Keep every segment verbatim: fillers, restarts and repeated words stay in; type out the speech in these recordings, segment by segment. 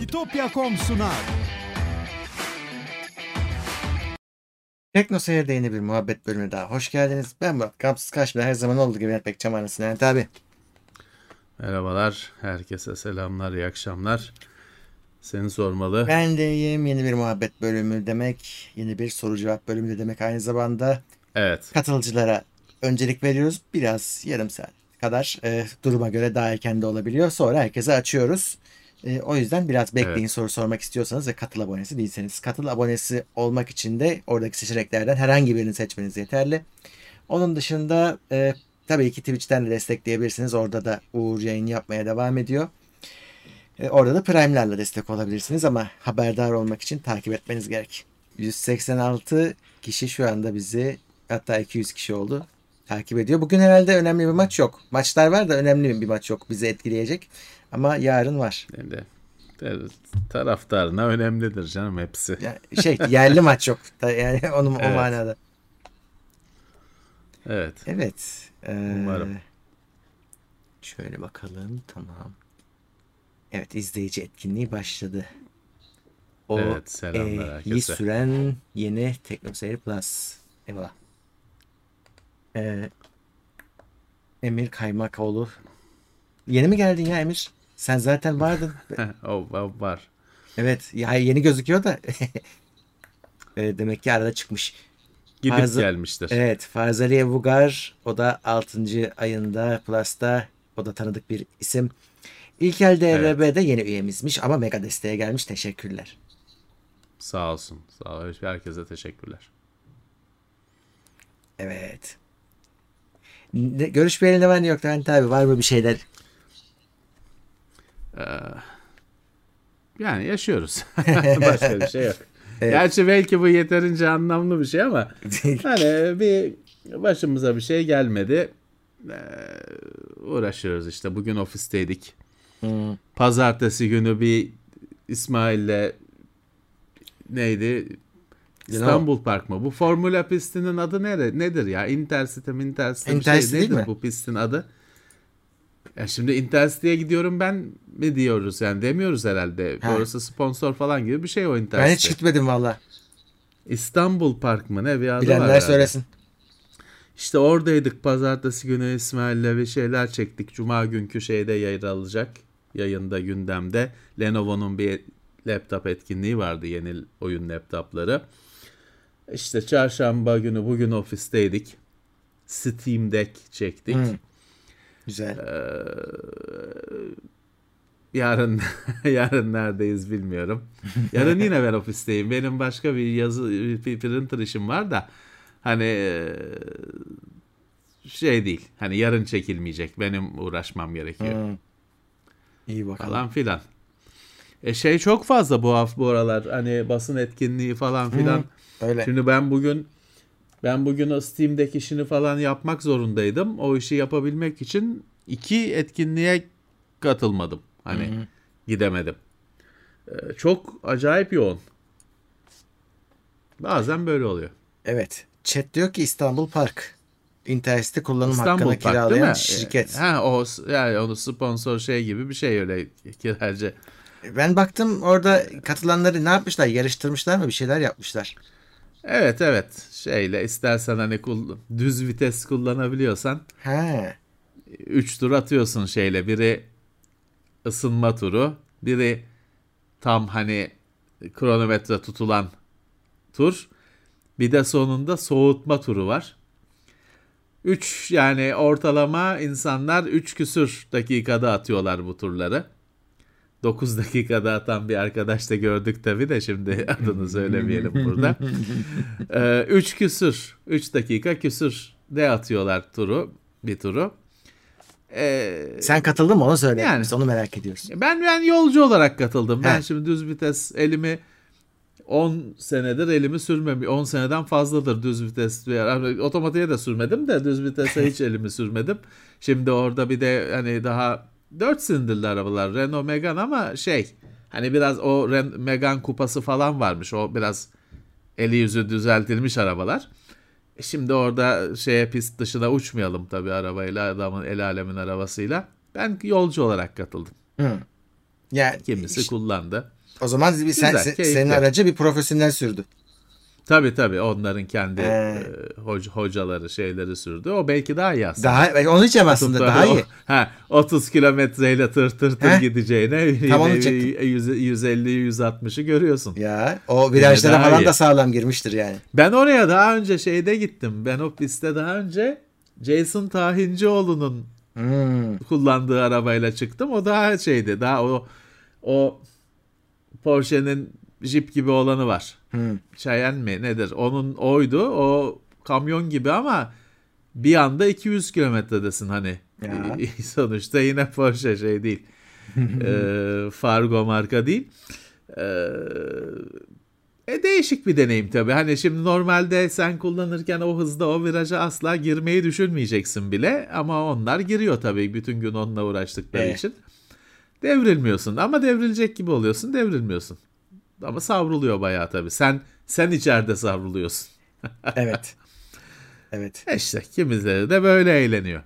Bitopya nokta com sunar. Tekno Seyir'de yeni bir muhabbet bölümüne daha hoş geldiniz. Ben Murat Gamsız Kaş'la her zaman olduğu gibi Mehmet Çaman'ın Levent abi. Merhabalar, herkese selamlar, iyi akşamlar. Seni sormalı. Ben deyim, yeni bir muhabbet bölümü demek, yeni bir soru cevap bölümü de demek aynı zamanda. Evet. Katılıcılara öncelik veriyoruz. Biraz yarım saat kadar e, duruma göre daha erken de olabiliyor. Sonra herkese açıyoruz. E, o yüzden biraz bekleyin, evet. Soru sormak istiyorsanız ve katıl abonesi değilseniz. Katıl abonesi olmak için de oradaki seçeneklerden herhangi birini seçmeniz yeterli. Onun dışında e, tabii ki Twitch'ten de destekleyebilirsiniz. Orada da Uğur yayın yapmaya devam ediyor. E, orada da Prime'lerle destek olabilirsiniz ama haberdar olmak için takip etmeniz gerek. yüz seksen altı kişi şu anda bizi, hatta iki yüz kişi oldu, takip ediyor. Bugün herhalde önemli bir maç yok. Maçlar var da önemli bir maç yok bizi etkileyecek. Ama yarın var. Evet. Taraftarına önemlidir canım hepsi. Yani şey yerli maç yok. Yani onun evet. O manada. Evet. Evet. Ee, Umarım. Şöyle bakalım. Tamam. Evet, izleyici etkinliği başladı. O evet, selamlar e, herkese. iyi süren yeni Tekno Seyir Plus. Eyvallah. Ee, Emir Kaymakoğlu. Yeni mi geldin ya Emir? Sen zaten vardın. o, o var. Evet. Ya yeni gözüküyor da. e, demek ki arada çıkmış. Gidip Farz- gelmiştir. Evet. Farzaliye Vugar. O da altıncı ayında Plus'ta. O da tanıdık bir isim. İlkel D R B'de evet. Yeni üyemizmiş ama mega desteğe gelmiş. Teşekkürler. Sağ olsun. Sağ olun. Herkese teşekkürler. Evet. Ne, görüşmeyeli ne var ne yok Levent abi? Var mı bir şeyler? Ee, yani yaşıyoruz. Başka bir şey yok. Evet. Gerçi belki bu yeterince anlamlı bir şey ama hani bir başımıza bir şey gelmedi. Ee, uğraşıyoruz işte. Bugün ofisteydik. Hmm. Pazartesi günü bir İsmail'le neydi? İstanbul no. Park mı? Bu Formula pistinin adı nere? Nedir ya? Intercity mi? Intercity bir şey. Nedir mi? Bu pistin adı? Ya şimdi Intercity'ye gidiyorum ben mi diyoruz yani demiyoruz herhalde. Ha. Orası sponsor falan gibi bir şey o Intercity. Ben hiç gitmedim valla. İstanbul Park mı ne bir adı Bilenler var herhalde. Söylesin. İşte oradaydık pazartesi günü İsmail'le bir şeyler çektik. Cuma günkü şeyde yer alacak. Yayında gündemde. Lenovo'nun bir laptop etkinliği vardı, yeni oyun laptopları. İşte çarşamba günü bugün ofisteydik. Steam Deck çektik. Hmm. Güzel. Ee, yarın yarın neredeyiz bilmiyorum. Yarın yine ben ofisteyim. Benim başka bir yazı bir printer işim var da hani şey değil. Hani yarın çekilmeyecek. Benim uğraşmam gerekiyor. Hmm. İyi bakalım. Falan filan. E şey çok fazla bu hafta bu aralar. Hani basın etkinliği falan filan. Hmm, öyle. Şimdi ben bugün ben bugün o Steam'deki işini falan yapmak zorundaydım. O işi yapabilmek için iki etkinliğe katılmadım. Hani hı hı. gidemedim. Ee, çok acayip yoğun. Bazen böyle oluyor. Evet. Chat diyor ki İstanbul Park. Intercity kullanım İstanbul hakkını Park, kiralayan şirket. Ha o yani onu sponsor şey gibi bir şey öyle kiracı. Ben baktım orada katılanları ne yapmışlar? Yarıştırmışlar mı? Bir şeyler yapmışlar. Evet evet. Şeyle istersen hani düz vites kullanabiliyorsan. He. Üç tur atıyorsun şeyle. Biri ısınma turu, biri tam hani kronometre tutulan tur, bir de sonunda soğutma turu var. Üç yani ortalama insanlar üç küsür dakikada atıyorlar bu turları. dokuz dakikada atan bir arkadaş da gördük tabii de şimdi adını söylemeyelim burada. Ee, üç küsür, üç dakika küsür de atıyorlar turu, bir turu. Ee, Sen katıldın mı onu söyle. Yani, biz onu merak ediyoruz. Ben ben yolcu olarak katıldım. He. Ben şimdi düz vites elimi on senedir elimi sürmem. on seneden fazladır düz vites. Yani otomatiğe de sürmedim de düz vitese hiç elimi sürmedim. Şimdi orada bir de hani daha dört silindirli arabalar. Renault Megane ama şey hani biraz o Renault Megane kupası falan varmış. O biraz eli yüzü düzeltilmiş arabalar. Şimdi orada şeye pist dışına uçmayalım tabii arabayla, adamın el alemin arabasıyla. Ben yolcu olarak katıldım. Hı. Yani kimisi işte, kullandı. O zaman sen, Güzel, sen- keyifli. senin aracı bir profesyonel sürdü. Tabii tabii onların kendi Ee. e, hoc- hocaları şeyleri sürdü. O belki daha iyi aslında. Daha onu diyeceğim aslında, Tutup da daha o- iyi. Ha, otuz kilometreyle tır tır tır Heh, gideceğine tam onu yine diyecektim. yüz- yüz elli yüz altmışı görüyorsun. Ya o Yine virajlara daha falan iyi. da sağlam girmiştir yani. Ben oraya daha önce şeyde gittim. Ben o pistte daha önce Jason Tahincioğlu'nun Hmm. kullandığı arabayla çıktım. O daha şeydi. Daha o o Porsche'nin Jeep gibi olanı var. Hmm. Cayenne mi nedir? Onun oydu. O kamyon gibi ama bir anda iki yüz kilometredesin hani. Ya. Sonuçta yine Porsche şey değil. Ee, Fargo marka değil. Ee, e değişik bir deneyim tabii. Hani şimdi normalde sen kullanırken o hızda o viraja asla girmeyi düşünmeyeceksin bile. Ama onlar giriyor tabii bütün gün onunla uğraştıkları Evet. için. Devrilmiyorsun ama devrilecek gibi oluyorsun, devrilmiyorsun. Ama savruluyor bayağı tabii. Sen sen içeride savruluyorsun. Evet. Evet. E İşte kimileri de böyle eğleniyor.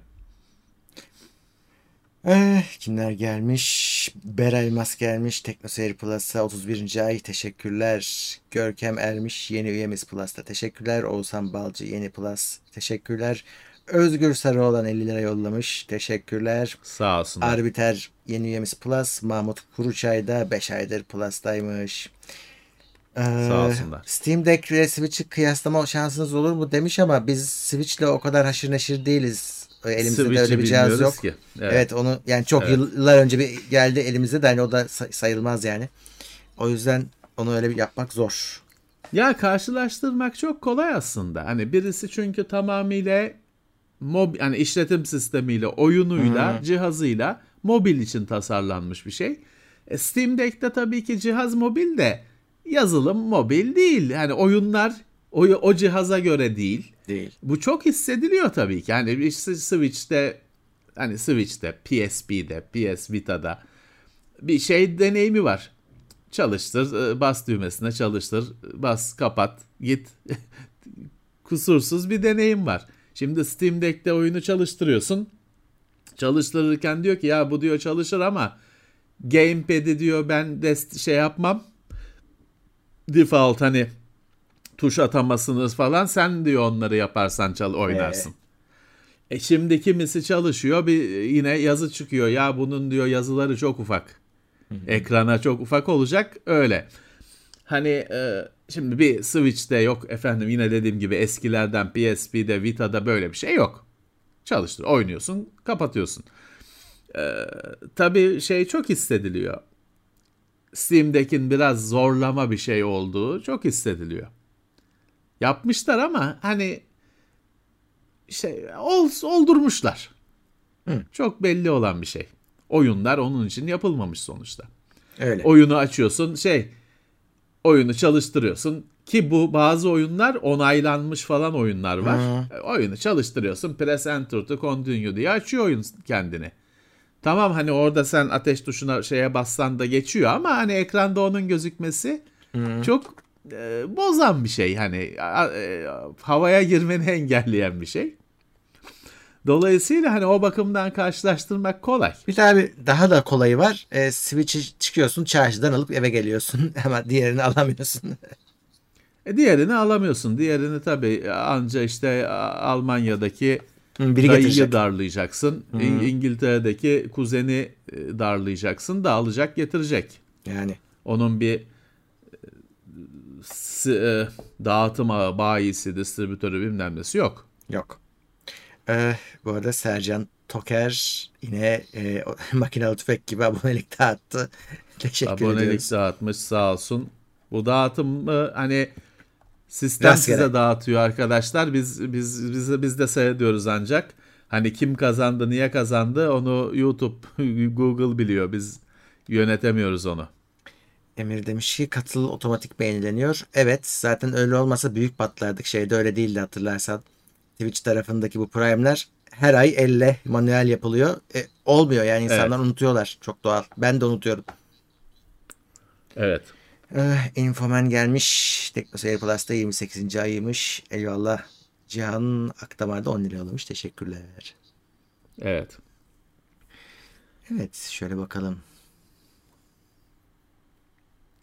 Eh, kimler gelmiş? Berelmas gelmiş. TeknoSeyir Plus'a otuz birinci ay. Teşekkürler. Görkem Ermiş yeni üyemiz Plus'ta. Teşekkürler. Oğuzhan Balcı yeni Plus. Teşekkürler. Özgür Sarıoğlan elli lira yollamış. Teşekkürler. Sağ olsunlar. Arbiter yeni üyemiz Plus. Mahmut Kuruçay da beş aydır Plus'taymış. Ee, Sağ olsunlar. Steam Deck ile Switch'i kıyaslama şansınız olur mu demiş ama biz Switch'le o kadar haşır neşir değiliz. Elimizde de Switch'i öyle bir cihaz yok. bilmiyoruz ki. Evet. Evet. onu yani çok Evet. yıllar önce bir geldi elimize de hani o da say- sayılmaz yani. O yüzden onu öyle bir yapmak zor. Ya karşılaştırmak çok kolay aslında. Hani birisi çünkü tamamıyla mob hani işletim sistemiyle, oyunuyla, Hmm. cihazıyla mobil için tasarlanmış bir şey. E, Steam Deck'te tabii ki cihaz mobil de yazılım mobil değil. Yani oyunlar o, o cihaza göre değil. Değil. Bu çok hissediliyor tabii ki. Yani işte Switch'te hani Switch'te, P S P'de, P S Vita'da bir şey deneyimi var. Çalıştır, bas düğmesine çalıştır, bas kapat, git. Kusursuz bir deneyim var. Şimdi Steam Deck'te oyunu çalıştırıyorsun. Çalıştırırken diyor ki ya bu diyor çalışır ama gamepad'i diyor ben de şey yapmam. Default hani tuş atamasınız falan sen diyor onları yaparsan çal oynarsın. E şimdi kimisi çalışıyor bir yine yazı çıkıyor ya bunun diyor yazıları çok ufak. Ekrana çok ufak olacak öyle. Hani e, şimdi bir Switch'te yok efendim yine dediğim gibi eskilerden P S P'de Vita'da böyle bir şey yok. Çalıştır oynuyorsun kapatıyorsun. E, tabii şey çok hissediliyor. Steam Deck'in biraz zorlama bir şey olduğu çok hissediliyor. Yapmışlar ama hani şey ol, oldurmuşlar. Hı. Çok belli olan bir şey. Oyunlar onun için yapılmamış sonuçta. Öyle. Oyunu açıyorsun şey oyunu çalıştırıyorsun ki bu bazı oyunlar onaylanmış falan oyunlar var. Hı. E, Oyunu çalıştırıyorsun press enter to continue diye açıyor oyun kendini. Tamam hani orada sen ateş tuşuna şeye bassan da geçiyor ama hani ekranda onun gözükmesi Hı. çok e, bozan bir şey hani a- e, havaya girmeni engelleyen bir şey. Dolayısıyla hani o bakımdan karşılaştırmak kolay. Bir daha bir daha da kolayı var. E, Switch'i çıkıyorsun, çarşıdan alıp eve geliyorsun. Ama diğerini alamıyorsun. E diğerini alamıyorsun. Diğerini tabii anca işte Almanya'daki Hı, biri dayıyı getirecek. darlayacaksın. İng- İngiltere'deki kuzeni e, darlayacaksın da alacak getirecek. Yani. Onun bir e, s- e, dağıtım ağı, bayisi, distribütörü bilmem nesi yok. Yok. Ee, bu arada Sercan Toker yine e, o- makinalı tüfek gibi abonelik dağıttı. Teşekkür Abonelik ediyoruz. dağıtmış sağ olsun. Bu dağıtım e, hani sistem Rastgele. size dağıtıyor arkadaşlar. Biz biz biz biz de seyrediyoruz ancak. Hani kim kazandı, niye kazandı onu YouTube, Google biliyor. Biz yönetemiyoruz onu. Emir demiş ki katıl otomatik beğenileniyor. Evet zaten öyle olmasa büyük patlardık. Şeyde öyle değildi hatırlarsan. Twitch tarafındaki bu prime'ler her ay elle manuel yapılıyor. E, olmuyor yani insanlar Evet. unutuyorlar. Çok doğal. Ben de unutuyorum. Evet. Eh, Infoman gelmiş. TeknoSeyir Plus'ta yirmi sekizinci ayıymış. Eyvallah. Cihan Akdamar'da on lira yollamış. Teşekkürler. Evet. Evet şöyle bakalım.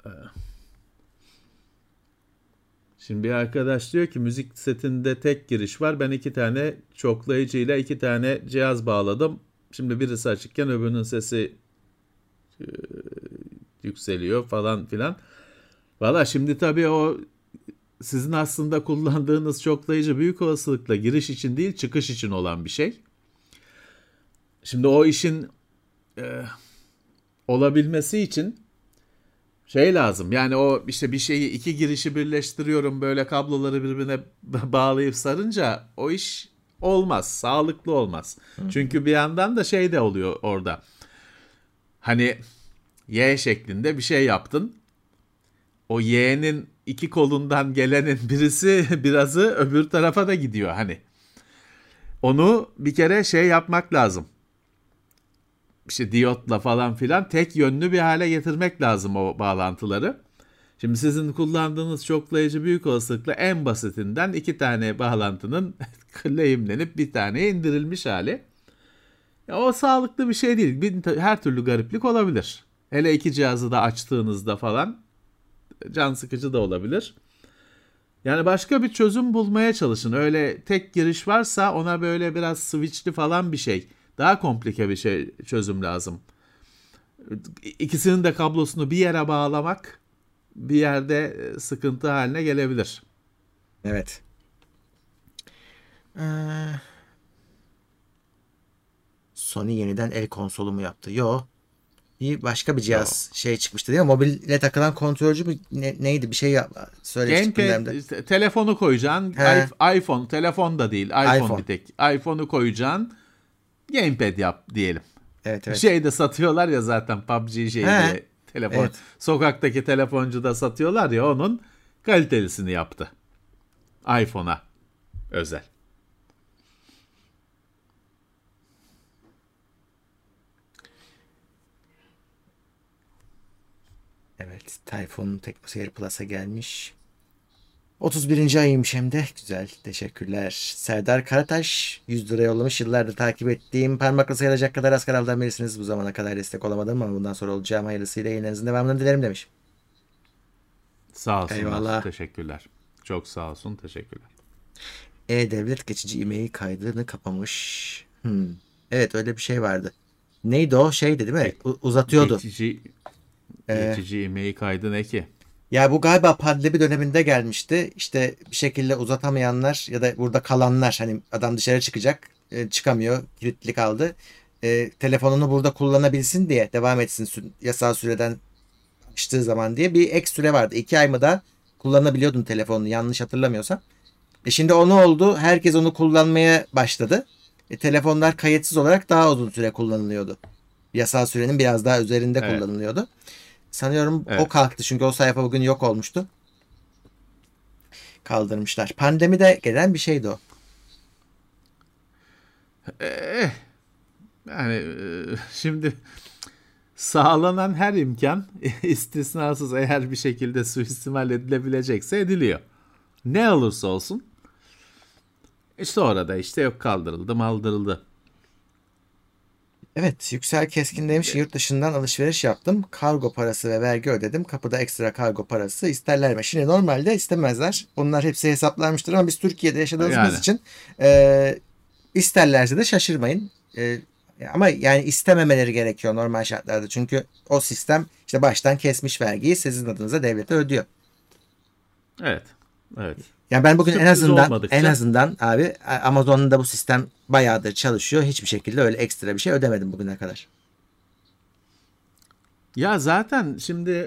Şimdi bir arkadaş diyor ki müzik setinde tek giriş var. Ben iki tane çoklayıcıyla iki tane cihaz bağladım. Şimdi birisi açıkken öbürünün sesi e, yükseliyor falan filan. Valla şimdi tabii o sizin aslında kullandığınız çoklayıcı büyük olasılıkla giriş için değil çıkış için olan bir şey. Şimdi o işin e, olabilmesi için şey lazım. Yani o işte bir şeyi iki girişi birleştiriyorum böyle kabloları birbirine bağlayıp sarınca o iş olmaz. Sağlıklı olmaz. Hı-hı. Çünkü bir yandan da şey de oluyor orada. Hani Y şeklinde bir şey yaptın. O Y'nin iki kolundan gelenin birisi birazı öbür tarafa da gidiyor hani. Onu bir kere şey yapmak lazım. İşte diyotla falan filan tek yönlü bir hale getirmek lazım o bağlantıları. Şimdi sizin kullandığınız çoklayıcı büyük olasılıkla en basitinden iki tane bağlantının lehimlenip bir taneye indirilmiş hali. Ya o sağlıklı bir şey değil. Bir, her türlü gariplik olabilir. Hele iki cihazı da açtığınızda falan can sıkıcı da olabilir. Yani başka bir çözüm bulmaya çalışın. Öyle tek giriş varsa ona böyle biraz switchli falan bir şey. Daha komplike bir şey çözüm lazım. İkisinin de kablosunu bir yere bağlamak bir yerde sıkıntı haline gelebilir. Evet. Ee, Sony yeniden el konsolu mu yaptı? Yo. Bir başka bir cihaz Yo. şey çıkmıştı değil mi? Mobile takılan kontrolcü mü ne, neydi? Bir şey yap söylemiştim. Telefonu koyacaksın. He. iPhone. Telefon da değil. iPhone, iPhone. bir tek. iPhone'u koyacaksın. Gamepad yap diyelim. Evet, evet. Şey de satıyorlar ya zaten P U B G şey diye telefon. Evet. Sokaktaki telefoncuda satıyorlar ya onun kalitelisini yaptı. iPhone'a özel. Evet, Tayfun Teknoseyir Plus'a gelmiş. otuz birinci ayıymış hem de. Güzel. Teşekkürler. Serdar Karataş yüz lira yollamış. Yıllardır takip ettiğim parmakla sayılacak kadar az kanaldan birisiniz. Bu zamana kadar destek olamadım ama bundan sonra olacağım hayırlısıyla yayınlarınızın devamını dilerim demiş. Sağ olsunlar. Eyvallah. Teşekkürler. Çok sağ olsun. Teşekkürler. E-Devlet geçici e-mail kaydını kapamış. Hmm. Evet öyle bir şey vardı. Neydi o? Şeydi değil mi? U- uzatıyordu. Geçici, geçici ee, e-mail kaydı ne ki? Ya bu galiba pandemi döneminde gelmişti. İşte bir şekilde uzatamayanlar ya da burada kalanlar hani adam dışarı çıkacak e, çıkamıyor kilitli kaldı. E, telefonunu burada kullanabilsin diye devam etsin yasal süreden açtığı zaman diye bir ek süre vardı. İki ay mı da kullanabiliyordun telefonunu yanlış hatırlamıyorsam. E şimdi onu oldu herkes onu kullanmaya başladı. E, telefonlar kayıtsız olarak daha uzun süre kullanılıyordu. Yasal sürenin biraz daha üzerinde evet. kullanılıyordu. Sanıyorum evet. o kalktı çünkü o sayfa bugün yok olmuştu. Kaldırmışlar. Pandemide gelen bir şeydi o. Ee, yani şimdi sağlanan her imkan istisnasız eğer bir şekilde suistimal edilebilecekse ediliyor. Ne olursa olsun. İşte orada işte yok kaldırıldı maldırıldı. Evet, Yüksel Keskin demiş yurt dışından alışveriş yaptım. Kargo parası ve vergi ödedim. Kapıda ekstra kargo parası isterler mi? Şimdi normalde istemezler. Onlar hepsi hesaplanmıştır ama biz Türkiye'de yaşadığımız yani. için e, isterlerse de şaşırmayın. E, ama yani istememeleri gerekiyor normal şartlarda. Çünkü o sistem işte baştan kesmiş vergiyi sizin adınıza devlete ödüyor. Evet. Evet. Yani ben bugün Sürpriz en azından olmadıkça. en azından abi Amazon'un da bu sistem bayağıdır çalışıyor. Hiçbir şekilde öyle ekstra bir şey ödemedim bugüne kadar. Ya zaten şimdi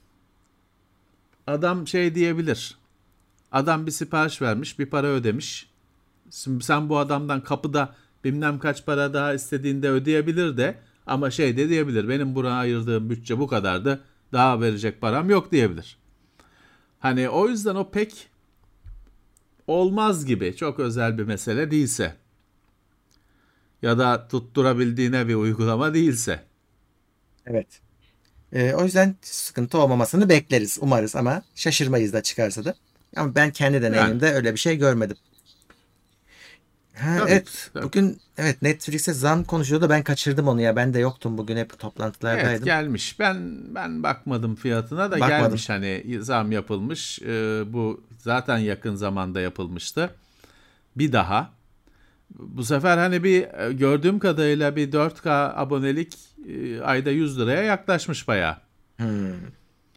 adam şey diyebilir. Adam bir sipariş vermiş, bir para ödemiş. Şimdi sen bu adamdan kapıda bilmem kaç para daha istediğinde ödeyebilir de ama şey de diyebilir. Benim buna ayırdığım bütçe bu kadardı. Daha verecek param yok diyebilir. Hani o yüzden o pek olmaz gibi çok özel bir mesele değilse ya da tutturabildiğine bir uygulama değilse. Evet. Ee, o yüzden sıkıntı olmamasını bekleriz umarız ama şaşırmayız da çıkarsa da. Ama ben kendi deneyimimde yani. öyle bir şey görmedim. Ha, Tabii, evet tabii. bugün evet Netflix'e zam konuşuyordu, ben kaçırdım onu ya, ben de yoktum bugün, hep Evet, toplantılardaydım. gelmiş. Ben ben bakmadım fiyatına da Bakmadım. gelmiş, hani zam yapılmış. Ee, bu zaten yakın zamanda yapılmıştı. Bir daha. Bu sefer hani bir e, gördüğüm kadarıyla bir dört K abonelik e, ayda yüz liraya yaklaşmış bayağı. Hmm.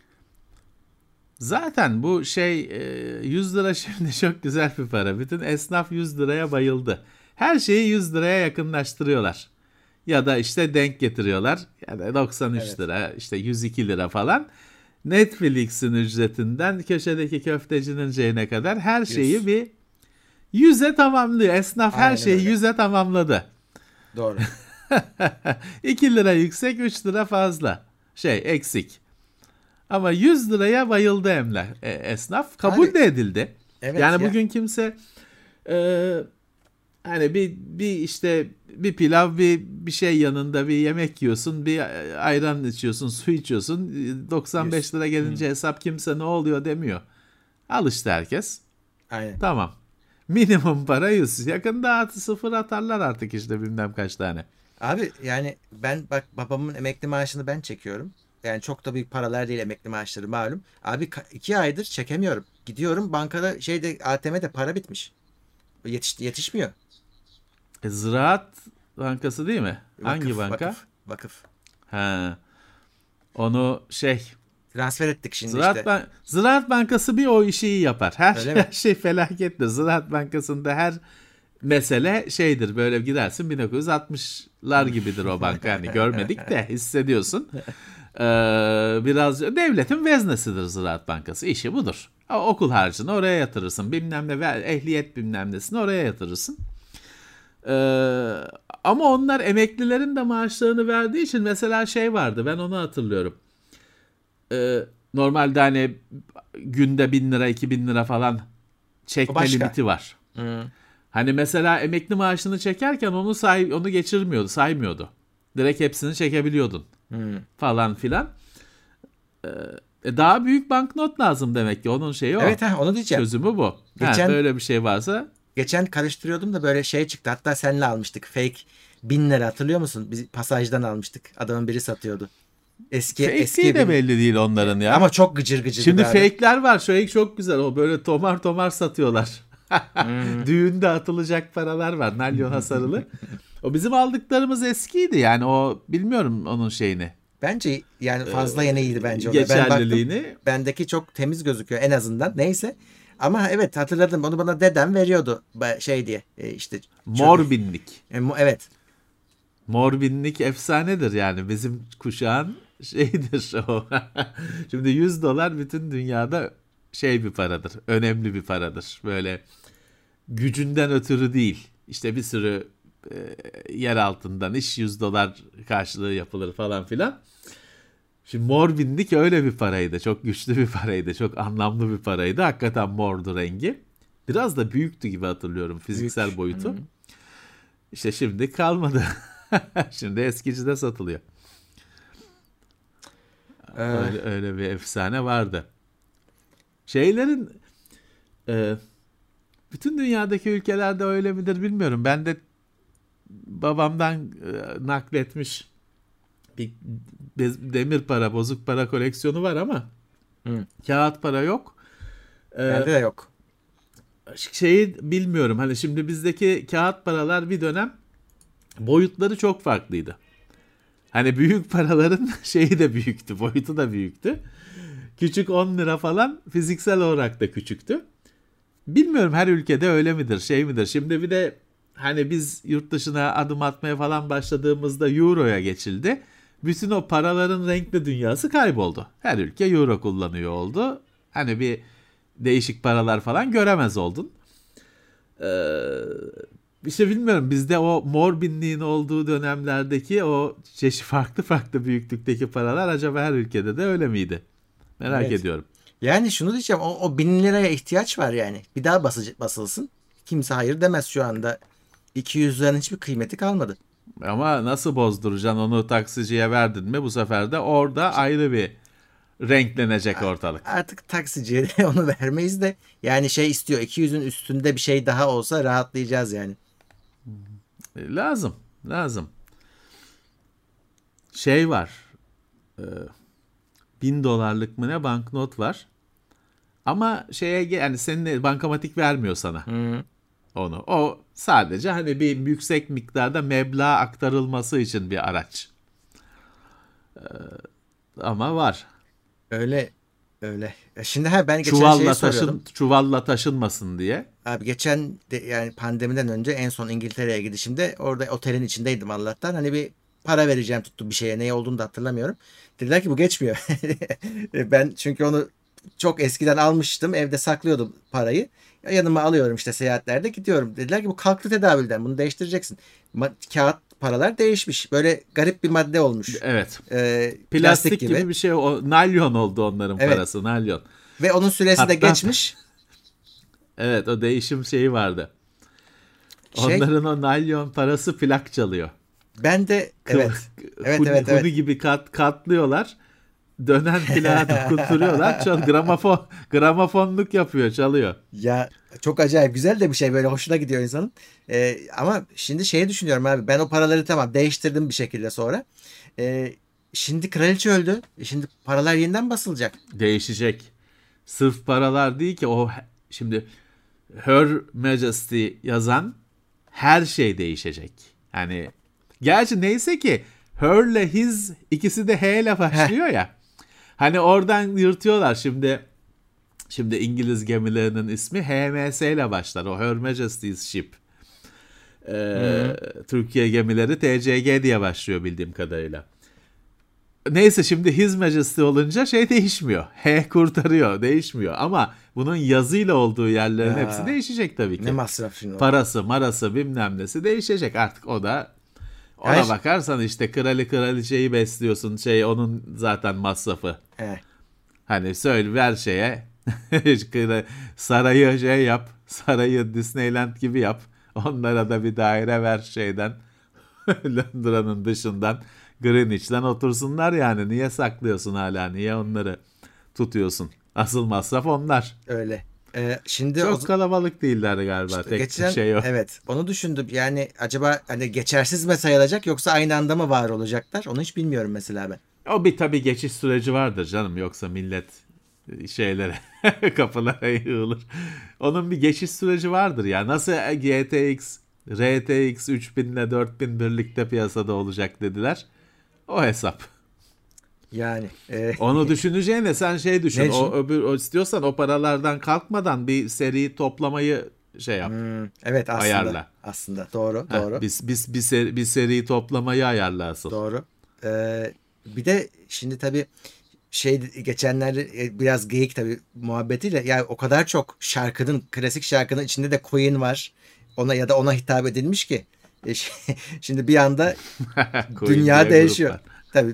Zaten bu şey e, yüz lira şimdi çok güzel bir para. Bütün esnaf yüz liraya bayıldı. Her şeyi yüz liraya yakınlaştırıyorlar. Ya da işte denk getiriyorlar. Ya da doksan üç Evet. lira, işte yüz iki lira falan. Netflix'in ücretinden köşedeki köftecinin şeyine kadar her şeyi yüz. bir yüze tamamlıyor. Esnaf her Aynen şeyi öyle. yüze tamamladı. Doğru. iki lira yüksek, üç lira fazla. Şey eksik. Ama yüz liraya bayıldı emlak e, esnaf. Kabul Abi de edildi. evet Yani ya. bugün kimse e, hani bir bir işte bir pilav, bir bir şey yanında bir yemek yiyorsun, bir ayran içiyorsun, su içiyorsun. doksan yüz. beş lira Hmm. gelince hesap kimse ne oluyor demiyor. Al işte herkes. Aynen. Tamam. Minimum para yüz. Yakında artı sıfır atarlar artık işte bilmem kaç tane. Abi yani ben bak, babamın emekli maaşını ben çekiyorum. Yani çok da büyük paralar değil emekli maaşları, malum. Abi ka- iki aydır çekemiyorum. Gidiyorum bankada, şeyde, A T M'de para bitmiş. Yetiş, yetişmiyor. E, Ziraat Bankası değil mi? Hangi Vakıf, banka? vakıf, vakıf. Ha, onu şey Transfer ettik şimdi Ziraat, işte. Ban- Ziraat Bankası bir o işi iyi yapar. Her, Öyle her mi? şey felakettir. Ziraat Bankası'nda her mesele şeydir. Böyle gidersin bin dokuz yüz altmışlar gibidir o banka. Hani görmedik de hissediyorsun. Ee, biraz devletin veznesidir Ziraat Bankası. İşi budur. O, okul harcını oraya yatırırsın. Bilmem ne, ver- ehliyet bilmem nesini oraya yatırırsın. Ee, ama onlar emeklilerin de maaşlarını verdiği için mesela şey vardı. Ben onu hatırlıyorum. Ee, normalde hani günde bin lira iki bin lira falan O çekme başka. limiti var. Hı. Hani mesela emekli maaşını çekerken onu say onu geçirmiyordu, saymıyordu. Direkt hepsini çekebiliyordun Hı. falan filan. E daha büyük banknot lazım demek ki, onun şeyi o. Evet, ha onu diyeceğim. Çözümü bu. Ha, Geçen böyle bir şey varsa geçen karıştırıyordum da böyle şey çıktı. Hatta seninle almıştık. Fake bin lira, hatırlıyor musun? Biz pasajdan almıştık. Adamın biri satıyordu. Eski fake'liği eski de bin, belli değil onların ama ya. çok gıcır gıcırdı be Şimdi abi. fake'ler var. Şu fake çok güzel. O böyle tomar tomar satıyorlar. Hmm. Düğünde atılacak paralar var. Nalyon hasarlı. O bizim aldıklarımız eskiydi. Yani o bilmiyorum onun şeyini. Bence yani fazla yeniydi bence onlar. Ben baktım. Geçerliliğini. Bendeki çok temiz gözüküyor en azından. Neyse. Ama evet, hatırladım. Onu bana dedem veriyordu. Ba- Şey diye. E, işte çok, Mor binlik. e, mu- evet. Mor binlik efsanedir yani. Bizim kuşağın şeydir o. Şimdi yüz dolar bütün dünyada şey bir paradır. Önemli bir paradır. Böyle gücünden ötürü değil. İşte bir sürü e, yer altından iş yüz dolar karşılığı yapılır falan filan. Şimdi mor binlik öyle bir paraydı. Çok güçlü bir paraydı. Çok anlamlı bir paraydı. Hakikaten mordu rengi. Biraz da büyüktü gibi hatırlıyorum fiziksel Büyük. boyutu. Hmm. İşte şimdi kalmadı. Şimdi eskicide satılıyor. Ee, Öyle, öyle bir efsane vardı. Şeylerin e, bütün dünyadaki ülkelerde öyle midir bilmiyorum. Ben de babamdan e, nakletmiş bir bez- demir para, bozuk para koleksiyonu var ama hmm. kağıt para yok. E, Bende de yok. şeyi bilmiyorum. Hani şimdi bizdeki kağıt paralar bir dönem boyutları çok farklıydı. Hani büyük paraların şeyi de büyüktü, boyutu da büyüktü. Küçük on lira falan fiziksel olarak da küçüktü. Bilmiyorum her ülkede öyle midir, şey midir? Şimdi bir de hani biz yurt dışına adım atmaya falan başladığımızda Euro'ya geçildi. Bütün o paraların renkli dünyası kayboldu. Her ülke Euro kullanıyor oldu. Hani bir değişik paralar falan göremez oldun. Ee, bir şey bilmiyorum, bizde o mor binliğin olduğu dönemlerdeki o çeşit farklı farklı büyüklükteki paralar acaba her ülkede de öyle miydi? Merak Evet. ediyorum. Yani şunu diyeceğim. O, o bin liraya ihtiyaç var yani. Bir daha basıcı, basılsın. Kimse hayır demez şu anda. iki yüz liranın hiçbir kıymeti kalmadı. Ama nasıl bozduracaksın, onu taksiciye verdin mi bu sefer de orada ayrı bir renklenecek A- ortalık. Artık taksiciye de onu vermeyiz de. Yani şey istiyor. iki yüzün üstünde bir şey daha olsa rahatlayacağız yani. E, lazım. Lazım. Şey var. E, bin dolarlık mı ne banknot var. Ama şeye yani senin bankamatik vermiyor sana. Hı. Onu. O sadece hani bir yüksek miktarda meblağ aktarılması için bir araç. Ee, ama var. Öyle öyle. E Şimdi ha ben geçen şeyi Çuvalla soruyordum. taşın çuvalla taşınmasın diye. Abi geçen de, yani pandemiden önce en son İngiltere'ye gidişimde orada otelin içindeydim Allah'tan. Hani bir para vereceğim tuttu bir şeye. Ne olduğunu da hatırlamıyorum. Dediler ki bu geçmiyor. Ben çünkü onu çok eskiden almıştım. Evde saklıyordum parayı. Yanıma alıyorum işte seyahatlerde gidiyorum. Dediler ki bu kalktı tedavülden. Bunu değiştireceksin. Ma- kağıt paralar değişmiş. Böyle garip bir madde olmuş. Evet. Ee, Plastik, plastik gibi. gibi. bir şey. O naylon oldu onların Evet. parası. Naylon. Ve onun süresi de Hatta geçmiş. evet o değişim şeyi vardı. Şey Onların o naylon parası plak çalıyor. ben de evet. Evet Huni, evet evet. huni gibi kat, katlıyorlar. Dönen plağa dokunduruyorlar. Çal, gramofon, gramofonluk yapıyor, çalıyor. Ya çok acayip güzel de bir şey böyle hoşuna gidiyor insanın. Ee, ama şimdi şeyi düşünüyorum abi ben o paraları tamam değiştirdim bir şekilde sonra. Ee, Şimdi kraliçe öldü. E Şimdi paralar yeniden basılacak. Değişecek. Sırf paralar değil ki o şimdi Her Majesty yazan her şey değişecek. Yani gerçi neyse ki Her'le His ikisi de H ile Heh. başlıyor ya. Hani oradan yırtıyorlar şimdi. Şimdi İngiliz gemilerinin ismi H M S ile başlar. O Her Majesty's Ship. Ee, Türkiye gemileri T C G diye başlıyor bildiğim kadarıyla. Neyse şimdi His Majesty olunca şey değişmiyor. H kurtarıyor, değişmiyor. Ama bunun yazıyla olduğu yerlerin Ya, hepsi değişecek tabii ki. ne masraf şimdi o. Parası, marası, bilmem nesi değişecek artık. O da ona Her- bakarsan işte krali kraliçeyi besliyorsun. Şey onun zaten masrafı. He. Hani söyle ver şeye. Sarayı şey yap. Sarayı Disneyland gibi yap. Onlara da bir daire ver şeyden. Londra'nın dışından. Greenwich'ten otursunlar yani. Niye saklıyorsun hala? Niye onları tutuyorsun? Asıl masraf onlar. Öyle. Ee, şimdi o, Çok kalabalık değiller galiba. Tek geçen bir şey o. evet onu düşündüm. Yani acaba hani geçersiz mi sayılacak yoksa aynı anda mı var olacaklar? Onu hiç bilmiyorum mesela ben. O bir tabii geçiş süreci vardır canım. Yoksa millet şeylere kapılara yığılır. Onun bir geçiş süreci vardır ya. Nasıl G T X, R T X üç bin ile dört bin birlikte piyasada olacak dediler. O hesap. Yani e, Onu düşüneceğine sen şey düşün. ne O için? öbür o istiyorsan o paralardan kalkmadan bir seri toplamayı şey yap. Hmm, evet aslında Ayarla. aslında doğru Heh, doğru biz biz bir seri, bir seri toplamayı ayarla asıl. doğru. Ee, bir de şimdi tabii şey geçenlerde e, biraz geyik tabii muhabbetiyle ya o kadar çok şarkının klasik şarkının içinde de Queen var. Ona ya da ona hitap edilmiş ki e, şey- şimdi bir anda Queen dünya diye değişiyor. gruplar. Tabii.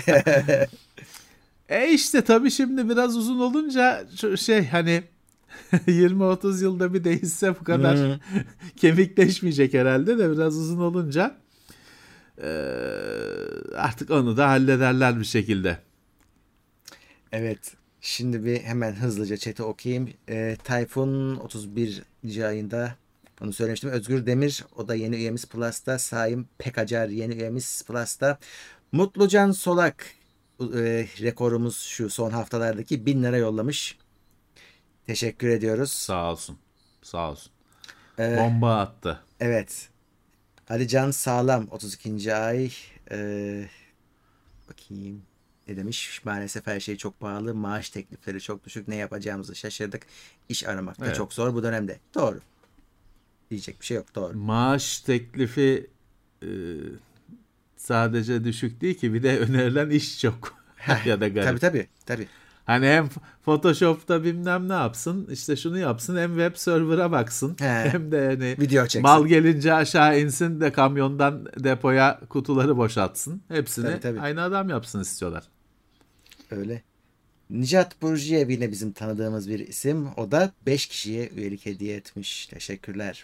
E işte tabii şimdi biraz uzun olunca şu şey hani yirmi otuz yılda bir değişse bu kadar Hmm, kemikleşmeyecek herhalde de biraz uzun olunca eee, artık onu da hallederler bir şekilde. evet. Şimdi bir hemen hızlıca chat'i okuyayım. E, Tayfun otuz birinci ayında onu söylemiştim. Özgür Demir o da yeni üyemiz Plus'ta. Saim Pekacar yeni üyemiz Plus'ta. Mutlucan Solak e, rekorumuz şu son haftalardaki bin lira yollamış. Teşekkür ediyoruz. Sağ olsun. Sağ olsun. E, Bomba attı. evet. Ali Can Sağlam otuz ikinci ay. E, bakayım. Ne demiş? Maalesef her şey çok pahalı. Maaş teklifleri çok düşük. Ne yapacağımızı şaşırdık. İş aramak da Evet. çok zor bu dönemde. Doğru. Diyecek bir şey yok. Doğru. Maaş teklifi e, sadece düşük değil ki bir de önerilen iş çok Heh, ya da tabii garip. tabii. Tabii. Hani hem Photoshop'ta bilmem ne yapsın, işte şunu yapsın, hem web server'a baksın, He, hem de hani video çeksin. mal gelince aşağı insin de kamyondan depoya kutuları boşaltsın. Hepsini Tabii tabii. aynı adam yapsın istiyorlar. Öyle. Nicat Burjiyev yine bizim tanıdığımız bir isim. O da beş kişiye üyelik hediye etmiş. Teşekkürler.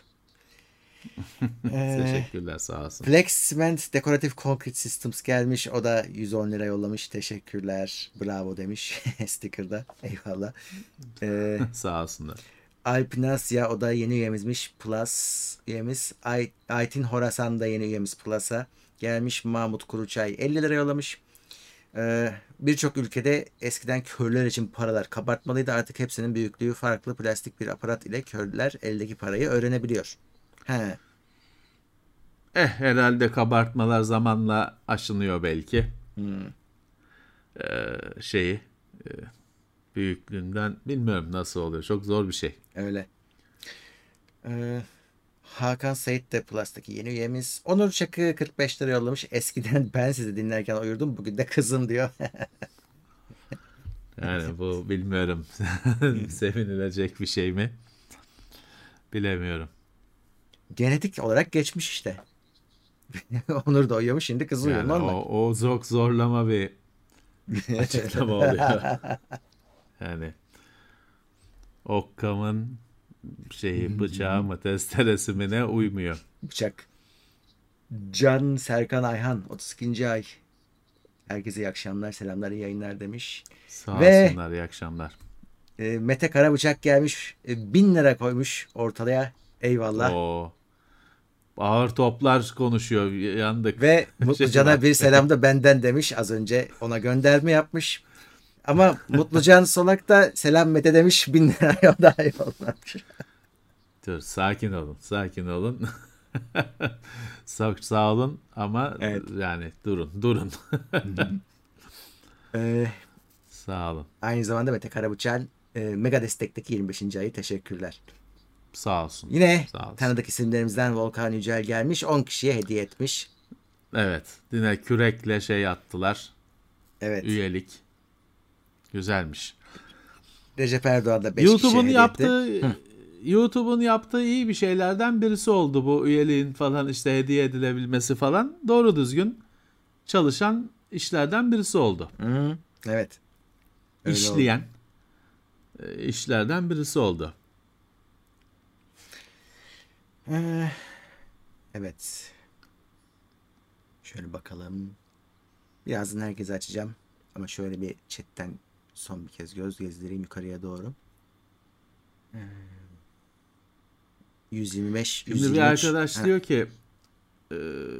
Ee, Teşekkürler, sağ olsun. Flex Cement Decorative Concrete Systems gelmiş. O da yüz on lira yollamış. Teşekkürler. Bravo demiş. Sticker'da. Eyvallah. Ee, Sağ olsunlar. Alpinasya, o da yeni üyemizmiş. Plus üyemiz. Ay, Aytin Horasan da yeni üyemiz Plus'a gelmiş. Mahmut Kuruçay elli lira yollamış. Ee, Birçok ülkede eskiden körler için paralar kabartmalıydı. Artık hepsinin büyüklüğü farklı. Plastik bir aparat ile körler eldeki parayı öğrenebiliyor. He. Eh herhalde kabartmalar zamanla aşınıyor belki. Hmm. Ee, şeyi e, büyüklüğünden bilmiyorum nasıl oluyor. Çok zor bir şey. Öyle. Ee, Hakan Sait de Plus'taki yeni üyemiz. Onur Çakı kırk beş lira yollamış. Eskiden ben sizi dinlerken uyurdum. Bugün de kızım diyor. Yani bu bilmiyorum. Sevinilecek bir şey mi? Bilemiyorum. Genetik olarak geçmiş işte. Onur da uyuyormuş, şimdi kızı uyuyor. Yani Normal. o, o çok zorlama bir açıklama oluyor. Yani Occam'ın şeyi bıçağı mı testeresi mi ne uymuyor. Bıçak. Can Serkan Ayhan otuz ikinci ay. Herkese iyi akşamlar, selamlar, iyi yayınlar demiş. Sağ Ve olsunlar, iyi akşamlar. e, Mete Karabıçak gelmiş. E, bin lira koymuş ortalığa. Eyvallah. Oo. Ağır toplar konuşuyor, yandık. Ve Mutlucan'a Şey bir selam da benden demiş. Az önce ona gönderme yapmış. Ama Mutlucan Solak da selam Mete demiş. Bin liraya da eyvallah. Dur, sakin olun, sakin olun. Çok sağ olun ama Evet. yani durun, durun. Ee, Sağ olun. Aynı zamanda Mete Karabıçak'ın e, Mega Destek'teki yirmi beşinci ayı teşekkürler. Sağ olsun. Yine Sağ olsun. tanıdık isimlerimizden Volkan Yücel gelmiş. on kişiye hediye etmiş. Evet. Yine kürekle şey attılar. Evet. Üyelik. Güzelmiş. Recep Erdoğan da beş YouTube'un kişiye hediye yaptığı etti. YouTube'un yaptığı iyi bir şeylerden birisi oldu bu üyeliğin falan işte hediye edilebilmesi falan. Doğru düzgün çalışan işlerden birisi oldu. Hı, evet. Öyle İşleyen oldu. e, işlerden birisi oldu. Ee, evet. Şöyle bakalım. Birazdan herkese açacağım. Ama şöyle bir chatten son bir kez göz gezdireyim yukarıya doğru. Ee, yüz yirmi beş, Şimdi yüz yirmi üç. bir arkadaş Ha, diyor ki e,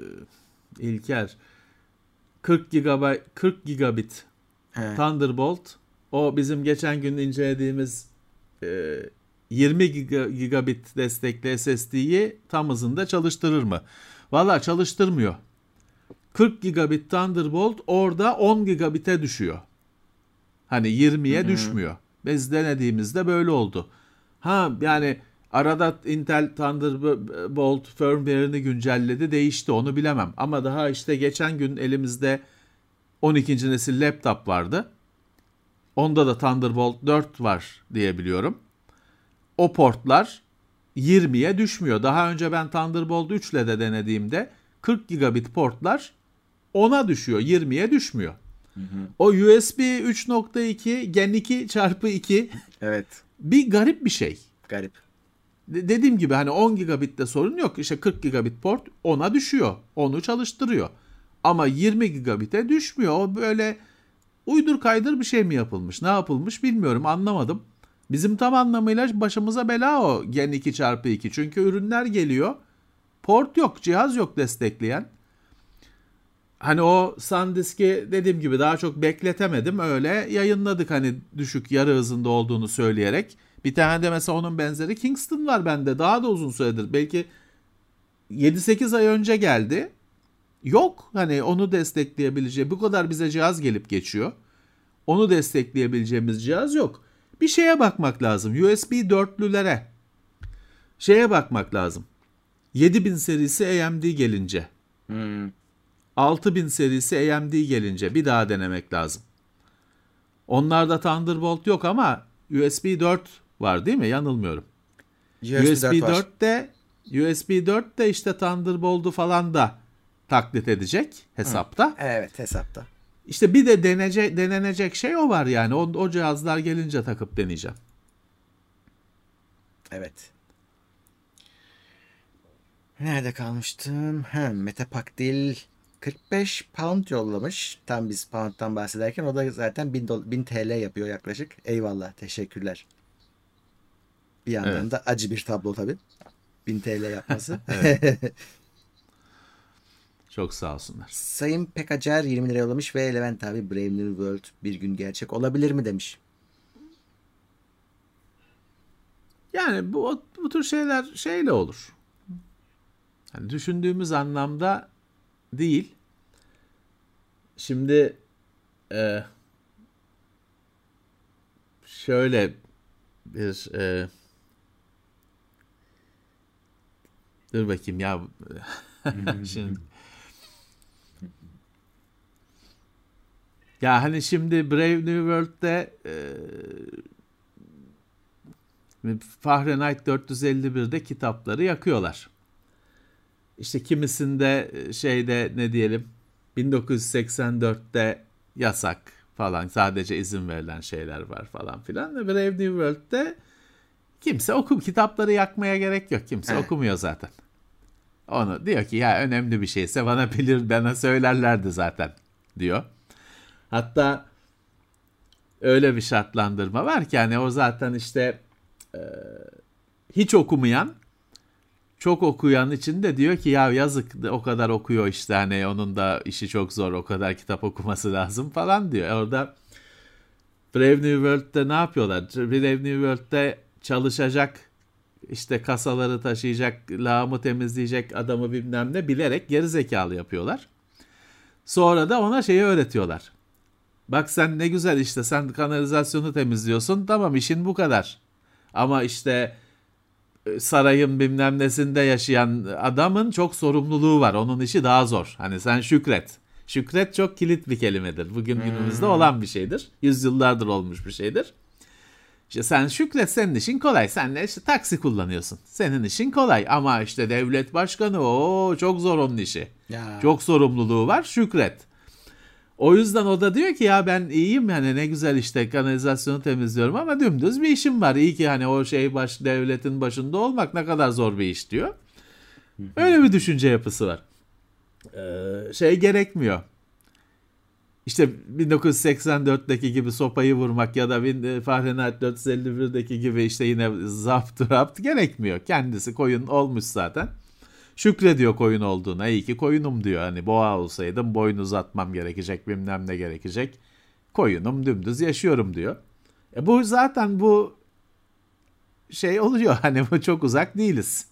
İlker kırk gigabayt kırk gigabit ha. Thunderbolt o bizim geçen gün incelediğimiz e, yirmi gigabit destekli S S D'yi tam hızında çalıştırır mı? Valla çalıştırmıyor. kırk gigabit Thunderbolt orada on gigabit'e düşüyor. Hani yirmiye Hı-hı. düşmüyor. Biz denediğimizde böyle oldu. Ha yani arada Intel Thunderbolt firmware'ini güncelledi, değişti, onu bilemem. Ama daha işte geçen gün elimizde on ikinci nesil laptop vardı. Onda da Thunderbolt dört var diye biliyorum. O portlar yirmiye düşmüyor. Daha önce ben Thunderbolt üç ile de denediğimde kırk gigabit portlar ona düşüyor, yirmiye düşmüyor. Hı hı. O U S B üç nokta iki Gen iki çarpı iki Evet. bir garip bir şey. Garip. De- dediğim gibi hani on gigabitte sorun yok. İşte kırk gigabit port ona düşüyor. Onu çalıştırıyor. Ama yirmi gigabit'e düşmüyor. O böyle uydur kaydır bir şey mi yapılmış? Ne yapılmış bilmiyorum, anlamadım. Bizim tam anlamıyla başımıza bela o Gen iki çarpı iki. Çünkü ürünler geliyor. Port yok, cihaz yok destekleyen. Hani o SanDisk'i dediğim gibi daha çok bekletemedim. Öyle yayınladık hani düşük yarı hızında olduğunu söyleyerek. Bir tane de mesela onun benzeri Kingston var bende. Daha da uzun süredir. Belki yedi sekiz ay önce geldi. Yok hani onu destekleyebileceği, bu kadar bize cihaz gelip geçiyor. Onu destekleyebileceğimiz cihaz yok. Bir şeye bakmak lazım. U S B dörtlülere. Şeye bakmak lazım. yedi bin serisi A M D gelince. Hmm. altı bin serisi A M D gelince bir daha denemek lazım. Onlarda Thunderbolt yok ama U S B dört var değil mi? Yanılmıyorum. U S B, U S B dört var. dört de U S B dört de işte Thunderbolt'u falan da taklit edecek hesapta. Hı. Evet, hesapta. İşte bir de denece, denenecek şey o var yani. O, o cihazlar gelince takıp deneyeceğim. Evet. Nerede kalmıştım? Ha, Mete Pakdil kırk beş pound yollamış. Tam biz pound'dan bahsederken o da zaten bin, bin T L yapıyor yaklaşık. Eyvallah, teşekkürler. Bir yandan Evet. da acı bir tablo tabii. bin T L yapması. Çok sağ olsunlar. Sayın Pekacer yirmi lira yollamış ve Levent abi Brave New World bir gün gerçek olabilir mi demiş. Yani bu bu tür şeyler şeyle olur. Yani düşündüğümüz anlamda değil. Şimdi e, şöyle bir e, dur bakayım ya şimdi ya hani şimdi Brave New World'de e, Fahrenheit dört yüz elli birde kitapları yakıyorlar. İşte kimisinde şeyde ne diyelim bin dokuz yüz seksen dörtte yasak falan, sadece izin verilen şeyler var falan filan. Brave New World'de kimse okum kitapları yakmaya gerek yok. Kimse Evet. okumuyor zaten. Onu diyor ki ya önemli bir şeyse bana bilir bana söylerlerdi zaten diyor. Hatta öyle bir şartlandırma var ki hani o zaten işte e, hiç okumayan çok okuyan için de diyor ki ya yazık o kadar okuyor işte hani onun da işi çok zor o kadar kitap okuması lazım falan diyor. Orada Brave New World'de ne yapıyorlar? Brave New World'de çalışacak işte kasaları taşıyacak, lağımı temizleyecek adamı bilmem ne bilerek geri zekalı yapıyorlar. Sonra da ona şeyi öğretiyorlar. Bak sen ne güzel işte sen kanalizasyonu temizliyorsun tamam işin bu kadar. Ama işte sarayın bilmem nesinde yaşayan adamın çok sorumluluğu var. Onun işi daha zor. Hani sen şükret. Şükret çok kilit bir kelimedir. Bugün Hmm. günümüzde olan bir şeydir. Yüzyıllardır olmuş bir şeydir. İşte sen şükret senin işin kolay. Sen de işte taksi kullanıyorsun. Senin işin kolay. Ama işte devlet başkanı o çok zor onun işi. Ya. Çok sorumluluğu var şükret. O yüzden o da diyor ki ya ben iyiyim yani ne güzel işte kanalizasyonu temizliyorum ama dümdüz bir işim var. İyi ki hani o şey baş devletin başında olmak ne kadar zor bir iş diyor. Öyle bir düşünce yapısı var. Ee, şey gerekmiyor. İşte bin dokuz yüz seksen dörtteki gibi sopayı vurmak ya da Fahrenheit dört yüz elli birdeki gibi işte yine zapt rapt gerekmiyor. Kendisi koyun olmuş zaten. Şükrediyor koyun olduğuna. İyi ki koyunum diyor. Hani boğa olsaydım boyun uzatmam gerekecek bilmem ne gerekecek. Koyunum dümdüz yaşıyorum diyor. E bu zaten bu şey oluyor. Hani bu çok uzak değiliz.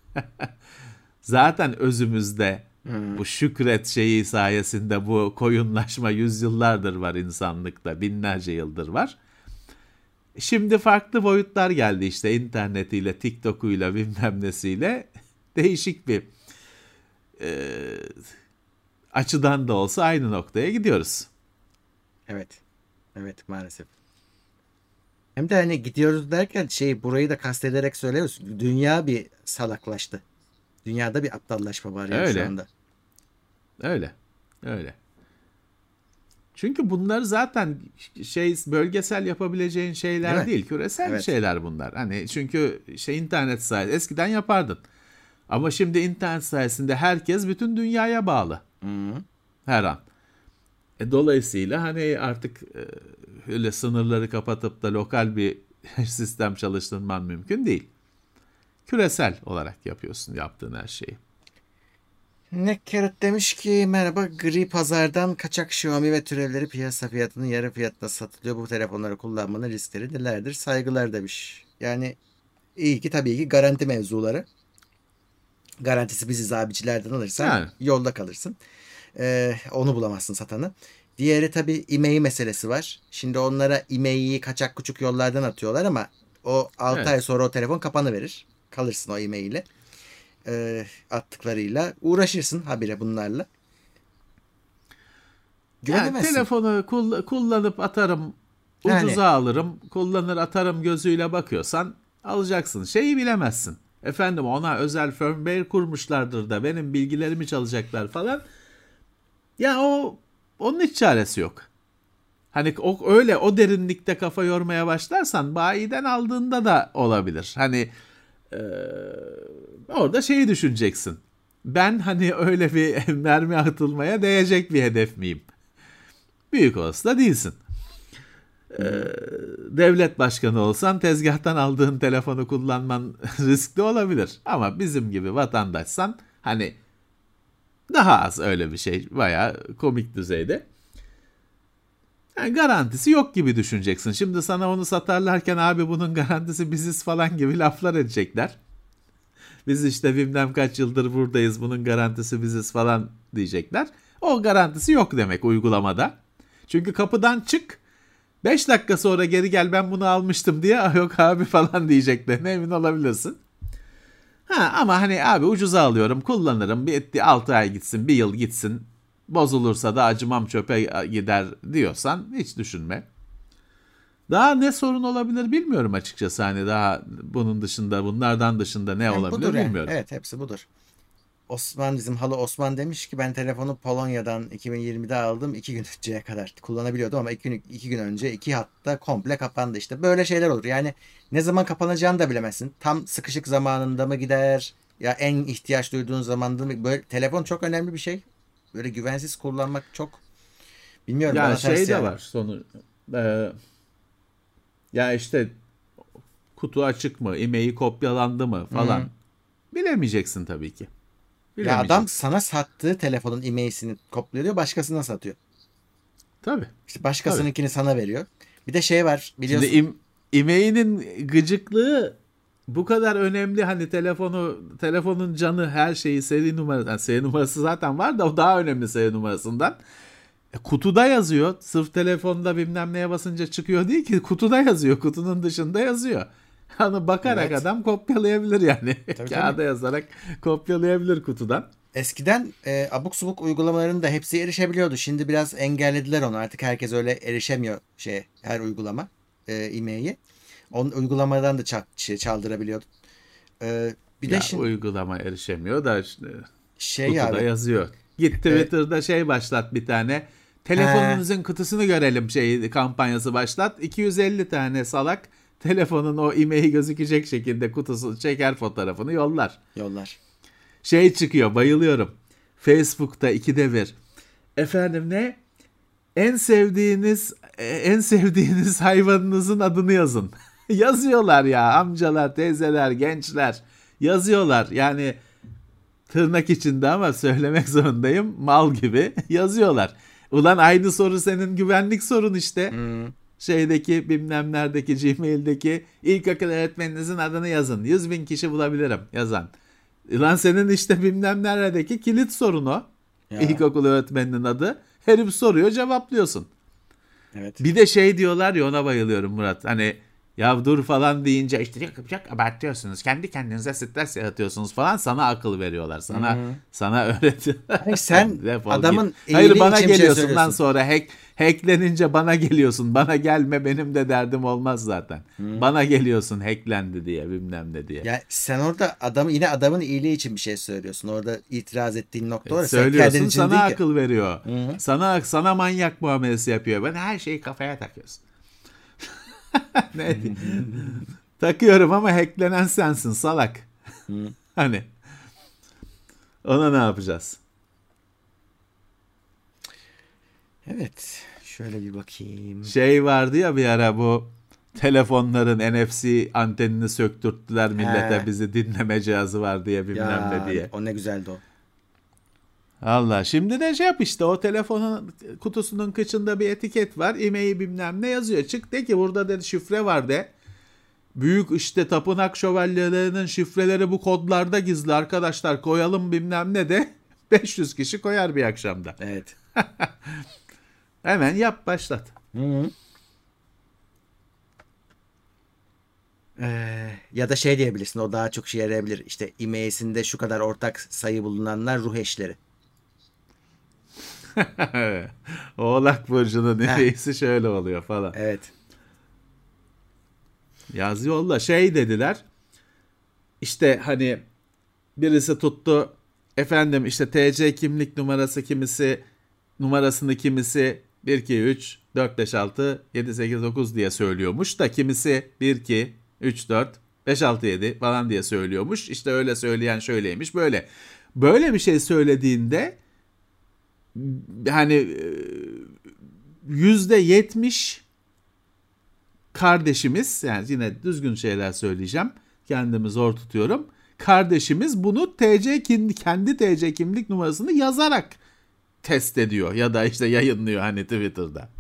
Zaten özümüzde Hmm. bu şükret şeyi sayesinde bu koyunlaşma yüzyıllardır var insanlıkta. Binlerce yıldır var. Şimdi farklı boyutlar geldi işte internetiyle, TikTok'uyla bilmem nesiyle. Değişik bir e, açıdan da olsa aynı noktaya gidiyoruz. Evet. Evet maalesef. Hem de hani gidiyoruz derken şey burayı da kastederek söylüyoruz. Dünya bir salaklaştı. Dünyada bir aptallaşma var yani şu Öyle. anda. Öyle. Öyle. Çünkü bunlar zaten şey bölgesel yapabileceğin şeyler Değil mi? değil. Küresel Evet. şeyler bunlar. Hani çünkü şey internet sayesinde eskiden yapardın. Ama şimdi internet sayesinde herkes bütün dünyaya bağlı. Hı. Her an. E, dolayısıyla hani artık e, öyle sınırları kapatıp da lokal bir sistem çalıştırman mümkün değil. Küresel olarak yapıyorsun yaptığın her şeyi. Ne Carrot demiş ki merhaba gri pazardan kaçak Xiaomi ve türevleri piyasa fiyatının yarı fiyatına satılıyor. Bu telefonları kullanmanın riskleri nelerdir? Saygılar demiş. Yani iyi ki tabii ki garanti mevzuları. Garantisi biziz abicilerden alırsan Yani yolda kalırsın. Ee, onu bulamazsın satanı. Diğeri tabii e-mail meselesi var. Şimdi onlara e-mail'i kaçak kuçuk yollardan atıyorlar ama o altı evet. ay sonra o telefon kapanıverir. Kalırsın o e-mail'le. Ee, attıklarıyla uğraşırsın habire bunlarla. Yani Güvenemezsin. telefonu kull- kullanıp atarım, Yani ucuza alırım, kullanır atarım gözüyle bakıyorsan alacaksın. Şeyi bilemezsin. Efendim ona özel firmware kurmuşlardır da benim bilgilerimi çalacaklar falan. Ya o onun hiç çaresi yok. Hani o öyle o derinlikte kafa yormaya başlarsan bayiden aldığında da olabilir. Hani e, orada şeyi düşüneceksin. Ben hani öyle bir mermi atılmaya değecek bir hedef miyim? Büyük olsa değilsin. Ee, devlet başkanı olsan tezgahtan aldığın telefonu kullanman riskli olabilir. Ama bizim gibi vatandaşsan hani daha az öyle bir şey. Bayağı komik düzeyde. Yani garantisi yok gibi düşüneceksin. Şimdi sana onu satarlarken abi bunun garantisi biziz falan gibi laflar edecekler. Biz işte bilmem kaç yıldır buradayız, bunun garantisi biziz falan diyecekler. O garantisi yok demek uygulamada. Çünkü kapıdan çık, beş dakika sonra geri gel ben bunu almıştım diye yok abi falan diyeceklerine emin olabilirsin. Ha, ama hani abi ucuza alıyorum, kullanırım, bir altı ay gitsin, bir yıl gitsin, bozulursa da acımam çöpe gider diyorsan hiç düşünme. Daha ne sorun olabilir bilmiyorum açıkçası, hani daha bunun dışında, bunlardan dışında ne Yani olabilir budur yani. bilmiyorum. Evet, hepsi budur. Osman, bizim halı Osman demiş ki ben telefonu Polonya'dan iki bin yirmide aldım, iki gün önceye kadar kullanabiliyordum ama iki gün, iki gün önce iki hatta komple kapandı. İşte böyle şeyler olur. Yani ne zaman kapanacağını da bilemezsin. Tam sıkışık zamanında mı gider, ya en ihtiyaç duyduğun zamanda mı? Böyle telefon çok önemli bir şey. Böyle güvensiz kullanmak çok, bilmiyorum, Ya bana şey ters de yani. var sonu. E, ya işte kutu açık mı, e-mail kopyalandı mı falan Hı. bilemeyeceksin tabii ki. Ya adam Bilemeyeceksin. sana sattığı telefonun e-mail'sini kopyalıyor, başkasına satıyor. Tabii. İşte Tabii. başkasınınkini sana veriyor. Bir de şey var Şimdi biliyorsun. im, e-mail'in gıcıklığı bu kadar önemli, hani telefonu, telefonun canı, her şeyi, seri numarası, yani seri numarası zaten var da o daha önemli seri numarasından. E, kutuda yazıyor. Sırf telefonda bilmem neye basınca çıkıyor değil ki, kutuda yazıyor. Kutunun dışında yazıyor. Hani bakarak Evet. adam kopyalayabilir yani. Tabii tabii. Kağıda yazarak kopyalayabilir kutudan. Eskiden e, abuk subuk uygulamaların da hepsi erişebiliyordu. Şimdi biraz engellediler onu. Artık herkes öyle erişemiyor şey, her uygulama e, e-mail'i. Onun uygulamadan da ça- şey, çaldırabiliyordu. E, bir de Ya şimdi uygulama erişemiyor da işte şey kutuda abi, yazıyor. Git e, Twitter'da şey başlat bir tane. he, Telefonunuzun kutusunu görelim şey kampanyası başlat. iki yüz elli tane salak telefonun o e-mail gözükecek şekilde kutusu çeker fotoğrafını yollar. yollar. Şey çıkıyor, bayılıyorum. Facebook'ta ikide bir. Efendim ne? En sevdiğiniz e, en sevdiğiniz hayvanınızın adını yazın. Yazıyorlar ya, amcalar, teyzeler, gençler yazıyorlar. Yani tırnak içinde ama söylemek zorundayım, mal gibi yazıyorlar. Ulan aynı soru senin güvenlik sorun işte. Hmm, Şeydeki bilmem neredeki Gmail'deki ilkokul öğretmeninizin adını yazın. yüz bin kişi bulabilirim yazan. Ulan senin işte bilmem neredeki kilit sorunu. ya İlkokul öğretmeninin adı. Herif soruyor, cevaplıyorsun. evet. Bir de şey diyorlar ya, ona bayılıyorum Murat. Hani ya dur falan deyince işte yok çok abartıyorsunuz. Kendi kendinize stres yaratıyorsunuz falan, sana akıl veriyorlar. Sana Hmm. sana öğretiyorlar. Hani sen Defol git. adamın Hayır, iyiliği bana için bir şey geliyorsun lan söylüyorsun. sonra hack hacklenince bana geliyorsun. Bana gelme, benim de derdim olmaz zaten. Hmm. Bana geliyorsun hacklendi diye bilmem ne diye. Ya sen orada adam, yine adamın iyiliği için bir şey söylüyorsun. Orada itiraz ettiğin nokta E, var. Sen kendin söylüyorsun, için sana değil ki. akıl veriyor. Hı. Sana sana manyak muamelesi yapıyor. Ben her şeyi kafaya takıyorsun. Ne? Takıyorum ama hacklenen sensin salak. Hı. Hani ona ne yapacağız? Evet. Şöyle bir bakayım. Şey vardı ya bir ara, bu telefonların N F C antenini söktürttüler millete, He. bizi dinleme cihazı var diye bilmem ne Ya diye. o ne güzeldi o. Allah, şimdi de şey yap işte, o telefonun kutusunun kıçında bir etiket var. E-mail bilmem ne yazıyor. Çık de ki burada de şifre var de. Büyük işte tapınak şövalyelerinin şifreleri bu kodlarda gizli arkadaşlar, koyalım bilmem ne de. beş yüz kişi koyar bir akşamda. Evet. Hemen yap, başlat. Hı. Ee, ya da şey diyebilirsin, o daha çok işe yarayabilir. İşte e-mail'sinde şu kadar ortak sayı bulunanlar ruh eşleri. Oğlak burcunun Heh, reisi şöyle oluyor falan. evet. Yaz yolla şey dediler. İşte hani birisi tuttu. Efendim işte T C kimlik numarası kimisi, numarasını kimisi bir iki üç dört beş altı yedi sekiz dokuz diye söylüyormuş da kimisi bir iki üç dört beş altı yedi falan diye söylüyormuş. İşte öyle söyleyen şöyleymiş böyle. Böyle bir şey söylediğinde hani yüzde yetmiş kardeşimiz, yani yine düzgün şeyler söyleyeceğim, kendimi zor tutuyorum. Kardeşimiz bunu T C kendi T C kimlik numarasını yazarak test ediyor ya da işte yayınlıyor hani Twitter'da.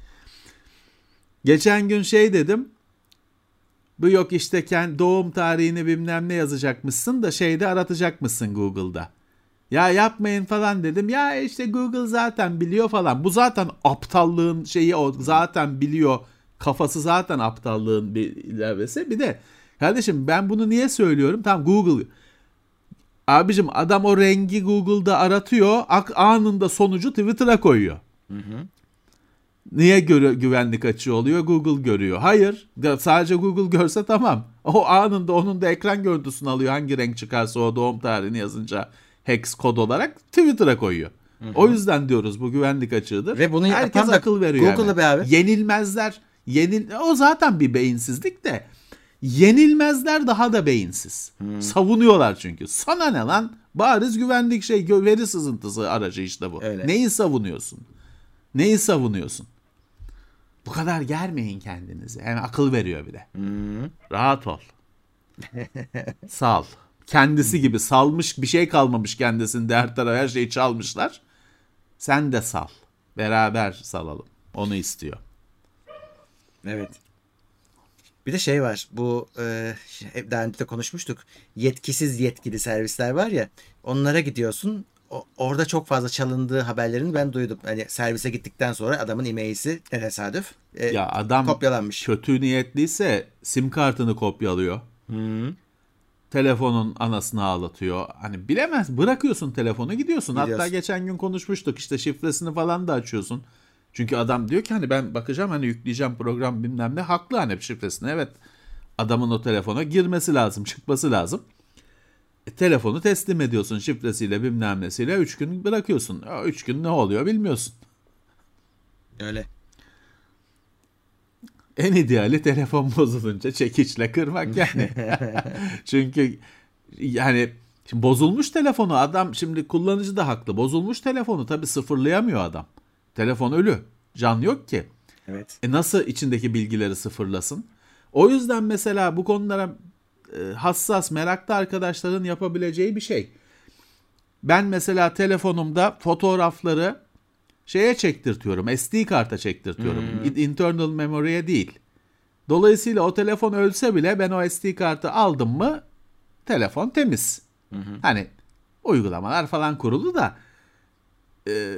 Geçen gün şey dedim. Bu yok işte kendi doğum tarihini bilmem ne yazacakmışsın da şeyde aratacakmışsın Google'da. Ya yapmayın falan dedim. Ya işte Google zaten biliyor falan. Bu zaten aptallığın şeyi, o zaten biliyor. Kafası zaten aptallığın bir ilavesi. Bir de kardeşim ben bunu niye söylüyorum? Tamam Google. Abicim adam o rengi Google'da aratıyor. Anında sonucu Twitter'a koyuyor. Hı hı. Niye gö- güvenlik açığı oluyor? Google görüyor. Hayır. Sadece Google görse tamam. O anında onun da ekran görüntüsünü alıyor. Hangi renk çıkarsa o doğum tarihini yazınca hex kod olarak Twitter'a koyuyor. Hı hı. O yüzden diyoruz bu güvenlik açığıdır. Ve bunu herkes akıl veriyor. Google'ı yani. be abi. Yenilmezler. Yenil o zaten bir beyinsizlik de. Yenilmezler daha da beyinsiz. Hmm. Savunuyorlar çünkü. Sana ne lan? Bariz güvenlik şey, veri sızıntısı aracı işte bu. Öyle. Neyi savunuyorsun? Neyi savunuyorsun? Bu kadar germeyin kendinizi. Yani akıl veriyor bir de. Hmm. Rahat ol. Sal. Kendisi gibi salmış, bir şey kalmamış kendisinde, her taraf her şeyi çalmışlar. Sen de sal. Beraber salalım. Onu istiyor. Evet. Bir de şey var. Bu e, daha önce de konuşmuştuk. Yetkisiz yetkili servisler var ya. Onlara gidiyorsun. O, orada çok fazla çalındığı haberlerini ben duydum. Hani servise gittikten sonra adamın e-mail'si ne tesadüf e, ya adam kopyalanmış. Kötü niyetliyse sim kartını kopyalıyor. Hı. Telefonun anasını ağlatıyor. Hani bilemez. Bırakıyorsun telefonu gidiyorsun. gidiyorsun. Hatta geçen gün konuşmuştuk. İşte şifresini falan da açıyorsun. Çünkü adam diyor ki hani ben bakacağım hani yükleyeceğim program bilmem ne. Haklı hani şifresini. Evet. Adamın o telefona girmesi lazım. Çıkması lazım. E, telefonu teslim ediyorsun şifresiyle bilmem nesiyle. Üç gün bırakıyorsun. O üç gün ne oluyor bilmiyorsun. Öyle. En ideali telefon bozulunca çekiçle kırmak yani. Çünkü yani şimdi bozulmuş telefonu adam, şimdi kullanıcı da haklı. Bozulmuş telefonu tabii sıfırlayamıyor adam. Telefon ölü. Can yok ki. Evet. E nasıl içindeki bilgileri sıfırlasın? O yüzden mesela bu konulara e, hassas, meraklı arkadaşların yapabileceği bir şey. Ben mesela telefonumda fotoğrafları şeye çektirtiyorum. S D karta çektirtiyorum. Hmm. Internal memory'e değil. Dolayısıyla o telefon ölse bile ben o S D kartı aldım mı telefon temiz. Hı hı. Hani uygulamalar falan kurulu da e,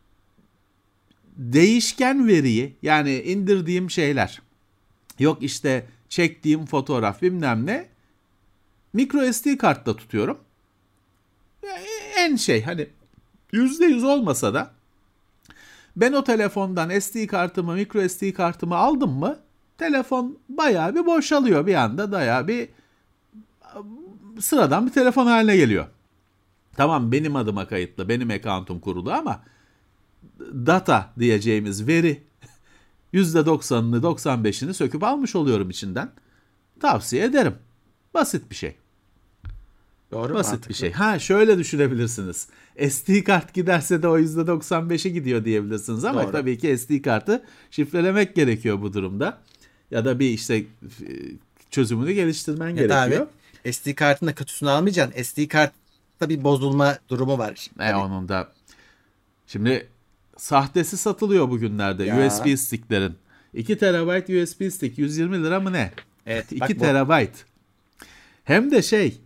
değişken veriyi, yani indirdiğim şeyler, yok işte çektiğim fotoğraf bilmem ne, micro S D kartta tutuyorum. Yani en şey hani yüzde yüz olmasa da ben o telefondan S D kartımı, micro S D kartımı aldım mı telefon bayağı bir boşalıyor bir anda, bayağı bir sıradan bir telefon haline geliyor. Tamam benim adıma kayıtlı, benim account'um kurulu ama data diyeceğimiz veri yüzde doksanını doksan beşini söküp almış oluyorum içinden. Tavsiye ederim. Basit bir şey. Doğru, Basit mantıklı. bir şey. Ha şöyle düşünebilirsiniz. S D kart giderse de o yüzde doksan beşi gidiyor diyebilirsiniz ama Doğru. tabii ki S D kartı şifrelemek gerekiyor bu durumda. Ya da bir işte çözümünü geliştirmen ya gerekiyor. Abi, S D kartın da kötüsünü almayacaksın. S D kartta bir bozulma durumu var. E hani... onun da şimdi sahtesi satılıyor bugünlerde ya. U S B sticklerin. iki terabayt U S B stick yüz yirmi lira mı ne? Evet. iki terabayt. Hem de şey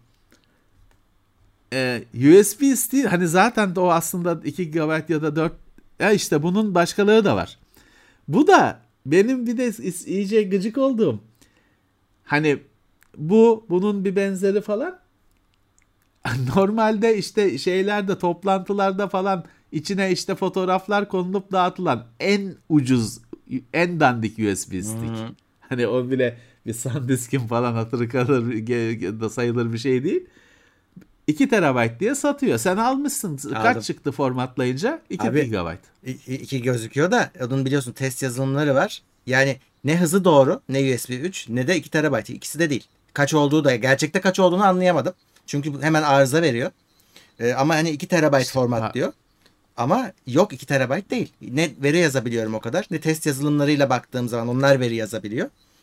e, U S B stick hani zaten de o aslında iki gigabayt ya da dört, ya işte bunun başkaları da var. Bu da benim bir de iyice gıcık olduğum, hani bu bunun bir benzeri falan normalde işte şeylerde, toplantılarda falan içine işte fotoğraflar konulup dağıtılan en ucuz, en dandik U S B stick. Hmm. Hani o bile bir SanDisk'in falan hatırı kalır da sayılır bir şey değil. iki terabayt diye satıyor. Sen almışsın. Aldım. Kaç çıktı formatlayınca? iki gigabayt. iki gözüküyor da onun biliyorsun test yazılımları var. Yani ne hızı doğru, ne U S B üç, ne de iki terabayt. İkisi de değil. Kaç olduğu da, gerçekte kaç olduğunu anlayamadım. Çünkü hemen arıza veriyor. Ee, ama hani iki terabayt format ha. diyor. Ama yok, iki terabayt değil. Ne veri yazabiliyorum o kadar, ne test yazılımlarıyla baktığım zaman onlar veri yazabiliyor.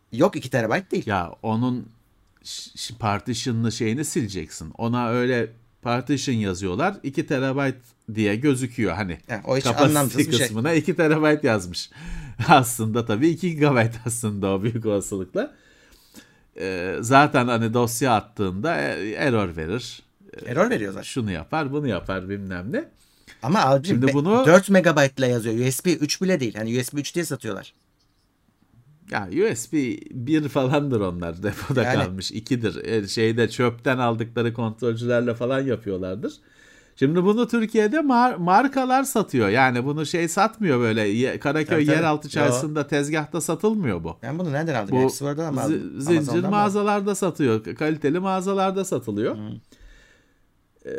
Yok, iki terabayt değil. Ya onun ş- partition'lı şeyini sileceksin. Ona öyle partition yazıyorlar. iki terabayt diye gözüküyor hani. Yani o hiç Capacity anlamsız bir şey. kısmına iki terabayt yazmış. Aslında tabii iki gigabayt aslında o büyük olasılıkla. Ee, zaten hani dosya attığında e- error verir. Error veriyor zaten. Şunu yapar, bunu yapar bilmem ne. Ama abicim Şimdi be- bunu dört megabaytla yazıyor. U S B üç bile değil. Hani U S B üç diye satıyorlar. ya U S B bir falandır onlar depoda Yani. kalmış. ikidir. E, şeyde çöpten aldıkları kontrolcülerle falan yapıyorlardır. Şimdi bunu Türkiye'de mar- markalar satıyor. Yani bunu şey satmıyor böyle. Ye- Karaköy Tabii, tabii. yeraltı çarşısında tezgahta satılmıyor bu. Ben bunu nereden aldım? Bu Hepsi orada mı aldım? zi- zincir Amazon'dan mı aldım? mağazalarda satıyor. Kaliteli mağazalarda satılıyor. Ee,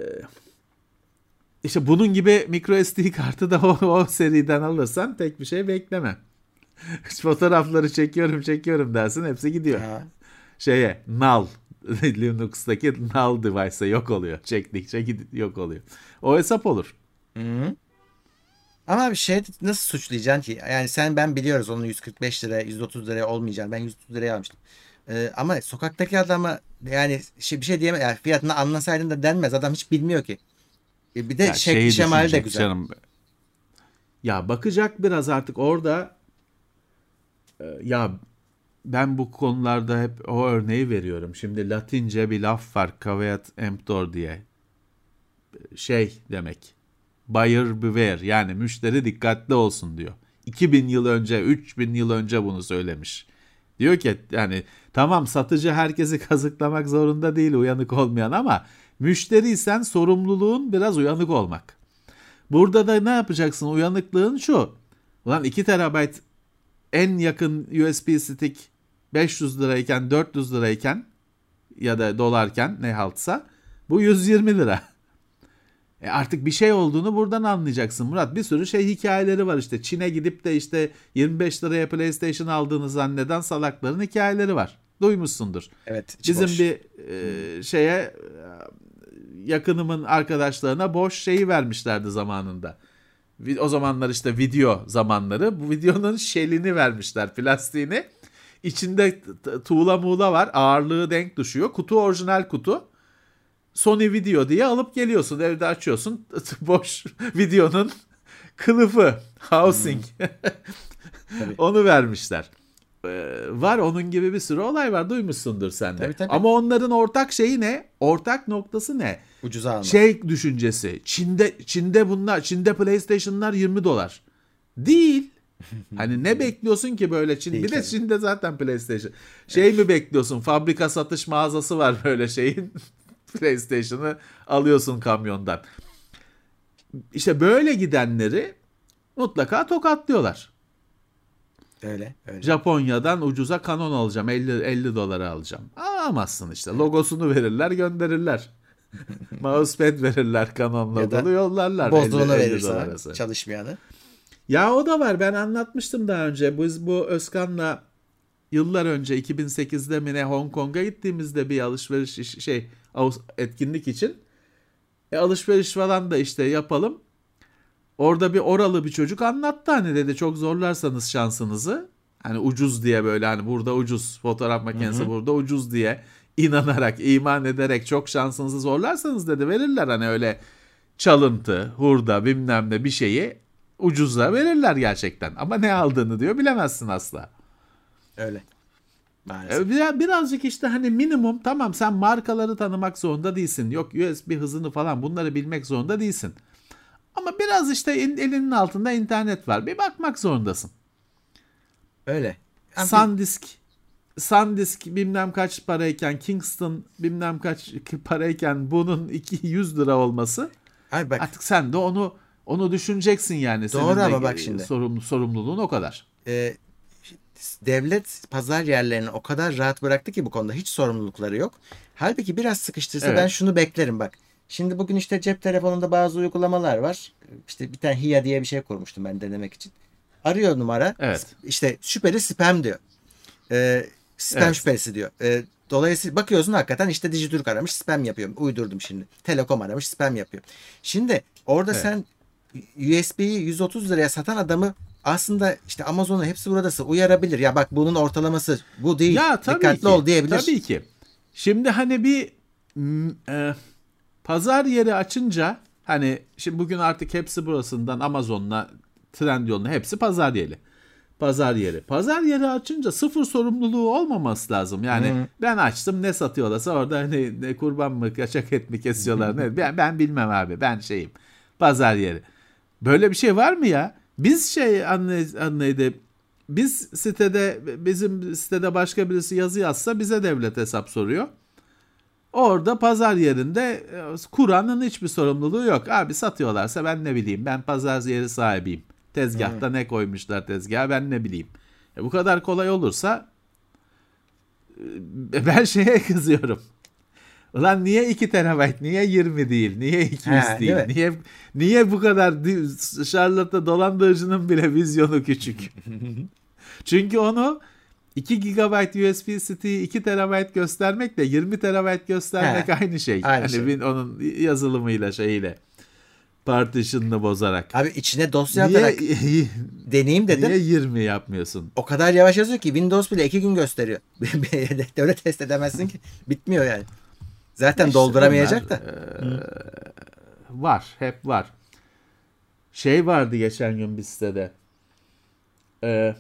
işte bunun gibi micro S D kartı da o, o seriden alırsan tek bir şey bekleme. Fotoğrafları çekiyorum çekiyorum dersin, hepsi gidiyor. Ha. Şeye null Linux'taki null device'a yok oluyor. Çektikçe gid- yok oluyor. O hesap olur. Hı. Ama bir şey nasıl suçlayacaksın ki? Yani sen ben biliyoruz onun yüz kırk beş liraya, yüz otuz liraya olmayacağını. Ben yüz otuz liraya almıştım. Ee, ama sokaktaki adama yani şey, bir şey diyemem. Yani fiyatını anlasaydın da denmez. Adam hiç bilmiyor ki. E, Bir de Ya şekli şeyi şemali de düşünecek güzel. canım. Ya bakacak biraz artık orada. e, Ya ben bu konularda hep o örneği veriyorum. Şimdi Latince bir laf var, caveat emptor diye. Şey demek. Buyer beware, yani müşteri dikkatli olsun diyor. iki bin yıl önce, üç bin yıl önce bunu söylemiş. Diyor ki yani tamam, satıcı herkesi kazıklamak zorunda değil, uyanık olmayan, ama müşteriysen sorumluluğun biraz uyanık olmak. Burada da ne yapacaksın? Uyanıklığın şu. Ulan iki terabayt en yakın U S B stick beş yüz lirayken, dört yüz lirayken ya da dolarken ne haltsa bu yüz yirmi lira. E artık bir şey olduğunu buradan anlayacaksın Murat. Bir sürü şey hikayeleri var işte. Çin'e gidip de işte yirmi beş liraya PlayStation aldığını zanneden salakların hikayeleri var. Duymuşsundur. Evet. içi Bizim boş. bir e, şeye e, yakınımın arkadaşlarına boş şeyi vermişlerdi zamanında. Vi- O zamanlar işte video zamanları. Bu videonun şelini vermişler, plastiğini. İçinde t- tuğla muğla var. Ağırlığı denk düşüyor. Kutu orijinal kutu. Sony Video diye alıp geliyorsun, evde açıyorsun, boş videonun kılıfı, housing. Tabii. Onu vermişler. Ee, var onun gibi bir sürü olay var, duymuşsundur sen de. Tabii, tabii. Ama onların ortak şeyi ne? Ortak noktası ne? Ucuza almak. Şey düşüncesi. Çin'de Çin'de bunlar Çin'de PlayStation'lar yirmi dolar. Değil. Hani ne bekliyorsun ki böyle Çin? Değil Bir de tabii. Çin'de zaten PlayStation. Şey mi bekliyorsun? Fabrika satış mağazası var böyle şeyin. PlayStation'ı alıyorsun kamyondan. İşte böyle gidenleri mutlaka tokatlıyorlar. Öyle. Öyle. Japonya'dan ucuza Canon alacağım, elli elli dolara alacağım. Alamazsın işte. Logosunu verirler, gönderirler. Mousepad verirler, Canon Ya da logolu, yollarlar. Bozduğunu elli elli verir sana. dolara. Çalışmayanı. Ya o da var. Ben anlatmıştım daha önce. Biz bu Özkan'la yıllar önce iki bin sekizde mi ne Hong Kong'a gittiğimizde bir alışveriş iş- şey Ağustos- etkinlik için. E, alışveriş falan da işte yapalım. Orada bir oralı bir çocuk anlattı, hani dedi çok zorlarsanız şansınızı, hani ucuz diye, böyle hani burada ucuz fotoğraf makinesi, burada ucuz diye inanarak, iman ederek çok şansınızı zorlarsanız dedi, verirler hani öyle çalıntı, hurda bilmem ne bir şeyi ucuzla verirler gerçekten, ama ne aldığını diyor bilemezsin asla. Öyle. Maalesef. E, biraz- birazcık işte hani minimum, tamam sen markaları tanımak zorunda değilsin, yok U S B hızını falan bunları bilmek zorunda değilsin. Ama biraz işte in- elinin altında internet var. Bir bakmak zorundasın. Öyle. Ama SanDisk SanDisk bilmem kaç parayken, Kingston bilmem kaç parayken bunun iki yüz lira olması, Ay bak, artık sen de onu onu düşüneceksin yani. Doğru Senin de ama bak şimdi. sorumlu, sorumluluğun o kadar. e, devlet pazar yerlerini o kadar rahat bıraktı ki bu konuda hiç sorumlulukları yok. Halbuki biraz sıkıştırsa Evet. ben şunu beklerim bak. Şimdi bugün işte cep telefonunda bazı uygulamalar var. İşte bir tane Hia diye bir şey kurmuştum ben denemek için. Arıyor numara. Evet. İşte şüpheli spam diyor. Ee, spam Evet. şüphesi diyor. Ee, dolayısıyla bakıyorsun hakikaten işte Dijitürk aramış spam yapıyor. Uydurdum şimdi. Telekom aramış spam yapıyor. Şimdi orada Evet. sen U S B'yi yüz otuz liraya satan adamı aslında işte Amazon'un hepsi buradası uyarabilir. Ya bak bunun ortalaması bu değil. Ya tabii Dikkatli ki. ol diyebilir. Tabii ki. Şimdi hani bir m, e, pazar yeri açınca hani şimdi bugün artık hepsi burasından Amazon'la Trendyol'una hepsi pazar yeri. Pazar yeri. Pazar yeri açınca sıfır sorumluluğu olmaması lazım. Yani Hı. ben açtım ne satıyorlarsa orada hani ne kurban mı kaçak et mi kesiyorlar ne ben, ben bilmem abi ben şeyim. Pazar yeri. Böyle bir şey var mı ya? Biz şey anlay anlaydı. Biz sitede bizim sitede başka birisi yazı yazsa bize devlet hesap soruyor. Orada pazar yerinde e, Kur'an'ın hiçbir sorumluluğu yok. Abi satıyorlarsa ben ne bileyim ben pazar yeri sahibiyim. Hı. Tezgahta ne koymuşlar tezgaha ben ne bileyim. E bu kadar kolay olursa e, ben şeye kızıyorum. Ulan niye iki terabayt, niye yirmi değil, niye iki yüz Ha, değil değil, mi? niye niye bu kadar di- şarlata dolandırıcının bile vizyonu küçük. Çünkü onu iki gigabayt U S B stick'i iki terabayt göstermekle yirmi terabayt göstermek Ha, aynı şey. aynı Hani şey. bin- onun yazılımıyla şeyiyle partition'ını bozarak. Abi içine dosya Niye atarak deneyeyim niye dedim. yirmi yapmıyorsun? O kadar yavaş yazıyor ki Windows bile iki gün gösteriyor. Öyle test edemezsin ki. Bitmiyor yani. Zaten İşte bunlar dolduramayacak da. Hı. eee, var, hep var. Şey vardı geçen gün bir sitede. Eee,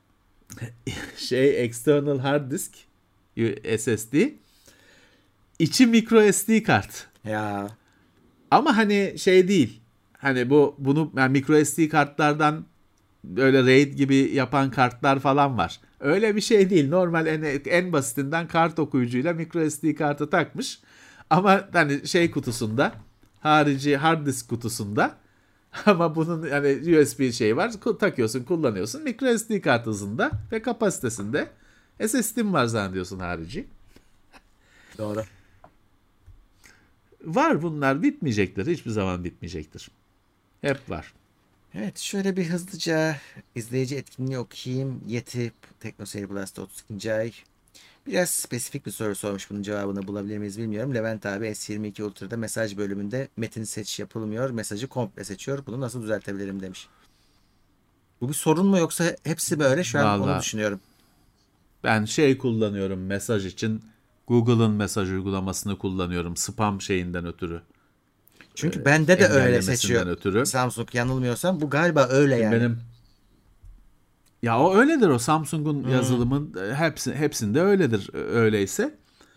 şey external hard disk S S D içi micro S D kart. Ya. Ama hani şey değil. Hani bu bunu yani micro S D kartlardan böyle RAID gibi yapan kartlar falan var. Öyle bir şey değil. Normal en, en basitinden kart okuyucuyla micro S D kartı takmış. Ama hani şey kutusunda harici hard disk kutusunda ama bunun yani U S B şeyi var. Takıyorsun, kullanıyorsun. Micro S D kart hızında ve kapasitesinde S S D'm var zannediyorsun harici. Doğru. Var bunlar bitmeyecektir. Hiçbir zaman bitmeyecektir. Hep var. Evet şöyle bir hızlıca izleyici etkinliği okuyayım. Yeti TeknoSeyir Plus'ta otuz ikinci ay. Biraz spesifik bir soru sormuş. Bunun cevabını bulabilir miyiz bilmiyorum. Levent abi S yirmi iki Ultra'da mesaj bölümünde metin seç yapılmıyor. Mesajı komple seçiyor. Bunu nasıl düzeltebilirim demiş. Bu bir sorun mu yoksa hepsi mi öyle? Şu an onu Valla düşünüyorum. ben şey kullanıyorum mesaj için. Google'ın mesaj uygulamasını kullanıyorum. Spam şeyinden ötürü. Çünkü bende de öyle seçiyor. Engellemesinden ötürü. Samsung yanılmıyorsam bu galiba öyle Şimdi yani. benim ya o öyledir o Samsung'un Hmm. yazılımın hepsi hepsinde öyledir öyleyse.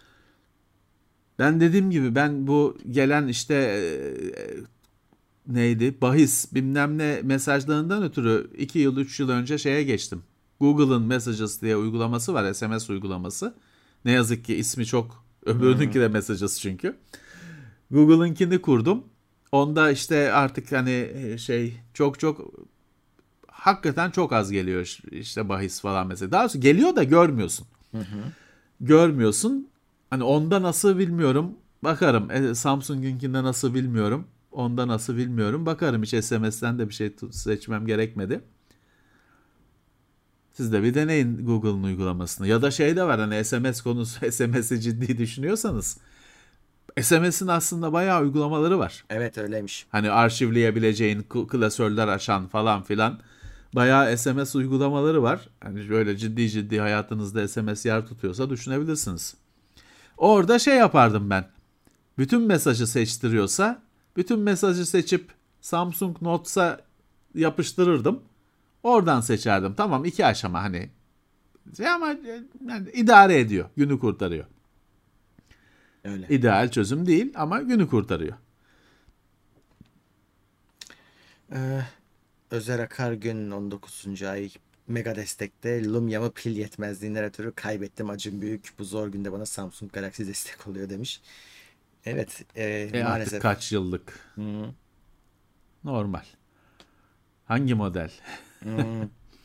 Ben dediğim gibi ben bu gelen işte e, neydi bahis bilmem ne mesajlarından ötürü iki yıl üç yıl önce şeye geçtim. Google'ın Messages diye uygulaması var, S M S uygulaması. Ne yazık ki ismi çok, öbürününki Hmm. de Messages çünkü. Google'ınkini kurdum. Onda işte artık hani şey çok çok hakikaten çok az geliyor işte bahis falan mesela. Daha doğrusu geliyor da görmüyorsun. Hı hı. Görmüyorsun. Hani onda nasıl bilmiyorum. Bakarım. E, Samsung'unkinde nasıl bilmiyorum. Onda nasıl bilmiyorum. Bakarım hiç S M S'ten de bir şey seçmem gerekmedi. Siz de bir deneyin Google'ın uygulamasını. Ya da şey de var hani S M S konusu S M S'i ciddi düşünüyorsanız. S M S'in aslında bayağı uygulamaları var. Evet öyleymiş. Hani arşivleyebileceğin, klasörler açan falan filan. Bayağı S M S uygulamaları var. Hani böyle ciddi ciddi hayatınızda S M S yer tutuyorsa düşünebilirsiniz. Orada şey yapardım ben. Bütün mesajı seçtiriyorsa, bütün mesajı seçip Samsung Notes'a yapıştırırdım. Oradan seçerdim. Tamam iki aşama hani. Ama yani idare ediyor. Günü kurtarıyor. Öyle. İdeal çözüm değil ama günü kurtarıyor. Ee, Özer Akargün on dokuzuncu ay mega destekte Lumia'mı pil yetmezliğinden ötürü kaybettim acım büyük. Bu zor günde bana Samsung Galaxy destek oluyor demiş. Evet e, E artık maalesef. kaç yıllık. Hmm. Normal. Hangi model? Hmm.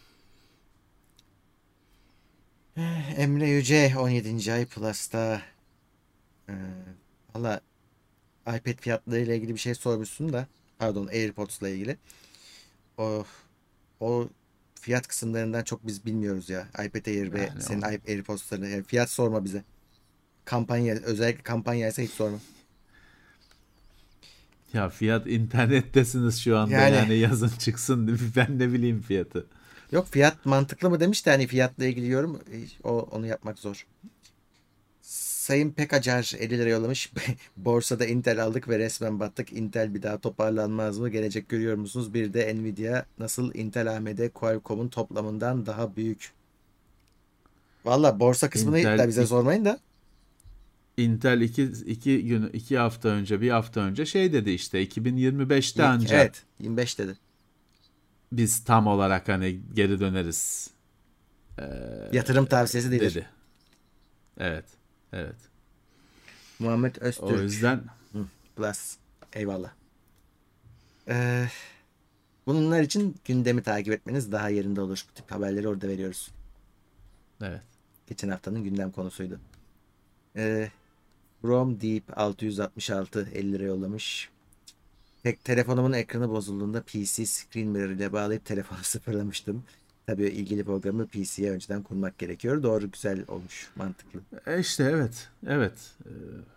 Emre Yüce on yedinci ay Plus'ta e, valla iPad fiyatları ile ilgili bir şey sormuşsun da pardon AirPods'la ilgili. O, o fiyat kısımlarından çok biz bilmiyoruz ya. iPad Air ve Yani senin o, AirPods'larını. Yani fiyat sorma bize. Kampanya özellikle kampanya ise hiç sorma. Ya fiyat internettesiniz şu anda yani, yani yazın çıksın ben ne bileyim fiyatı. Yok fiyat mantıklı mı demiş de hani fiyatla ilgili yorum o, onu yapmak zor. Sayın Pekacar elli lira yollamış. Borsada Intel aldık ve resmen battık. Intel bir daha toparlanmaz mı? Gelecek görüyor musunuz? Bir de Nvidia nasıl Intel A M D Qualcomm'un toplamından daha büyük? Valla borsa kısmını Intel, da bize sormayın da. Intel iki, iki gün iki hafta önce bir hafta önce şey dedi işte iki bin yirmi beşte ancak. Evet yirmi beş dedi. Biz tam olarak hani geri döneriz. Ee, Yatırım tavsiyesi değil. Dedi. Evet. Evet. Muhammed Öztürk. O yüzden Plus. Eyvallah. Ee, bunlar için gündemi takip etmeniz daha yerinde olur. Bu tip haberleri orada veriyoruz. Evet. Geçen haftanın gündem konusuydu. Ee, Rom Deep altı yüz altmış altı elli lira yollamış. Tek telefonumun ekranı bozulduğunda P C Screen Mirror ile bağlayıp telefonu sıfırlamıştım. Tabii ilgili programı P C'ye önceden kurmak gerekiyor. Doğru, güzel olmuş, mantıklı. E işte evet, evet. Ee,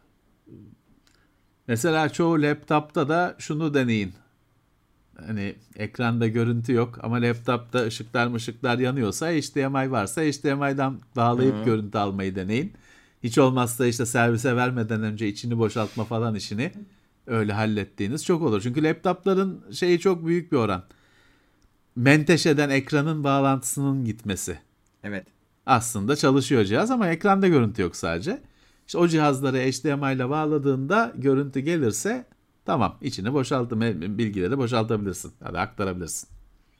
mesela çoğu laptopta da şunu deneyin. Hani ekranda görüntü yok ama laptopta ışıklar ışıklar yanıyorsa H D M I varsa H D M I'dan bağlayıp Hı-hı. görüntü almayı deneyin. Hiç olmazsa işte servise vermeden önce içini boşaltma falan işini öyle hallettiğiniz çok olur. Çünkü laptopların şeyi çok büyük bir oran. Menteşeden ekranın bağlantısının gitmesi. Evet. Aslında çalışıyor cihaz ama ekranda görüntü yok sadece. İşte o cihazları H D M I ile bağladığında görüntü gelirse tamam, içini boşaltım, bilgileri boşaltabilirsin. Hadi aktarabilirsin.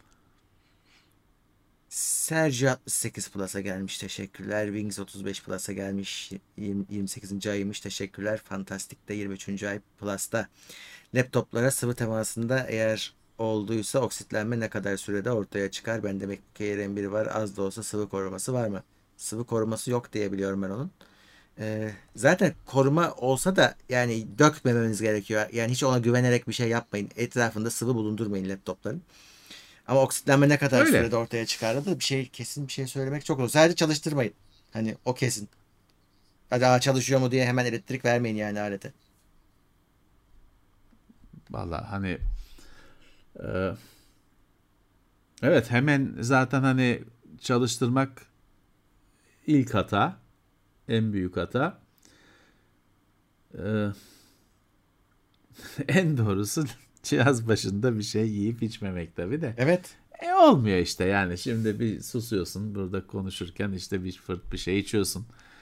Sergio altmış sekiz Plus'a gelmiş, teşekkürler. Wings otuz beş Plus'a gelmiş, yirmi sekizinci ayıymış, teşekkürler. Fantastic'te yirmi üçüncü ay Plus'ta. Laptoplara sıvı temasında eğer olduysa oksitlenme ne kadar sürede ortaya çıkar? Bende MacBook Air M bir var, az da olsa sıvı koruması var mı? Sıvı koruması yok diye biliyorum ben onun. Ee, zaten koruma olsa da yani dökmememiz gerekiyor. Yani hiç ona güvenerek bir şey yapmayın. Etrafında sıvı bulundurmayın laptopların. Ama oksitlenme ne kadar Öyle. sürede ortaya çıkar da bir şey, kesin bir şey söylemek çok zor. Sadece çalıştırmayın. Hani o kesin. Hadi aa, çalışıyor mu diye hemen elektrik vermeyin yani alete. Vallahi hani e, evet, hemen zaten hani çalıştırmak ilk hata, en büyük hata. Ee, en doğrusu cihaz başında bir şey yiyip içmemek tabii de. Evet. E olmuyor işte yani. Şimdi bir susuyorsun burada konuşurken, işte bir fırt bir şey içiyorsun.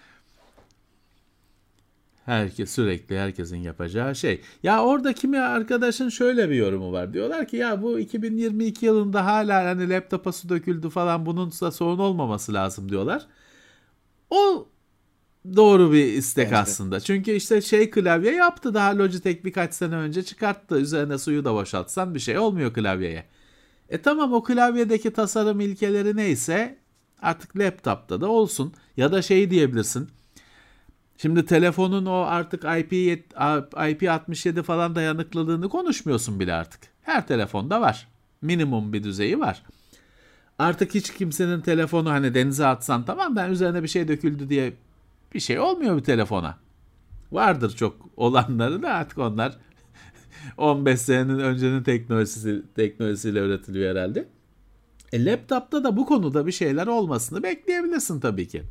Herkes sürekli herkesin yapacağı şey. Ya orada kimi arkadaşın şöyle bir yorumu var. Diyorlar ki ya bu iki bin yirmi iki yılında hala hani laptopa su döküldü falan, bunun da sorun olmaması lazım diyorlar. O doğru bir istek Bence aslında. De. Çünkü işte şey klavye yaptı, daha Logitech birkaç sene önce çıkarttı. Üzerine suyu da boşaltsan bir şey olmuyor klavyeye. E tamam, o klavyedeki tasarım ilkeleri neyse artık laptopta da olsun. Ya da şey diyebilirsin. Şimdi telefonun o artık I P I P altmış yedi falan dayanıklılığını konuşmuyorsun bile artık. Her telefonda var. Minimum bir düzeyi var. Artık hiç kimsenin telefonu hani denize atsan tamam, ben üzerine bir şey döküldü diye bir şey olmuyor bir telefona. Vardır çok olanları da artık onlar on beş senenin öncenin teknolojisi, teknolojisiyle üretiliyor herhalde. E, laptopta da bu konuda bir şeyler olmasını bekleyebilirsin tabii ki.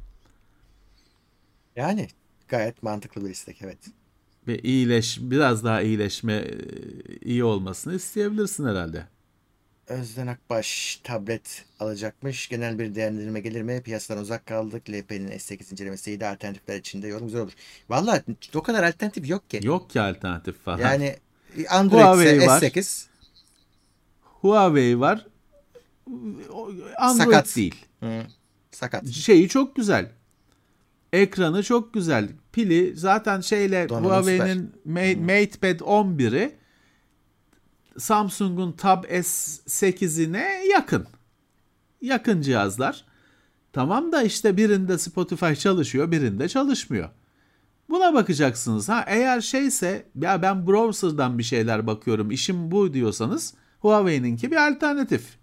Yani gayet mantıklı bir istek, evet. Ve iyileş, biraz daha iyileşme, iyi olmasını isteyebilirsin herhalde. Özden Akbaş tablet alacakmış. Genel bir değerlendirme gelir mi? Piyasadan uzak kaldık. L P'nin S sekiz incelemesiydi. Alternatifler içinde yorum güzel olur. Vallahi o kadar alternatif yok ki. Yok ki alternatif falan. Yani Android ise S sekiz. Huawei var. Android Sakat. değil. Hı. Sakat. Şeyi çok güzel. Ekranı çok güzel. Pili zaten şeyle Donanım Huawei'nin Mate, MatePad on biri Samsung'un Tab S sekizine yakın. Yakın cihazlar. Tamam da işte birinde Spotify çalışıyor, birinde çalışmıyor. Buna bakacaksınız. Ha eğer şeyse, ya ben browser'dan bir şeyler bakıyorum, işim bu diyorsanız Huawei'ninki bir alternatif.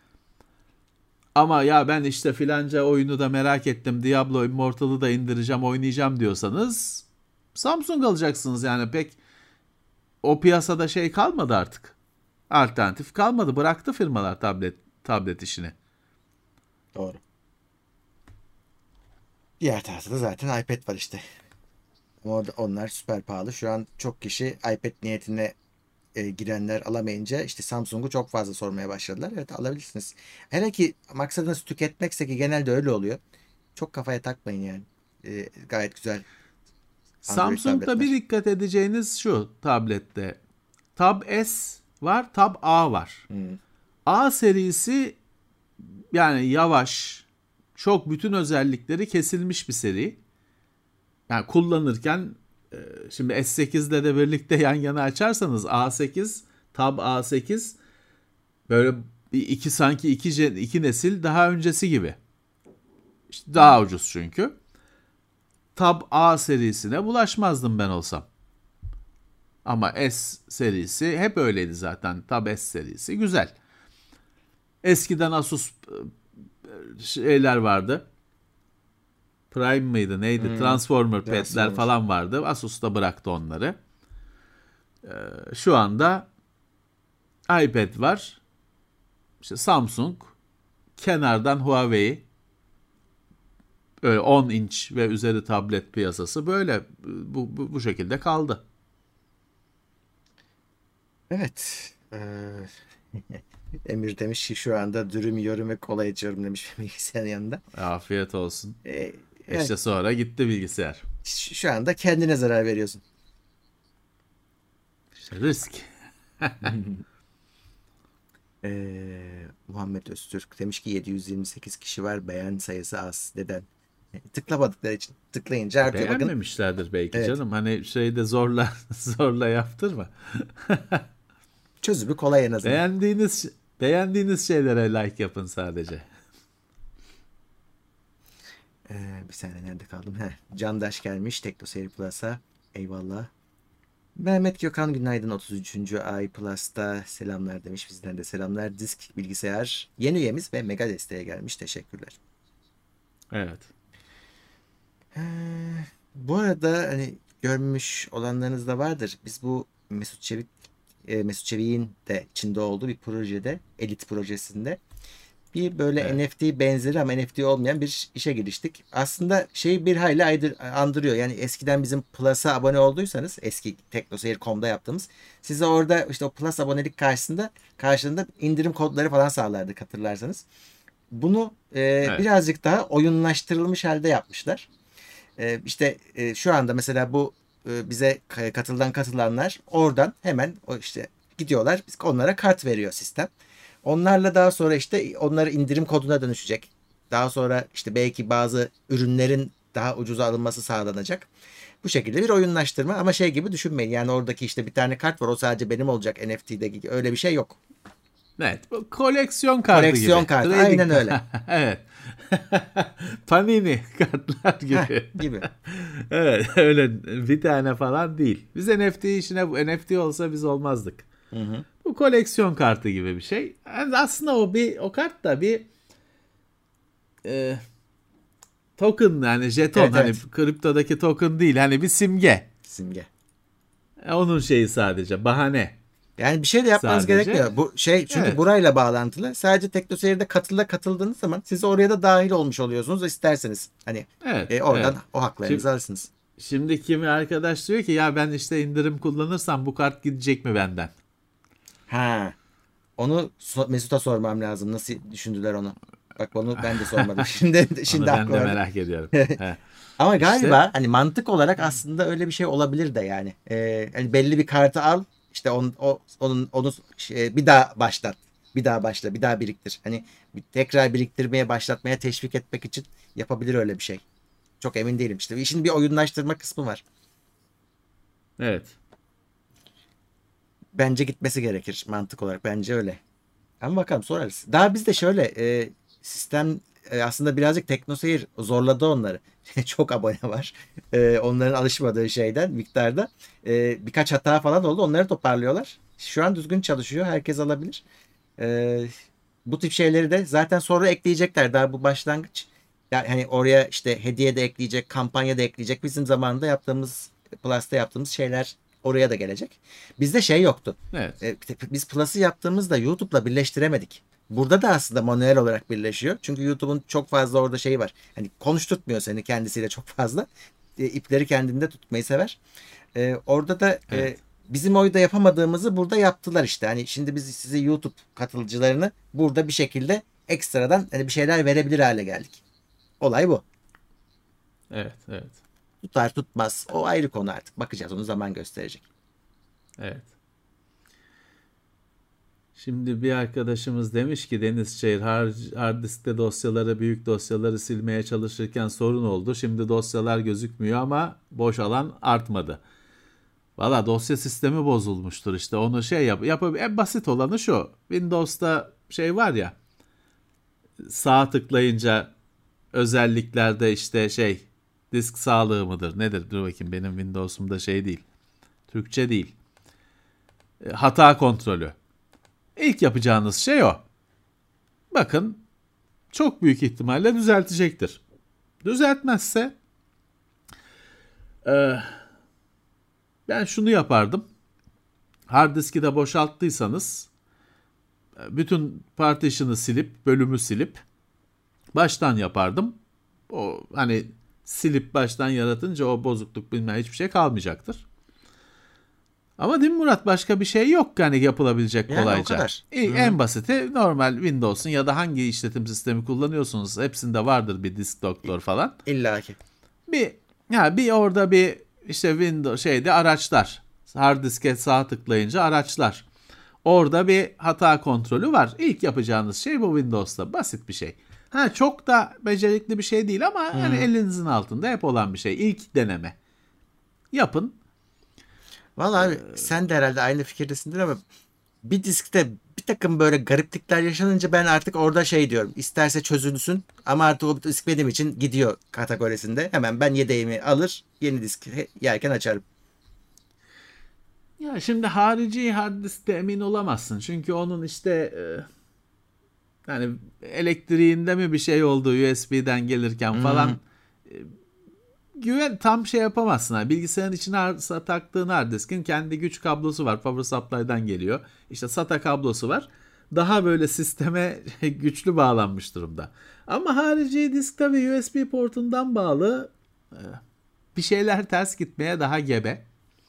Ama ya ben işte filanca oyunu da merak ettim, Diablo Immortal'ı da indireceğim, oynayacağım diyorsanız Samsung alacaksınız. Yani pek o piyasada şey kalmadı artık. Alternatif kalmadı. Bıraktı firmalar tablet tablet işini. Doğru. Diğer tarafta da zaten iPad var işte. Ama onlar süper pahalı. Şu an çok kişi iPad niyetine e, girenler alamayınca işte Samsung'u çok fazla sormaya başladılar. Evet, alabilirsiniz. Hele ki maksadınız tüketmekse, ki genelde öyle oluyor. Çok kafaya takmayın yani. E, gayet güzel Android Samsung'da bir tabletler. dikkat edeceğiniz şu tablette. Tab S var, Tab A var. Hmm. A serisi yani yavaş, çok bütün özellikleri kesilmiş bir seri. Yani kullanırken e, şimdi S sekizle de birlikte yan yana açarsanız A sekiz, Tab A sekiz böyle iki sanki iki, iki nesil daha öncesi gibi. İşte daha ucuz çünkü. Tab A serisine bulaşmazdım ben olsam. Ama S serisi hep öyleydi zaten. Tab S serisi güzel. Eskiden Asus şeyler vardı. Prime mıydı neydi? Hmm. Transformer pad'ler Transformer. falan vardı. Asus da bıraktı onları. Ee, şu anda iPad var. İşte Samsung, kenardan Huawei, öyle on inç ve üzeri tablet piyasası böyle bu, bu, bu şekilde kaldı. Evet. Ee, Emir demiş ki şu anda dürüm yiyorum ve kola içiyorum demiş bilgisayarın yanında. Afiyet olsun. Ee, İşte evet, sonra gitti bilgisayar. ş- şu anda kendine zarar veriyorsun. İşte risk. Ee, Muhammed Öztürk demiş ki yedi yüz yirmi sekiz kişi var. Beğen sayısı az. Neden? Tıklamadıkları için. Tıklayınca artıyor. Bakın. Beğenmemişlerdir belki Evet. canım. Hani şeyde zorla zorla yaptırma. Çözümü kolay en azından. Beğendiğiniz beğendiğiniz şeylere like yapın sadece. Ee, bir saniye, nerede kaldım? Heh, Candaş gelmiş TeknoSeyir Plus'a. Eyvallah. Mehmet Gökhan günaydın, otuz üçüncü ay Plus'ta selamlar demiş. Bizden de selamlar. Disk Bilgisayar yeni üyemiz ve mega desteğe gelmiş. Teşekkürler. Evet. Ee, bu arada hani görmüş olanlarınız da vardır. Biz bu Mesut Çevik e, Mesut Çevik'in de içinde olduğu bir projede, Elit projesinde bir böyle Evet. N F T benzeri ama N F T olmayan bir işe giriştik. Aslında şey bir hayli aydır, andırıyor. Yani eskiden bizim Plus'a abone olduysanız, eski teknoseyir nokta com'da yaptığımız, size orada işte o Plus abonelik karşısında karşılığında indirim kodları falan sağlardık, hatırlarsanız. Bunu e, Evet. birazcık daha oyunlaştırılmış halde yapmışlar. E, işte e, şu anda mesela bu e, bize katılan katılanlar oradan hemen o işte gidiyorlar. Biz onlara kart veriyor sistem. Onlarla daha sonra işte onları indirim koduna dönüşecek. Daha sonra işte belki bazı ürünlerin daha ucuza alınması sağlanacak. Bu şekilde bir oyunlaştırma, ama şey gibi düşünmeyin. Yani oradaki işte bir tane kart var, o sadece benim olacak N F T'de gibi. Öyle bir şey yok. Evet. Bu koleksiyon kartı Koleksiyon gibi. kartı. Trading Aynen öyle. Evet. Panini kartlar Heh, gibi. gibi. Evet, öyle bir tane falan değil. Biz N F T işine, N F T olsa biz olmazdık. Hı hı. Bu koleksiyon kartı gibi bir şey. Yani aslında o bir o kart da bir e, token, yani jeton, Evet, hani evet. kriptodaki token değil, hani bir simge. Simge. E, Onun şeyi sadece bahane Yani bir şey de yapmanız sadece. gerekmiyor. Bu şey çünkü Evet. burayla bağlantılı. Sadece TeknoSeyir'de katıla katıldığınız zaman siz oraya da dahil olmuş oluyorsunuz. İsterseniz hani Evet. e, oradan Evet. o haklarınızı Şimdi, alırsınız. şimdi kimi arkadaş diyor ki ya ben işte indirim kullanırsam bu kart gidecek mi benden? Ha. Onu so- Mesut'a sormam lazım. Nasıl düşündüler onu? Bak, onu ben de sormadım. Şimdi Onu şimdi ben aklıma de geldi. merak ediyorum. He. Ama İşte galiba hani mantık olarak aslında öyle bir şey olabilir de yani. Ee, hani belli bir kartı al, işte on, o, onun onu şey, bir daha başlat. Bir daha başla, bir daha biriktir. Hani bir tekrar biriktirmeye, başlatmaya teşvik etmek için yapabilir öyle bir şey. Çok emin değilim işte. İşin bir oyunlaştırma kısmı var. evet. Bence gitmesi gerekir mantık olarak. Bence öyle. Ama bakalım, sorarız. Daha bizde şöyle e, sistem e, aslında birazcık TeknoSeyir zorladı onları. Çok abone var. E, onların alışmadığı şeyden, miktarda. E, birkaç hata falan oldu. Onları toparlıyorlar. Şu an düzgün çalışıyor. Herkes alabilir. E, bu tip şeyleri de zaten sonra ekleyecekler. Daha bu başlangıç. Yani hani oraya işte hediye de ekleyecek, kampanya da ekleyecek. Bizim zamanında yaptığımız, Plus'ta yaptığımız şeyler Oraya da gelecek. Bizde şey yoktu. Evet. E, biz Plus'ı yaptığımızda YouTube'la birleştiremedik. Burada da aslında manuel olarak birleşiyor. Çünkü YouTube'un çok fazla orada şeyi var. Hani konuşturtmuyor seni kendisiyle çok fazla. E, ipleri kendinde tutmayı sever. E, orada da Evet. e, bizim oyda yapamadığımızı burada yaptılar işte. Hani şimdi biz size YouTube katılıcılarını burada bir şekilde ekstradan hani bir şeyler verebilir hale geldik. Olay bu. Evet. Evet. Tutar tutmaz o ayrı konu artık. Bakacağız, onu zaman gösterecek. Evet. Şimdi bir arkadaşımız demiş ki Deniz Çayır hard, hard diskte dosyaları, büyük dosyaları silmeye çalışırken sorun oldu. Şimdi dosyalar gözükmüyor ama boş alan artmadı. Valla dosya sistemi bozulmuştur işte. Onu şey yap, yap en basit olanı şu. Windows'ta şey var ya, sağ tıklayınca özelliklerde işte şey, disk sağlığı mıdır nedir? Dur bakayım, benim Windows'umda şey değil. Türkçe değil. E, Hata kontrolü. İlk yapacağınız şey o. Bakın, çok büyük ihtimalle düzeltecektir. Düzeltmezse e, ben şunu yapardım. Hard diski de boşalttıysanız bütün partition'ı silip, bölümü silip baştan yapardım. O hani silip baştan yaratınca o bozukluk bilmem hiçbir şey kalmayacaktır. Ama değil mi Murat? Başka bir şey yok yani yapılabilecek Yani kolayca. o kadar. E, Hı. en basiti normal Windows'un ya da hangi işletim sistemi kullanıyorsunuz hepsinde vardır bir disk doktor falan. İlla ki. Bir ya bir orada bir işte Windows şeyde araçlar. Hard diske sağ tıklayınca araçlar. Orada bir hata kontrolü var. İlk yapacağınız şey bu Windows'ta. Basit bir şey. Ha çok da becerikli bir şey değil ama hani elinizin altında hep olan bir şey. İlk deneme. Yapın. Vallahi ee, sen de herhalde aynı fikirdesindir ama bir diskte bir takım böyle gariplikler yaşanınca ben artık orada şey diyorum. İsterse çözülsün ama artık o disk benim için gidiyor kategorisinde. Hemen ben yedeğimi alır, yeni disk yerken açarım. Ya şimdi harici hard diskte emin olamazsın. Çünkü onun işte e, yani elektriğinde mi bir şey oldu U S B'den gelirken hmm. falan e, güven tam şey yapamazsın. Yani bilgisayarın içine taktığın hard diskin kendi güç kablosu var. Power supply'dan geliyor. İşte SATA kablosu var. Daha böyle sisteme güçlü bağlanmış durumda. Ama harici disk tabii U S B portundan bağlı e, bir şeyler ters gitmeye daha gebe.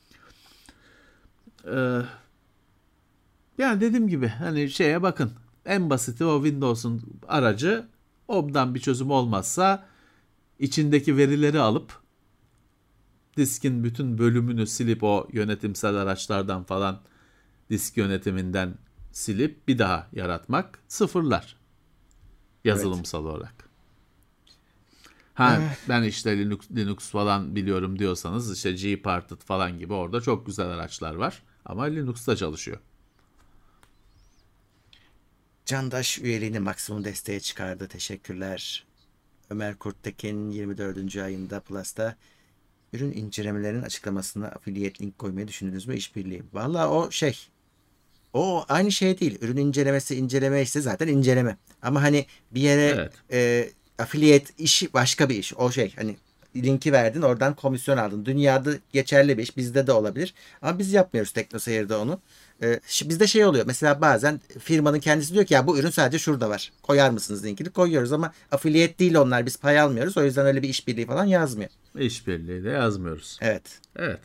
Ee, yani dediğim gibi hani şeye bakın, en basiti o Windows'un aracı. Ondan bir çözüm olmazsa içindeki verileri alıp diskin bütün bölümünü silip o yönetimsel araçlardan falan disk yönetiminden silip bir daha yaratmak, sıfırlar yazılımsal evet. olarak. Ha ben işte Linux, Linux falan biliyorum diyorsanız işte Gparted falan gibi orada çok güzel araçlar var. Ama Linux'ta çalışıyor. Candaş üyeliğini maksimum desteğe çıkardı. Teşekkürler. Ömer Kurttekin yirmi dördüncü ayında Plus'ta ürün incelemelerinin açıklamasına affiliate link koymayı düşündünüz mü? İşbirliği. Valla o şey. O aynı şey değil. Ürün incelemesi inceleme ise zaten inceleme. Ama hani bir yere evet. e, affiliate işi başka bir iş. O şey hani linki verdin, oradan komisyon aldın. Dünyada geçerli bir iş. Bizde de olabilir. Ama biz yapmıyoruz TeknoSeyir'de onu. Ee, bizde şey oluyor. Mesela bazen firmanın kendisi diyor ki ya bu ürün sadece şurada var. Koyar mısınız linkini? Koyuyoruz ama affiliate değil onlar. Biz pay almıyoruz. O yüzden öyle bir işbirliği falan yazmıyor. İşbirliği de yazmıyoruz. Evet. Evet.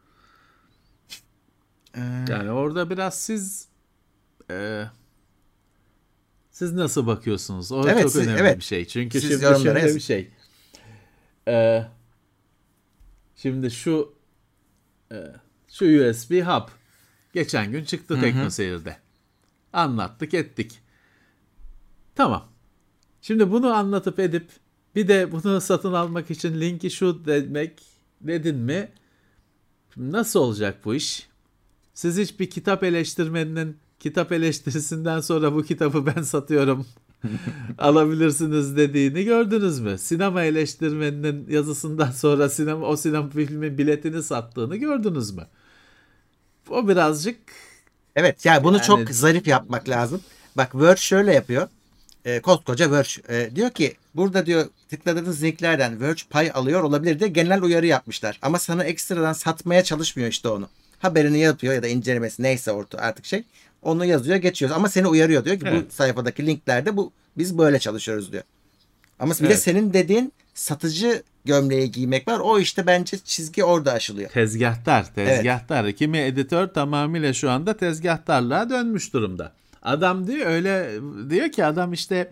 Ee... Yani orada biraz siz e, siz nasıl bakıyorsunuz? O evet, çok siz, önemli evet. bir şey. Çünkü siz şimdi şöyle yazın. bir şey. Ee, şimdi şu e, şu U S B hub geçen gün çıktı TeknoSeyir'de. Anlattık ettik. Tamam. Şimdi bunu anlatıp edip bir de bunu satın almak için linki şu demek dedin mi? Şimdi nasıl olacak bu iş? Siz hiç bir kitap eleştirmeninin kitap eleştirisinden sonra bu kitabı ben satıyorum alabilirsiniz dediğini gördünüz mü? Sinema eleştirmeninin yazısından sonra sinema o sinema filmin biletini sattığını gördünüz mü? O birazcık evet yani bunu yani... çok zarif yapmak lazım. Bak Verge şöyle yapıyor. E, koskoca Verge e, diyor ki burada diyor tıkladığınız linklerden Verge pay alıyor olabilir diye genel uyarı yapmışlar. Ama sana ekstradan satmaya çalışmıyor işte onu. haberini yapıyor ya da incelemesi neyse orta artık şey. Onu yazıyor, geçiyoruz. Ama seni uyarıyor, diyor ki Evet. bu sayfadaki linklerde bu biz böyle çalışıyoruz diyor. Ama bir de Evet. senin dediğin satıcı gömleği giymek var. O işte bence çizgi orada aşılıyor. Tezgahtar, tezgahtar. Kimi editör tamamıyla şu anda tezgahtarlığa dönmüş durumda. Adam diyor öyle diyor ki adam işte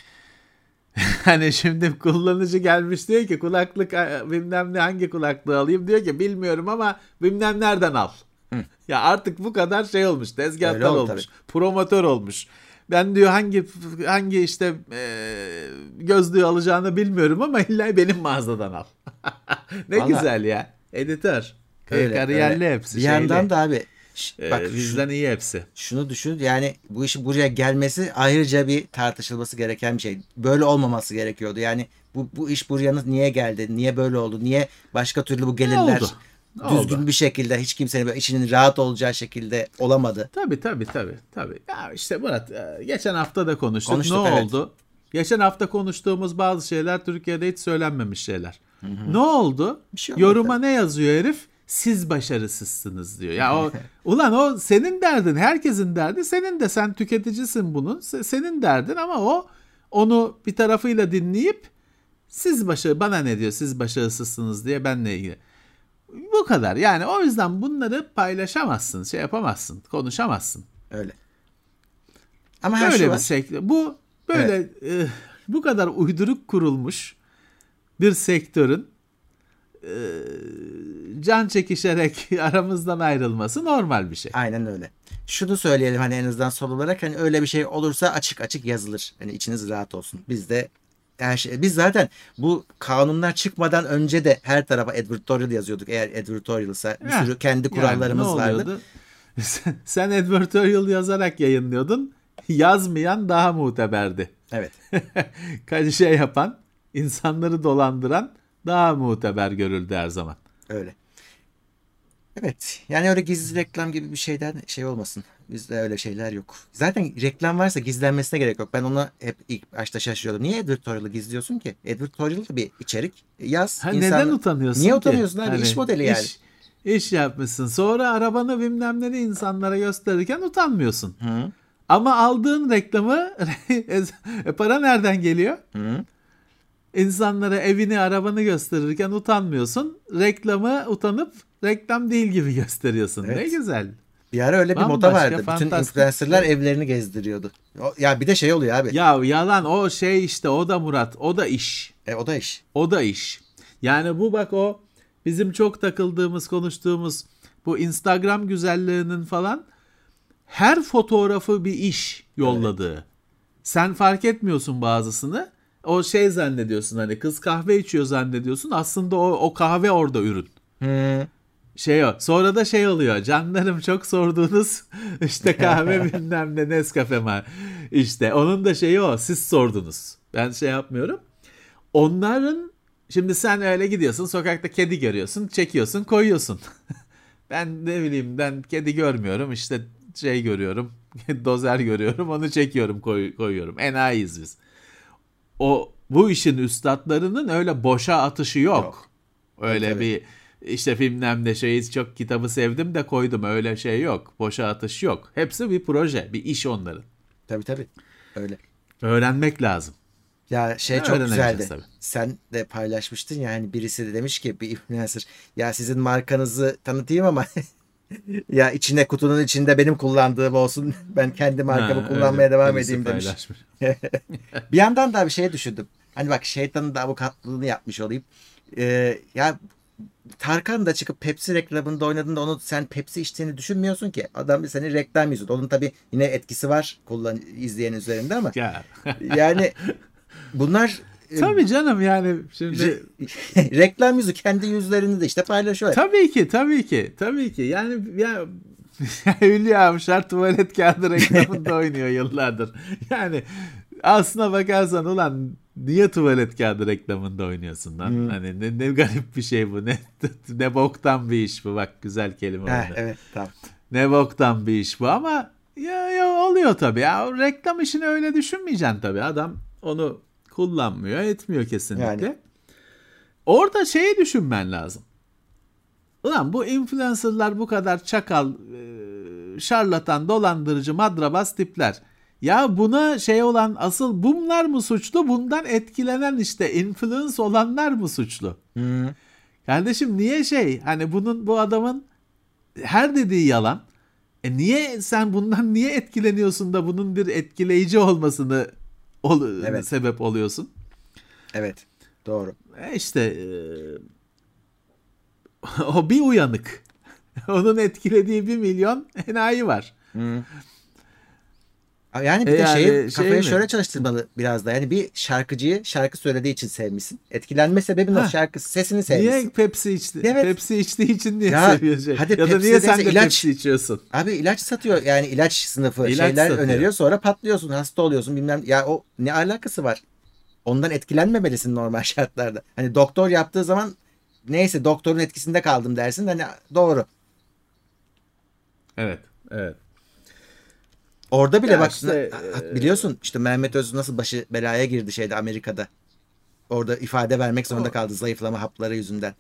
hani şimdi kullanıcı gelmiş diyor ki kulaklık bilmem ne hangi kulaklığı alayım diyor ki bilmiyorum ama bilmem nereden al. Hı. Ya artık bu kadar şey olmuş, tezgahtar Öyle oldu olmuş, tabii. promotör olmuş. Ben diyor hangi hangi işte e, gözlüğü alacağını bilmiyorum ama illa benim mağazadan al. Ne Vallahi, güzel ya. Editör. öyle, Kariyerli öyle. hepsi. Bir şeyli. yandan da abi ş- Ee, bak şu- bizden iyi hepsi. şunu düşün, yani bu işin buraya gelmesi ayrıca bir tartışılması gereken bir şey. Böyle olmaması gerekiyordu. Yani bu, bu iş buraya niye geldi? Niye böyle oldu? Niye başka türlü bu gelirler oldu? Ne düzgün oldu? bir şekilde hiç kimsenin böyle içinin rahat olacağı şekilde olamadı? Tabii tabii tabii. tabii. Ya işte Murat e, geçen hafta da konuştuk. Konuştuk, ne evet. oldu? Geçen hafta konuştuğumuz bazı şeyler Türkiye'de hiç söylenmemiş şeyler. Ne oldu? Bir şey olmadı Yoruma tabii. ne yazıyor herif? Siz başarısızsınız diyor. Ya o ulan o senin derdin, herkesin derdi. Senin de sen tüketicisin bunun. Se- Senin derdin ama o onu bir tarafıyla dinleyip siz başarı bana ne diyor? Siz başarısızsınız diye benle ilgili. Bu kadar. Yani o yüzden bunları paylaşamazsın, şey yapamazsın, konuşamazsın. Öyle. Ama her Böyle şey bir var. sektör. Bu böyle e, bu kadar uyduruk kurulmuş bir sektörün e, can çekişerek aramızdan ayrılması normal bir şey. Aynen öyle. Şunu söyleyelim hani en azından son olarak, hani öyle bir şey olursa açık açık yazılır. Hani içiniz rahat olsun. Biz de her şey, biz zaten bu kanunlar çıkmadan önce de her tarafa advertorial yazıyorduk. Eğer advertorial'sa bir Heh, sürü kendi kurallarımız yani ne vardı. oluyordu? Sen, sen advertorial yazarak yayınlıyordun. Yazmayan daha muteberdi. Evet. Kaç şey yapan, insanları dolandıran daha muteber görüldü her zaman. Öyle. Evet. Yani öyle gizli reklam gibi bir şeyden şey olmasın. Bizde öyle şeyler yok. Zaten reklam varsa gizlenmesine gerek yok. Ben ona hep ilk başta şaşırıyordum. Niye advertorial'ı gizliyorsun ki? Advertorial da bir içerik. Yaz. Ha, insan... neden utanıyorsun Niye ki? utanıyorsun abi? Hani İş modeli yani. Iş, iş yapmışsın. Sonra arabanı bilmem ne insanlara gösterirken utanmıyorsun. Hı. Ama aldığın reklamı e, para nereden geliyor? Hı. İnsanlara evini, arabanı gösterirken utanmıyorsun. Reklamı utanıp reklam değil gibi gösteriyorsun. Evet. Ne güzel. Bir ara öyle bir moda Bambaşka, vardı. Bütün fantastik. influencerlar evlerini gezdiriyordu. O- ya bir de şey oluyor abi. Ya yalan o şey işte o da Murat. O da iş. E, o da iş. O da iş. Yani bu bak o bizim çok takıldığımız, konuştuğumuz bu Instagram güzelliğinin falan her fotoğrafı bir iş yolladığı. Sen fark etmiyorsun bazısını. O şey zannediyorsun hani kız kahve içiyor zannediyorsun. Aslında o, o kahve orada ürün. Hı. Şey o. Sonra da şey oluyor. Canlarım çok sorduğunuz işte kahve bilmem ne Nescafe var. İşte onun da şeyi o. Siz sordunuz. Ben şey yapmıyorum. Onların şimdi sen öyle gidiyorsun sokakta kedi görüyorsun çekiyorsun koyuyorsun. Ben ne bileyim ben kedi görmüyorum işte şey görüyorum dozer görüyorum onu çekiyorum koy, koyuyorum. Enayiyiz biz. O bu işin üstadlarının öyle boşa atışı yok. Yok. Öyle Tabii. bir işte filmden de şeyi çok kitabı sevdim de koydum öyle şey yok. Boşa atış yok. Hepsi bir proje, bir iş onların. Tabii tabii. Öyle. Öğrenmek lazım. Ya şey Ne çok öğreneceğiz güzeldi. tabii. Sen de paylaşmıştın ya, hani birisi de demiş ki bir influencer, ya sizin markanızı tanıtayım ama ya içine kutunun içinde benim kullandığım olsun. Ben kendi markamı Ha, kullanmaya öyle devam birisi edeyim demiş. paylaşmış. Bir yandan da bir şey düşündüm. Hani bak, şeytanın da avukatlığını yapmış olayım. Ee, ya Tarkan da çıkıp Pepsi reklamında oynadığında onu sen Pepsi içtiğini düşünmüyorsun ki. Adam seni reklam yüzü. Onun tabii yine etkisi var kullan izleyen üzerinde ama Ya. yani bunlar e, Tabii canım yani şimdi re- reklam yüzü kendi yüzlerini de işte paylaşıyor. tabii ki tabii ki tabii ki yani ya Hülya Avşar tuvalet kağıdı reklamında oynuyor yıllardır. Yani aslına bakarsan ulan niye tuvalet kağıdı reklamında oynuyorsun lan? Hmm. Hani ne, ne garip bir şey bu. Ne ne boktan bir iş bu. Bak güzel kelime Heh, oldu. evet tamam. Ne boktan bir iş bu ama ya, ya oluyor tabii. Ya o reklam işini öyle düşünmeyeceksin tabii. Adam onu kullanmıyor, etmiyor kesinlikle. Yani. Orada şeyi düşünmen lazım. Ulan bu influencerlar bu kadar çakal, e, şarlatan, dolandırıcı, madrabaz tipler. Ya buna şey olan asıl bunlar mı suçlu? Bundan etkilenen işte influence olanlar mı suçlu? Hmm. Kardeşim niye şey hani bunun bu adamın her dediği yalan. E niye sen bundan niye etkileniyorsun da bunun bir etkileyici olmasını ol, Evet. sebep oluyorsun? Evet. Doğru. E işte e, o bir uyanık. Onun etkilediği bir milyon enayi var. Hmm. Yani bir E de yani şeyi şey kafaya mi? şöyle çalıştırmalı biraz da. Yani bir şarkıcıyı şarkı söylediği için sevmişsin. Etkilenme sebebin o Ha, şarkı sesini niye sevmişsin. Pepsi içti? Evet. Pepsi içtiği için niye Ya seviyorsun? hadi Ya da Pepsi niye sen neyse de ilaç. Pepsi içiyorsun? Abi ilaç satıyor. Yani ilaç sınıfı İlaç şeyler satıyor. öneriyor. Sonra patlıyorsun, hasta oluyorsun bilmem. Ya o ne alakası var? Ondan etkilenmemelisin normal şartlarda. Hani doktor yaptığı zaman neyse doktorun etkisinde kaldım dersin. Hani doğru. Evet, evet. Orada bile Ya bak işte na- biliyorsun işte Mehmet Öz nasıl başı belaya girdi şeyde Amerika'da. Orada ifade vermek e, zorunda o, kaldı zayıflama hapları yüzünden.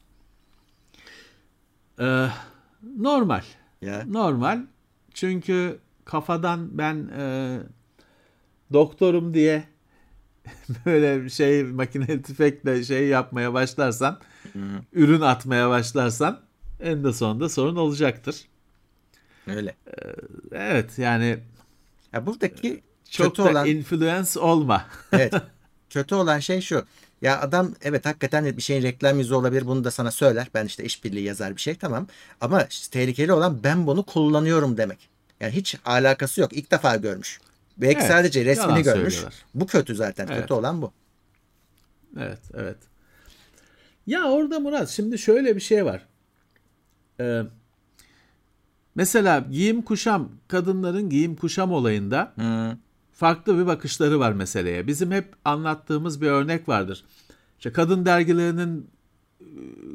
e, normal. Ya. Normal. Çünkü kafadan ben e, doktorum diye böyle şey makineli tüfekle şey yapmaya başlarsan, Hı, ürün atmaya başlarsan en de sonunda sorun olacaktır. öyle. Evet yani Ya buradaki kötü çok da olan influence olma. evet. Kötü olan şey şu. Ya adam evet hakikaten bir şeyin reklam yüzü olabilir. Bunu da sana söyler. Ben işte işbirliği yazar bir şey tamam. Ama işte tehlikeli olan ben bunu kullanıyorum demek. Yani hiç alakası yok. İlk defa görmüş. Belki Evet, sadece yalan resmini görmüş. söylüyorlar. Bu kötü zaten. Evet, Kötü olan bu. evet, evet. Ya orada Murat şimdi şöyle bir şey var. Ee, mesela giyim kuşam, kadınların giyim kuşam olayında Hı, farklı bir bakışları var meseleye. Bizim hep anlattığımız bir örnek vardır. İşte kadın dergilerinin e,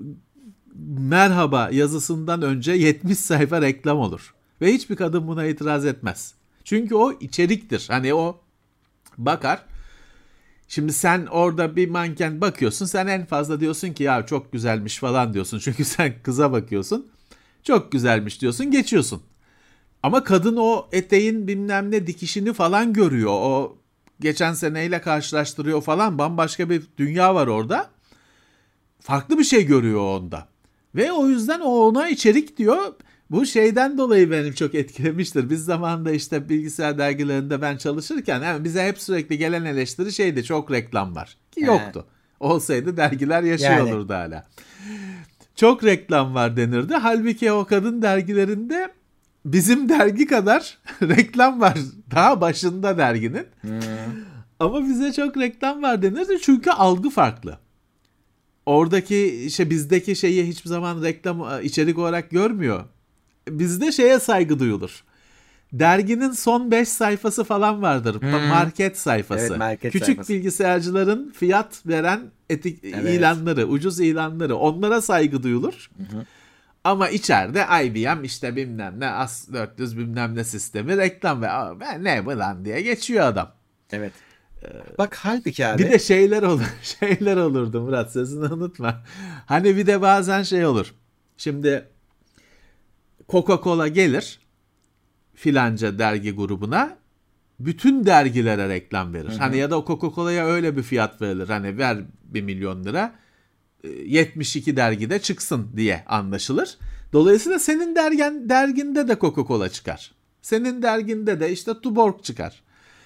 merhaba yazısından önce yetmiş sayfa reklam olur. Ve hiçbir kadın buna itiraz etmez. Çünkü o içeriktir. Hani o bakar. Şimdi sen orada bir manken bakıyorsun. Sen en fazla diyorsun ki ya çok güzelmiş falan diyorsun. Çünkü sen kıza bakıyorsun. Çok güzelmiş diyorsun, geçiyorsun. Ama kadın o eteğin bilmem ne dikişini falan görüyor. O geçen seneyle karşılaştırıyor falan. Bambaşka bir dünya var orada. Farklı bir şey görüyor onda. Ve o yüzden o ona içerik diyor. Bu şeyden dolayı benim çok etkilemiştir. Biz zamanında işte bilgisayar dergilerinde ben çalışırken yani bize hep sürekli gelen eleştiri şeydi, çok reklam var. Ki he. yoktu. Olsaydı dergiler yaşıyor Yani. olurdu hala. Çok reklam var denirdi. Halbuki o kadın dergilerinde bizim dergi kadar reklam var. Daha başında derginin. Hı, Ama bize çok reklam var denirdi çünkü algı farklı. Oradaki işte bizdeki şeyi hiçbir zaman reklam içerik olarak görmüyor. Bizde şeye saygı duyulur. Derginin son beş sayfası falan vardır. hı. Market sayfası. Evet, market Küçük sayfası. bilgisayarcıların fiyat veren etik Evet. ilanları, ucuz ilanları, onlara saygı duyulur. Hı hı. Ama içeride I B M işte bilmem ne A S dört yüz bilmem ne sistemi reklam ve "Aa, ben ne bu lan" diye geçiyor adam. Evet. Bak halbuki abi. Bir de şeyler olur. Şeyler olurdu Murat, sözünü unutma. Hani bir de bazen şey olur. Şimdi Coca-Cola gelir filanca dergi grubuna, bütün dergilere reklam verir. Hı hı. Hani ya da o Coca-Cola'ya öyle bir fiyat verilir. Hani ver bir milyon lira yetmiş iki dergide çıksın diye anlaşılır. Dolayısıyla senin dergen, derginde de Coca-Cola çıkar. Senin derginde de işte Tuborg çıkar.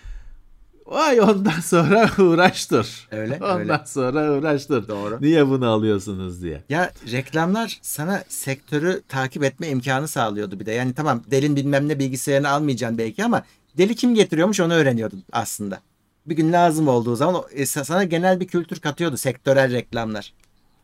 Vay ondan sonra uğraştır. Öyle, Ondan öyle. sonra uğraştır. Doğru. Niye bunu alıyorsunuz diye. Ya reklamlar sana sektörü takip etme imkanı sağlıyordu bir de. Yani tamam Dell'in bilmem ne bilgisayarını almayacaksın belki ama Dell'i kim getiriyormuş onu öğreniyordun aslında. Bir gün lazım olduğu zaman o, e, sana genel bir kültür katıyordu sektörel reklamlar.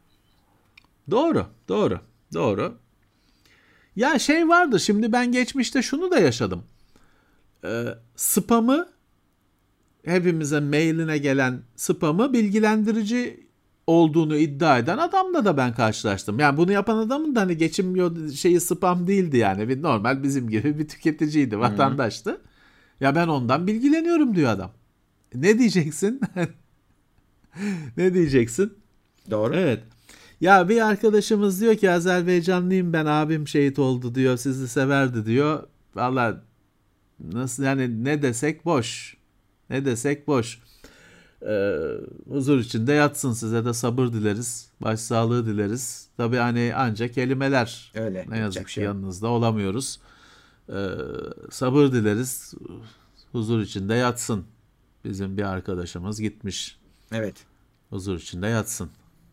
Doğru, doğru, doğru. Ya şey vardı, şimdi ben geçmişte şunu da yaşadım. Ee, spamı, hepimize mailine gelen spamı bilgilendirici olduğunu iddia eden adamla da ben karşılaştım. Yani bunu yapan adamın da hani geçim yo- şeyi spam değildi yani. Bir normal bizim gibi bir tüketiciydi, vatandaştı. Ya ben ondan bilgileniyorum diyor adam. Ne diyeceksin? Ne diyeceksin? Doğru. Evet. Ya bir arkadaşımız diyor ki Azerbaycanlıyım ben, abim şehit oldu diyor, sizi severdi diyor. Valla nasıl yani, ne desek boş. Ne desek boş. Ee, huzur içinde yatsın, size de sabır dileriz. Başsağlığı dileriz. Tabii hani ancak kelimeler, Öyle. ne yazık ki Şey yanınızda olamıyoruz. Ee, sabır dileriz. Huzur içinde yatsın. Bizim bir arkadaşımız gitmiş. Evet. Huzur içinde yatsın.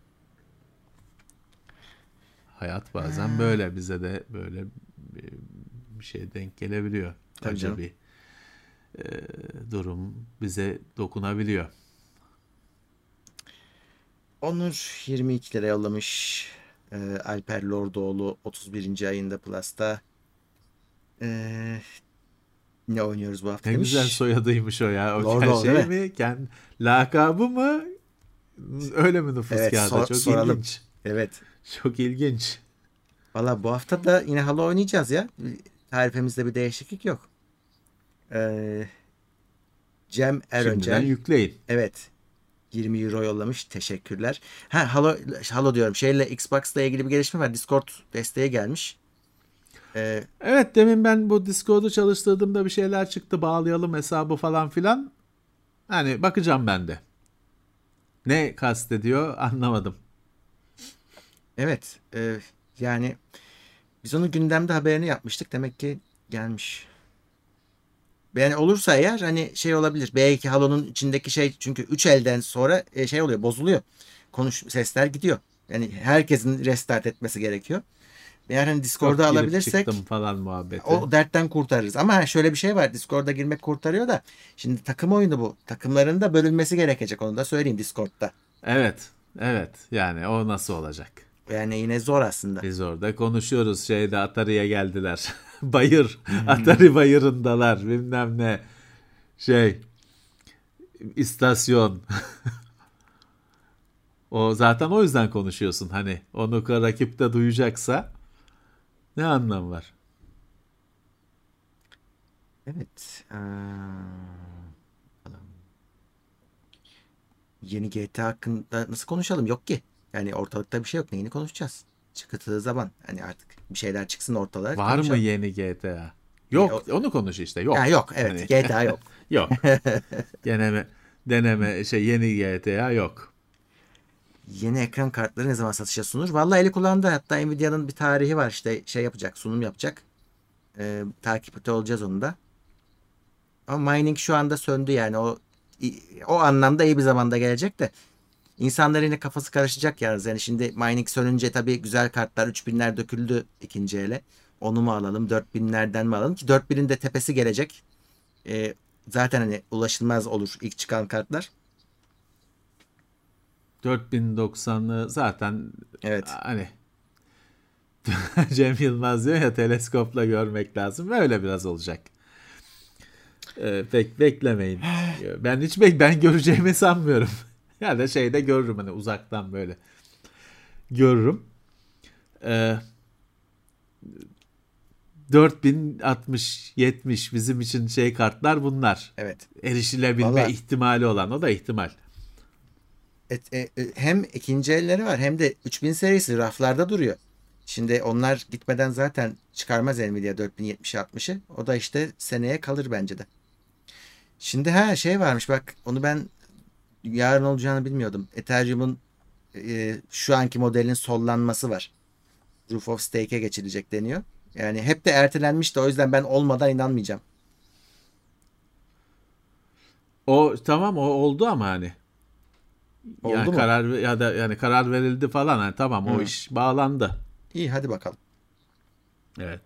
Hayat bazen böyle, bize de böyle bir, bir şey denk gelebiliyor. Tabii Acı canım. bir e, durum bize dokunabiliyor. Onur yirmi iki lira yollamış. Ee, Alper Lordoğlu otuz birinci ayında Plus'ta. Ee, ne oynuyoruz bu hafta Ne güzel demiş. soyadıymış o ya. O Lordoğlu şey değil mi? mi? Kendi lakabı mı? Öyle mi nüfus Evet, kağıdı? sor- Çok soralım. ilginç. Evet. Çok ilginç. Valla bu hafta da yine Halo oynayacağız ya. Tarifimizde bir değişiklik yok. Ee, Cem Şimdiden Eröncel. yükleyin. Evet. yirmi euro yollamış. Teşekkürler. Ha Halo, Halo diyorum. Şeyle Xbox'la ilgili bir gelişme var. Discord desteğe gelmiş. Ee, Evet, demin ben bu Discord'u çalıştırdığımda bir şeyler çıktı. Bağlayalım hesabı falan filan. Hani bakacağım ben de. Ne kastediyor anlamadım. evet. E, yani biz onu gündemde haberini yapmıştık. Demek ki gelmiş. Yani olursa eğer hani şey olabilir. Belki Halo'nun içindeki şey, çünkü üç elden sonra e, şey oluyor, bozuluyor. Konuş sesler gidiyor. Yani herkesin restart etmesi gerekiyor. Eğer hani Discord'a Çok girip alabilirsek çıktım falan muhabbeti. o dertten kurtarırız. Ama şöyle bir şey var. Discord'a girmek kurtarıyor da şimdi takım oyunu bu. Takımların da bölünmesi gerekecek. Onu da söyleyeyim Discord'da. Evet. Evet. Yani o nasıl olacak? Yani yine zor aslında. Biz orada konuşuyoruz. Şeyde Atari'ye geldiler. Bayır. Atari bayırındalar. Bilmem ne. Şey. istasyon. O zaten o yüzden konuşuyorsun. Hani onu rakip de duyacaksa ne anlamı var? Evet. Aa, yeni G T A hakkında nasıl konuşalım? Yok ki. Yani ortalıkta bir şey yok. Neyini konuşacağız? Çıktığı zaman hani artık bir şeyler çıksın ortalığa Var mı konuşalım. yeni G T A? E, o, Yok. Onu konuş işte. ya Yok. yok, evet, Hani G T A yok. yok. Deneme deneme şey, yeni G T A yok. Yeni ekran kartları ne zaman satışa sunur? Vallahi eli kulağında, hatta Nvidia'nın bir tarihi var, işte şey yapacak, sunum yapacak. Ee, takipte olacağız onu da. Ama mining şu anda söndü, yani o o anlamda iyi bir zamanda gelecek de insanlar yine kafası karışacak yalnız. Yani şimdi mining sönünce tabii güzel kartlar üç binler döküldü ikinci ele. Onu mu alalım, dört binlerden mi alalım ki dört binin de tepesi gelecek. Ee, zaten hani ulaşılmaz olur ilk çıkan kartlar. dört bin doksanlı zaten Evet. hani Cem Yılmaz diyor ya, teleskopla görmek lazım. Öyle biraz olacak. Ee, pek beklemeyin. Ben hiç bek ben göreceğimi sanmıyorum. Ya da şeyde görürüm, hani uzaktan böyle görürüm. Ee, dört bin altmış yetmiş bizim için şey kartlar bunlar. Evet. Erişilebilme Valla ihtimali olan, o da ihtimal. et- e, e, hem ikinci elleri var hem de üç bin serisi raflarda duruyor. Şimdi onlar gitmeden zaten çıkarmaz Nvidia dört bin yetmiş altmışı. O da işte seneye kalır bence de. Şimdi ha şey varmış bak, onu ben yarın olacağını bilmiyordum. Ethereum'un e, şu anki modelin sollanması var. Proof of Stake'e geçilecek deniyor. Yani hep de ertelenmiş de, o yüzden ben olmadan inanmayacağım. O tamam, o oldu ama hani yani Oldu mu? karar ya da yani karar verildi falan, hani tamam, o Hı. iş bağlandı. İyi, hadi bakalım. Evet.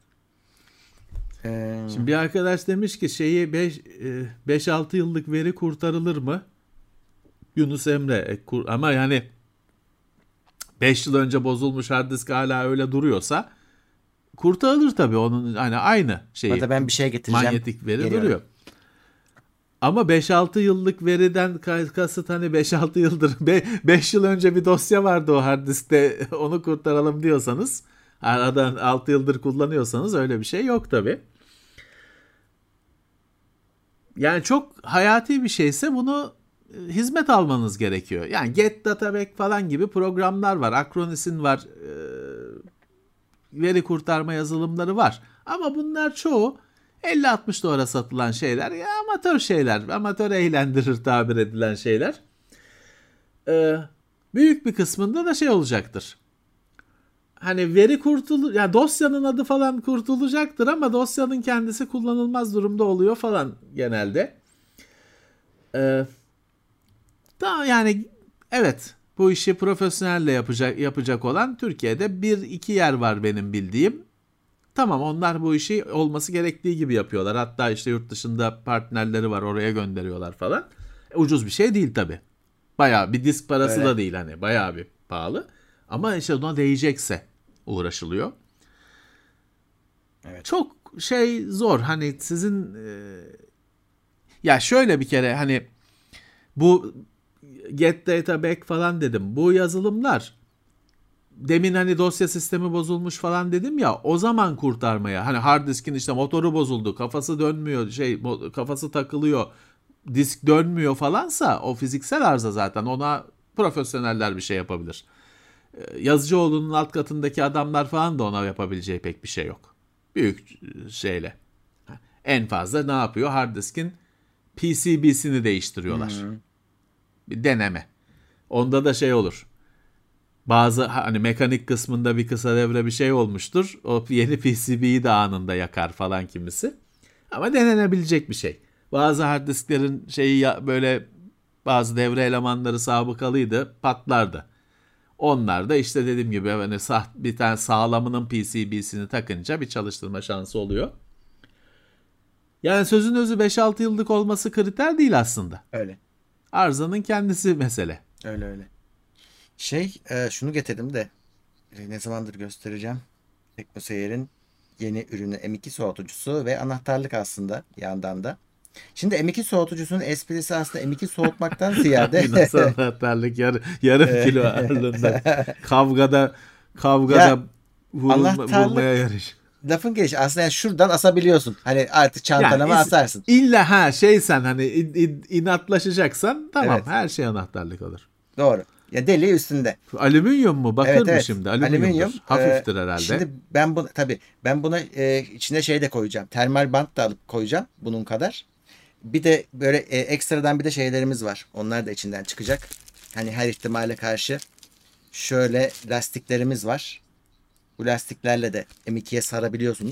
Ee, Şimdi bir arkadaş demiş ki şeyi beş altı yıllık veri kurtarılır mı? Yunus Emre e, kur, ama yani beş yıl önce bozulmuş hard disk hala öyle duruyorsa kurtarılır tabii, onun hani aynı şeyi. Hadi ben bir şey getireceğim. Manyetik veri Geliyorum. duruyor. Ama beş altı yıllık veriden kasıt hani beş altı yıldır beş yıl önce bir dosya vardı o hard diskte, onu kurtaralım diyorsanız, aradan altı yıldır kullanıyorsanız öyle bir şey yok tabii. Yani çok hayati bir şeyse bunu e, hizmet almanız gerekiyor. Yani Get Data Back falan gibi programlar var. Acronis'in var. E, veri kurtarma yazılımları var. Ama bunlar çoğu elli altmış dolara satılan şeyler. Ya amatör şeyler. Amatör eğlendirir tabir edilen şeyler. E, büyük bir kısmında da şey olacaktır. Hani veri kurtul, ya dosyanın adı falan kurtulacaktır ama dosyanın kendisi kullanılmaz durumda oluyor falan genelde. Ee, da yani evet, bu işi profesyonelle yapacak yapacak olan Türkiye'de bir iki yer var benim bildiğim. Tamam, onlar bu işi olması gerektiği gibi yapıyorlar. Hatta işte yurt dışında partnerleri var, oraya gönderiyorlar falan. E, ucuz bir şey değil tabii. Bayağı bir disk parası Öyle. da değil, hani bayağı bir pahalı. Ama işte ona değecekse uğraşılıyor. Evet. Çok şey zor, hani sizin e, ya şöyle bir kere, hani bu Get Data Back falan dedim. Bu yazılımlar, demin hani dosya sistemi bozulmuş falan dedim ya, o zaman kurtarmaya, hani hard diskin işte motoru bozuldu, kafası dönmüyor, şey kafası takılıyor, disk dönmüyor falansa, o fiziksel arıza, zaten ona profesyoneller bir şey yapabilir. Yazıcıoğlu'nun alt katındaki adamlar falan da ona yapabileceği pek bir şey yok. Büyük şeyle. En fazla ne yapıyor? Hard diskin P C B'sini değiştiriyorlar. Hmm. Bir deneme. Onda da şey olur. Bazı hani mekanik kısmında bir kısa devre bir şey olmuştur. O yeni P C B'yi de anında yakar falan kimisi. Ama denenebilecek bir şey. Bazı hard disklerin şeyi böyle, bazı devre elemanları sabıkalıydı, patlardı. Onlar da işte dediğim gibi hani bir tane sağlamının P C B'sini takınca bir çalıştırma şansı oluyor. Yani sözün özü beş altı yıllık olması kriter değil aslında. Öyle. Arızanın kendisi mesele. Öyle öyle. Şey e, şunu getirdim de e, ne zamandır göstereceğim. TeknoSeyir'in yeni ürünü M iki soğutucusu ve anahtarlık aslında yandan da. Şimdi M iki soğutucusunun esprisi aslında M iki soğutmaktan ziyade Bir nasıl anahtarlık, yar, yarım e, kilo ağırlığında kavgada kavgada ya vurulma, vurmaya anahtarlık yarış. lafın gelişi aslında yani şuradan asabiliyorsun. Hani artık Yani çantana mı is, asarsın? illa ha şey, sen hani in, in, inatlaşacaksan tamam, Evet, her şey anahtarlık olur. doğru. Ya deli üstünde. Alüminyum mu? Bakır Evet mı evet. şimdi? Alüminyum. Alüminyumdur. Ee, Hafiftir herhalde. şimdi ben bunu tabii ben buna e, içine şey de koyacağım. Termal bant da alıp koyacağım bunun kadar. Bir de böyle e, ekstradan bir de şeylerimiz var. Onlar da içinden çıkacak. Hani her ihtimale karşı şöyle lastiklerimiz var. Bu lastiklerle de M ikiye sarabiliyorsunuz.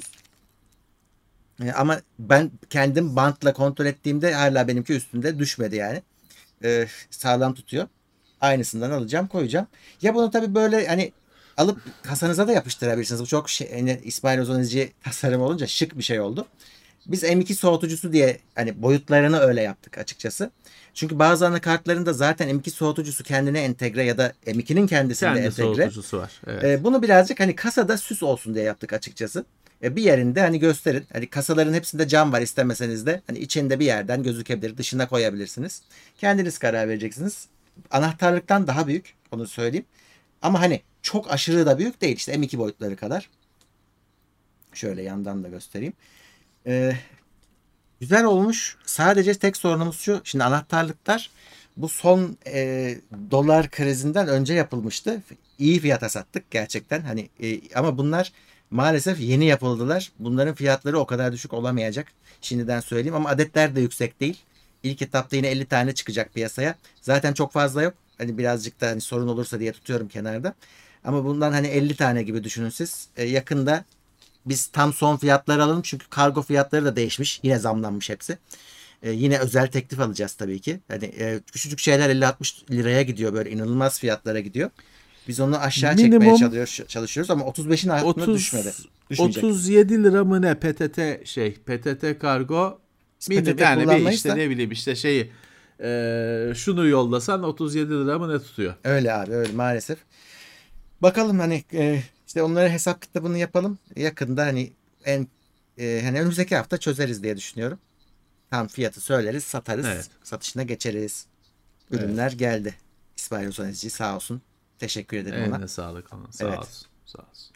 E, ama ben kendim bantla kontrol ettiğimde hala benimki üstünde düşmedi yani. E, sağlam tutuyor. Aynısından alacağım, koyacağım. Ya bunu tabii böyle hani alıp kasanıza da yapıştırabilirsiniz. Bu çok şey, yani İsmail Ozanici tasarım olunca şık bir şey oldu. Biz M iki soğutucusu diye hani boyutlarını öyle yaptık açıkçası. Çünkü bazı anakartlarında zaten M iki soğutucusu kendine entegre ya da M ikinin kendisinde Kendi entegre. soğutucusu var. Evet. E, bunu birazcık hani kasada süs olsun diye yaptık açıkçası. E, bir yerinde hani gösterin. Hani kasaların hepsinde cam var, istemeseniz de hani içinde bir yerden gözükebilir, dışına koyabilirsiniz. Kendiniz karar vereceksiniz. Anahtarlıktan daha büyük, onu söyleyeyim. Ama hani çok aşırı da büyük değil, işte M iki boyutları kadar. Şöyle yandan da göstereyim. E, güzel olmuş. Sadece tek sorunumuz şu. Şimdi anahtarlıklar bu son e, dolar krizinden önce yapılmıştı. İyi fiyata sattık gerçekten. Hani e, ama bunlar maalesef yeni yapıldılar. Bunların fiyatları o kadar düşük olamayacak. Şimdiden söyleyeyim ama adetler de yüksek değil. İlk etapta yine elli tane çıkacak piyasaya. Zaten çok fazla yok. Hani birazcık da hani sorun olursa diye tutuyorum kenarda. Ama bundan hani elli tane gibi düşünün siz. E, yakında biz tam son fiyatları alalım çünkü kargo fiyatları da değişmiş. Yine zamlanmış hepsi. Ee, yine özel teklif alacağız tabii ki. Hani e, küçücük şeyler elli altmış liraya gidiyor, böyle inanılmaz fiyatlara gidiyor. Biz onu aşağı çekmeye Minimum çalışıyoruz, çalışıyoruz ama otuz beşin altına düşmedi. otuz Düşmeyecek. otuz yedi lira mı ne, P T T şey, P T T kargo Biz minimum, P T T yani bir kullanmayız işte da ne bileyim işte şeyi, e, şunu yollasan otuz yedi lira mı ne tutuyor? öyle abi, öyle maalesef. Bakalım hani e, işte onlara hesap kitabını yapalım. Yakında hani en e, hani önümüzdeki hafta çözeriz diye düşünüyorum. Tam fiyatı söyleriz, satarız. Evet. Satışına geçeriz. Evet. Ürünler geldi. İsmail Ozanici sağ olsun. Teşekkür ederim ona. Eline sağlık ona. Sağ Evet. olsun. Sağ olsun.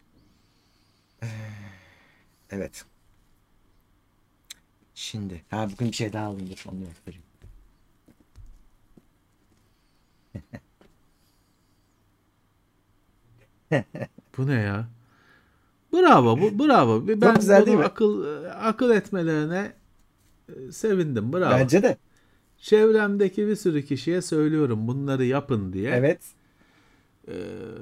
Evet. Şimdi. Ha bugün bir şey daha alayım. Dur, onu göstereyim. Bu ne ya? Bravo, bu bravo. Ben güzel değil bunu mi? akıl akıl etmelerine e, sevindim. Bravo. Bence de. Çevremdeki bir sürü kişiye söylüyorum bunları yapın diye. Evet. Ee,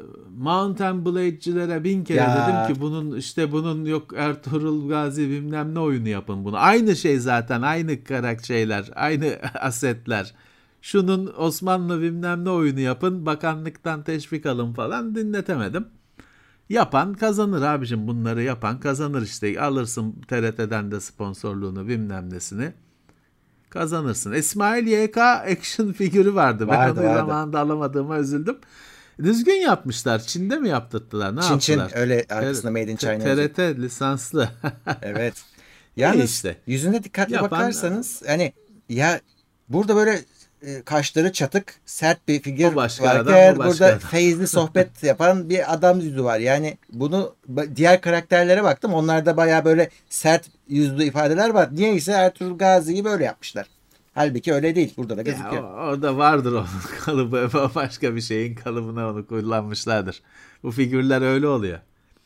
Mountain Blade'cilere bin kere dedim Ya ki bunun işte bunun yok Ertuğrul Gazi bilmem ne oyunu yapın bunu. Aynı şey zaten, aynı karakter şeyler, aynı asetler. Şunun Osmanlı bilmem ne oyunu yapın, bakanlıktan teşvik alın falan, dinletemedim. Yapan kazanır abicim, bunları yapan kazanır işte. Alırsın T R T'den de sponsorluğunu bilmem nesini. Kazanırsın. İsmail Y K action figürü vardı. Ben vardı onu vardı. zamanında alamadığıma üzüldüm. Düzgün yapmışlar. Çin'de mi yaptırttılar? Ne Çin Çin yaptılar? öyle T- arkasında Made in T- China yazıyor. T R T lisanslı. Evet. İyi Yalnız işte. yüzüne dikkatli Yapan bakarsanız hani ya burada böyle e, kaşları çatık sert bir figür o başka adam, varken o başka burada adam. feyizli sohbet yapan bir adam yüzü var. Yani bunu ba- diğer karakterlere baktım. Onlarda baya böyle sert yüzlü ifadeler var. Niyeyse Ertuğrul Gazi'yi böyle yapmışlar. Halbuki öyle değil. Burada da Ya gözüküyor. o- orada vardır onun kalıbı. Başka bir şeyin kalıbına onu kullanmışlardır. Bu figürler öyle oluyor.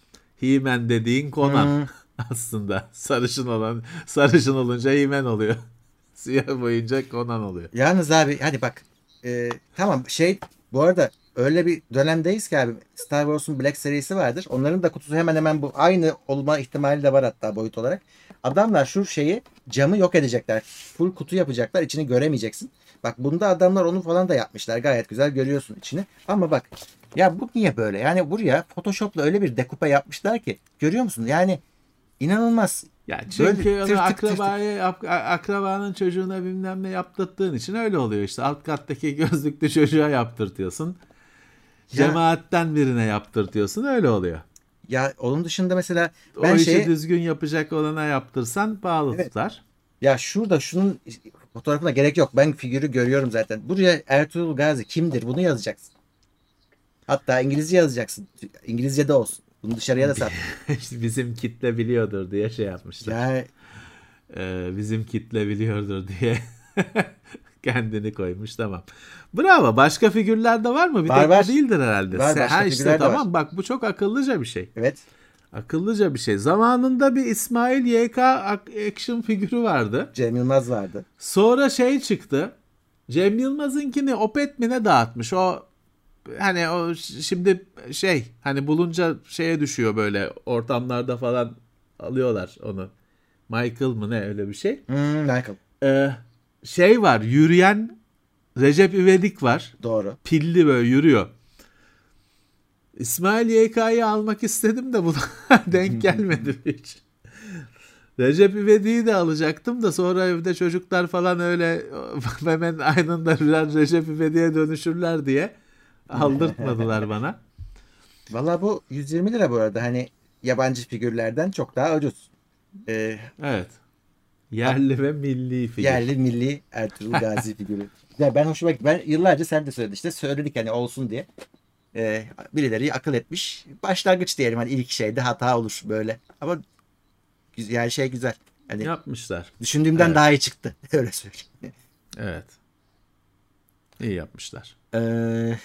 He-Man dediğin Conan Hmm. aslında. Sarışın olan, sarışın olunca He-Man oluyor. Siyah boyunca Conan oluyor. Yalnız abi hadi bak. E, tamam şey bu arada öyle bir dönemdeyiz ki abi Star Wars'un Black serisi vardır. Onların da kutusu hemen hemen bu aynı olma ihtimali de var hatta boyut olarak. Adamlar şu şeyi camı yok edecekler. Full kutu yapacaklar. İçini göremeyeceksin. Bak bunda adamlar onu falan da yapmışlar. Gayet güzel görüyorsun içini. Ama bak ya bu niye böyle? Yani buraya Photoshop'la öyle bir dekupe yapmışlar ki görüyor musun? Yani inanılmaz. Ya Böyle çünkü onu tırtık tırtık. akrabaya, ak- akrabanın çocuğuna bilmem ne yaptırttığın için öyle oluyor işte. Alt kattaki gözlüklü çocuğa yaptırtıyorsun. Ya Cemaatten birine yaptırtıyorsun, öyle oluyor. ya onun dışında mesela O ben işi şeyi düzgün yapacak olana yaptırsan pahalı evet. tutar. Ya şurada şunun fotoğrafına gerek yok. Ben figürü görüyorum zaten. Buraya Ertuğrul Gazi kimdir? Bunu yazacaksın. Hatta İngilizce yazacaksın. İngilizce de olsun. Bunu dışarıya da sat. İşte bizim kitle biliyordur diye şey yapmışlar. Ya Ee, bizim kitle biliyordur diye kendini koymuş, tamam. Bravo. Başka figürler de var mı? Bir var tek var. bu değildir herhalde. Var Se- başka ha işte figürler de var. tamam, bak bu çok akıllıca bir şey. Evet. Akıllıca bir şey. Zamanında bir İsmail Y K ak- action figürü vardı. Cem Yılmaz vardı. Sonra şey çıktı. Cem Yılmaz'ınkini Opet mi ne dağıtmış. O hani o ş- şimdi şey hani bulunca şeye düşüyor, böyle ortamlarda falan alıyorlar onu. Michael mı ne, öyle bir şey. Hmm, Michael. Ee, Şey var, yürüyen Recep İvedik var. Doğru. Pilli böyle yürüyor. İsmail Y K'yı almak istedim de buna denk gelmedi hiç. Recep İvedik'i de alacaktım da sonra evde çocuklar falan öyle hemen aynında biraz Recep İvedik'e dönüşürler diye aldırtmadılar bana. Valla bu yüz yirmi lira bu arada. Hani yabancı figürlerden çok daha ucuz. Ee, Evet. Yerli ve milli figür. yerli milli Ertuğrul Gazi figürü. Ya ben hoşuma gitti. Ben yıllarca sen de söyledin işte. Söyledik hani olsun diye. Ee, birileri akıl etmiş. Başlangıç diyelim hani ilk şeyde hata olur böyle. Ama güzel, yani şey güzel. Hani Yapmışlar. düşündüğümden Evet. daha iyi çıktı. Öyle söyleyeyim. Evet. İyi yapmışlar. Ee,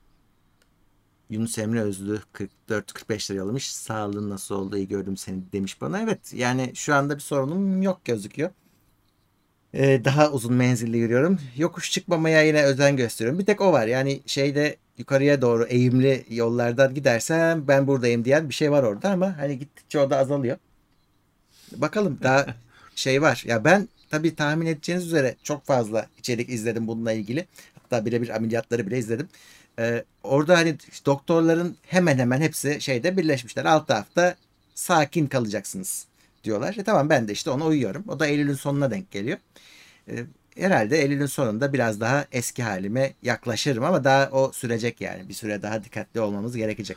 Yunus Emre Özlü kırk dört kırk beş lira yollamış. Sağlığın nasıl oldu iyi gördüm seni demiş bana. Evet yani şu anda bir sorunum yok gözüküyor. Ee, daha uzun menzilli yürüyorum. Yokuş çıkmamaya yine özen gösteriyorum. Bir tek o var. Yani şeyde yukarıya doğru eğimli yollardan gidersem ben buradayım diyen bir şey var orada ama hani gittikçe o da azalıyor. Bakalım daha şey var. Ya ben tabii tahmin edeceğiniz üzere çok fazla içerik izledim bununla ilgili. Hatta birebir ameliyatları bile izledim. Ee, orada hani doktorların hemen hemen hepsi şeyde birleşmişler. Altı hafta sakin kalacaksınız diyorlar. E tamam ben de işte ona uyuyorum. O da Eylül'ün sonuna denk geliyor. Ee, herhalde Eylül'ün sonunda biraz daha eski halime yaklaşırım ama daha o sürecek yani. Bir süre daha dikkatli olmamız gerekecek.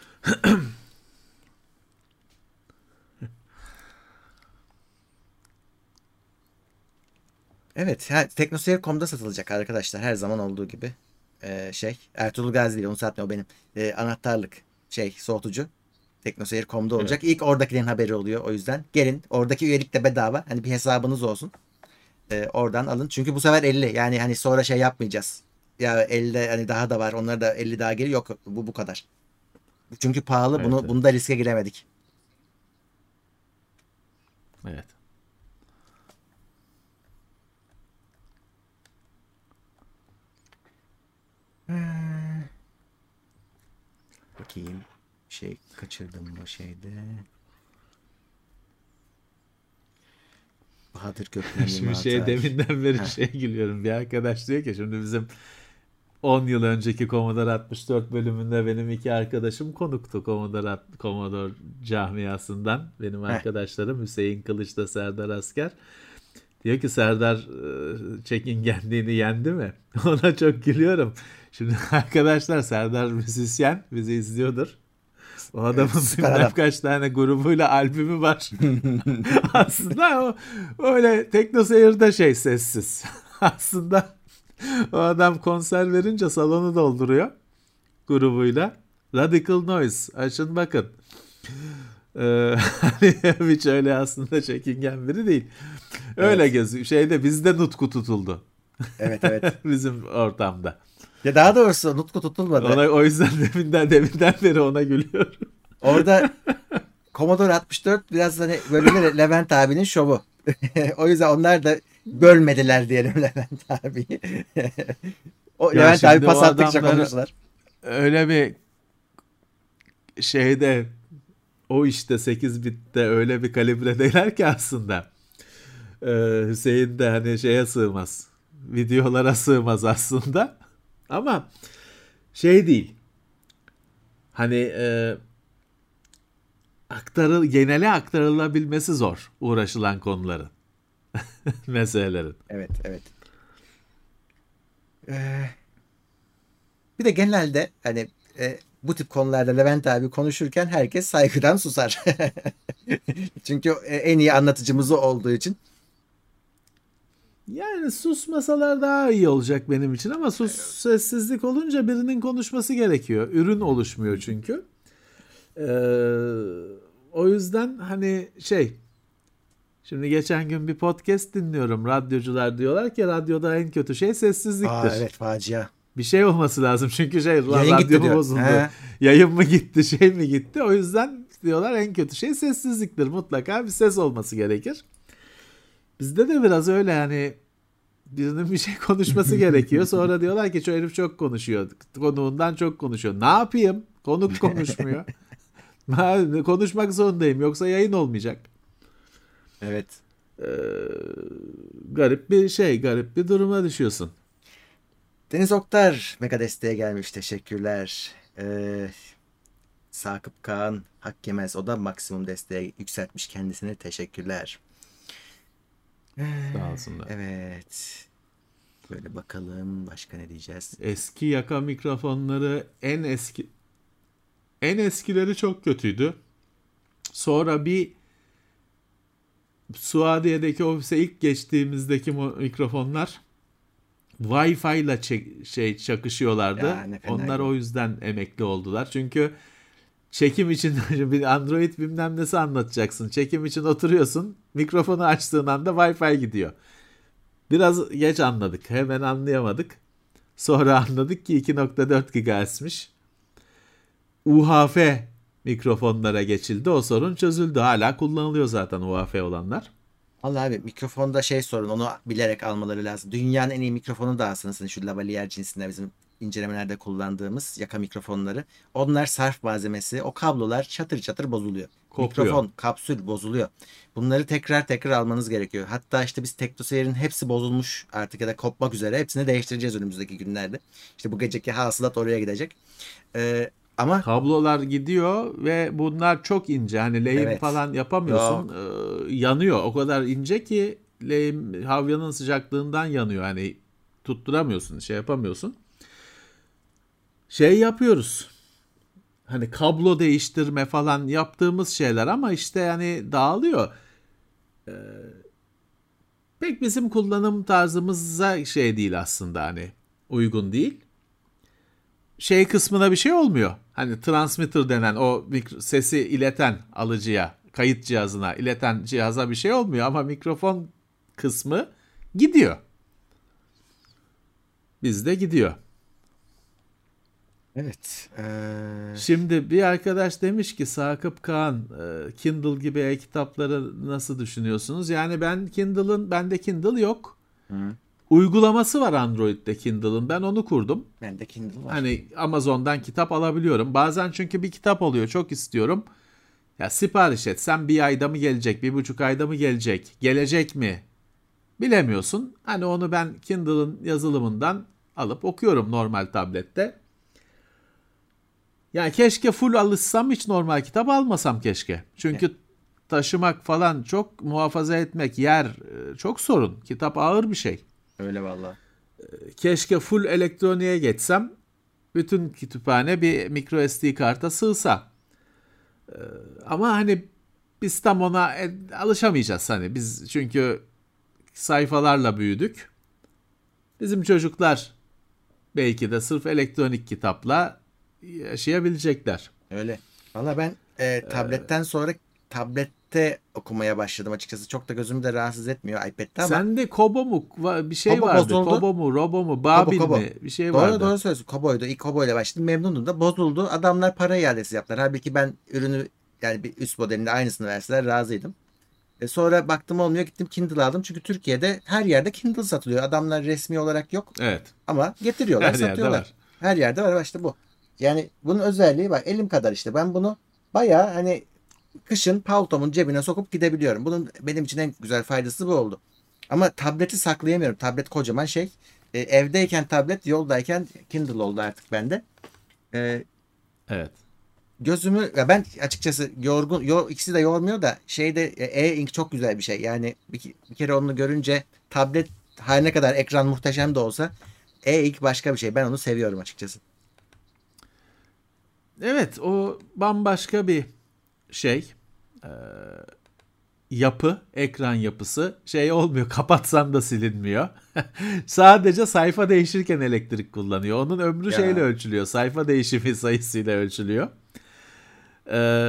Evet, ha, teknoseyir nokta com'da satılacak arkadaşlar her zaman olduğu gibi. Ee, şey, Ertuğrul Gazi değil onu satmıyor o benim. Ee, anahtarlık şey soğutucu teknoseyir nokta com'da olacak. Evet. İlk oradakilerin haberi oluyor o yüzden. Gelin oradaki üyelik de bedava. Hani bir hesabınız olsun. Ee, oradan alın. Çünkü bu sefer elli yani hani sonra şey yapmayacağız. ya elde hani daha da var. Onlar da elli daha geliyor. Yok bu bu kadar. Çünkü pahalı. Evet, Bunu evet. bunda riske giremedik. Evet. Hmm, bakayım. Şey kaçırdım mı şeyde. Bahadır Gökmen Şimdi yirmi altı şey ay. deminden beri Heh, şey gülüyorum. Bir arkadaş diyor ki şimdi bizim on yıl önceki Commodore altmış dört bölümünde benim iki arkadaşım konuktu Commodore, alt- Commodore camiasından. Benim heh. arkadaşlarım Hüseyin Kılıç'ta Serdar Asker. Diyor ki Serdar e, çekingenliğini yendi mi? Ona çok gülüyorum. Şimdi arkadaşlar Serdar müzisyen bizi izliyordur. O Evet, adamın süper bilmem adam. kaç tane grubuyla albümü var. Aslında o öyle Tekno Seyir'de şey sessiz. Aslında o adam konser verince salonu dolduruyor grubuyla. Radical Noise. Açın bakın. Ee, hani hiç öyle aslında çekingen biri değil. Öyle Evet. gözü şeyde bizde nutku tutuldu. Evet evet. Bizim ortamda. Ya daha doğrusu Nutku tutulmadı. Ona o yüzden deminden deminden beri ona gülüyorum. Orada Commodore altmış dört biraz hani böyle bir Levent abinin şovu. O yüzden onlar da bölmediler diyelim Levent abiyi. O Ya Levent abi şimdi o pas attıkça adamlar konuştular. öyle bir şeyde o işte sekiz bitte öyle bir kalibredeler ki aslında. Ee, Hüseyin de hani şeye sığmaz. Videolara sığmaz aslında. Ama şey değil. Hani e, aktarıl genele aktarılabilmesi zor uğraşılan konuların, meselelerin. Evet evet. Ee, bir de genelde hani e, bu tip konularda Levent abi konuşurken herkes saygıdan susar. Çünkü e, en iyi anlatıcımız o olduğu için. Yani susmasalar daha iyi olacak benim için ama sus sessizlik olunca birinin konuşması gerekiyor. Ürün oluşmuyor çünkü. Ee, o yüzden hani şey şimdi geçen gün bir podcast dinliyorum. Radyocular diyorlar ki radyoda en kötü şey Aa sessizliktir. evet facia. Bir şey olması lazım çünkü şey lan Yayın radyo gitti mu diyor. bozuldu? He. Yayın mı gitti? Şey mi gitti? O yüzden diyorlar en kötü şey sessizliktir. Mutlaka bir ses olması gerekir. Bizde de biraz öyle yani birinin bir şey konuşması gerekiyor. Sonra diyorlar ki şu herif çok konuşuyor. Konuğundan çok konuşuyor. Ne yapayım? Konuk konuşmuyor. Ben konuşmak zorundayım yoksa yayın olmayacak. Evet. Ee, garip bir şey, garip bir duruma düşüyorsun. Deniz Oktar mega desteğe gelmiş. Teşekkürler. Ee, Sakıp Kaan Hak Yemez. O da maksimum desteğe yükseltmiş kendisine. Teşekkürler. Ee, Sağ olsunlar. evet. Böyle bakalım. Başka ne diyeceğiz? Eski yaka mikrofonları en eski en eskileri çok kötüydü. Sonra bir Suadiye'deki ofise ilk geçtiğimizdeki mikrofonlar Wi-Fi ile çek- şey çakışıyorlardı. Ya ne Onlar fenaydı. o yüzden emekli oldular. Çünkü çekim için bir Android bilmem nesi anlatacaksın. Çekim için oturuyorsun. Mikrofonu açtığın anda Wi-Fi gidiyor. Biraz geç anladık. Hemen anlayamadık. Sonra anladık ki iki nokta dört gigahertz'miş. U H F mikrofonlara geçildi. O sorun çözüldü. Hala kullanılıyor zaten U H F olanlar. Vallahi abi mikrofonda şey sorun. Onu bilerek almaları lazım. Dünyanın en iyi mikrofonu da aslında şu lavalier cinsinden bizim incelemelerde kullandığımız yaka mikrofonları. Onlar sarf malzemesi. O kablolar çatır çatır bozuluyor. Kopuyor. Mikrofon, kapsül bozuluyor. Bunları tekrar tekrar almanız gerekiyor. Hatta işte biz TeknoSeyir'in hepsi bozulmuş artık ya da kopmak üzere. Hepsini değiştireceğiz önümüzdeki günlerde. İşte bu geceki hasılat oraya gidecek. Ee, ama Kablolar gidiyor ve bunlar çok ince. Hani lehim evet. falan yapamıyorsun. Yok. Ee, yanıyor. O kadar ince ki lehim havyanın sıcaklığından yanıyor. Hani tutturamıyorsun, şey yapamıyorsun. Şey yapıyoruz. Hani kablo değiştirme falan yaptığımız şeyler ama işte yani dağılıyor. Pek bizim kullanım tarzımıza şey değil aslında hani uygun değil. Şey kısmına bir şey olmuyor. Hani transmitter denen o sesi ileten alıcıya, kayıt cihazına ileten cihaza bir şey olmuyor ama mikrofon kısmı gidiyor. Bizde gidiyor. Evet. Ee... Şimdi bir arkadaş demiş ki Sakıp Kağan, Kindle gibi e-kitapları nasıl düşünüyorsunuz? Yani ben Kindle'ın, bende Kindle yok. Hı. Uygulaması var Android'de Kindle'ın. Ben onu kurdum. Bende Kindle var. Hani Amazon'dan kitap alabiliyorum. Bazen çünkü bir kitap oluyor, çok istiyorum. Ya sipariş etsem bir ayda mı gelecek, bir buçuk ayda mı gelecek, gelecek mi bilemiyorsun. Hani onu ben Kindle'ın yazılımından alıp okuyorum normal tablette. Yani keşke full alışsam, hiç normal kitap almasam keşke. Çünkü taşımak falan, çok muhafaza etmek, yer çok sorun. Kitap ağır bir şey. Öyle valla. Keşke full elektroniğe geçsem, bütün kütüphane bir micro S D karta sığsa. Ama hani biz tam ona alışamayacağız hani. Biz çünkü sayfalarla büyüdük. Bizim çocuklar belki de sırf elektronik kitapla yaşayabilecekler. Öyle. Valla ben e, tabletten sonra tablette okumaya başladım açıkçası. Çok da gözümü de rahatsız etmiyor iPad'de ama. Sende Kobo mu bir şey Kobo vardı? bozuldu. Kobo mu, Robo mu, Babil Kobo, Kobo. mi bir şey Doğru, vardı. doğru söylüyorsun. Kobo'ydu. İlk Kobo ile başladım. Memnundum da bozuldu. Adamlar para iadesi yaptılar. Halbuki ben ürünü, yani bir üst modelinde aynısını verseler razıydım. E sonra baktım olmuyor, gittim Kindle aldım. Çünkü Türkiye'de her yerde Kindle satılıyor. Adamlar resmi olarak yok. Evet. Ama getiriyorlar, Her satıyorlar. yerde var. Her yerde var. İşte bu. Yani bunun özelliği bak, elim kadar işte. Ben bunu bayağı hani kışın paltomun cebine sokup gidebiliyorum. Bunun benim için en güzel faydası bu oldu. Ama tableti saklayamıyorum. Tablet kocaman şey. E, evdeyken tablet, yoldayken Kindle oldu artık bende. E, Evet. Gözümü, ya ben açıkçası yorgun, yor, ikisi de yormuyor da şeyde e, e-ink çok güzel bir şey. Yani bir, bir kere onu görünce, tablet her ne kadar ekran muhteşem de olsa e-ink başka bir şey. Ben onu seviyorum açıkçası. Evet, o bambaşka bir şey. Ee, yapı, ekran yapısı şey olmuyor. Kapatsan da silinmiyor. Sadece sayfa değişirken elektrik kullanıyor. Onun ömrü Ya. şeyle ölçülüyor. Sayfa değişimi sayısıyla ölçülüyor. Ee,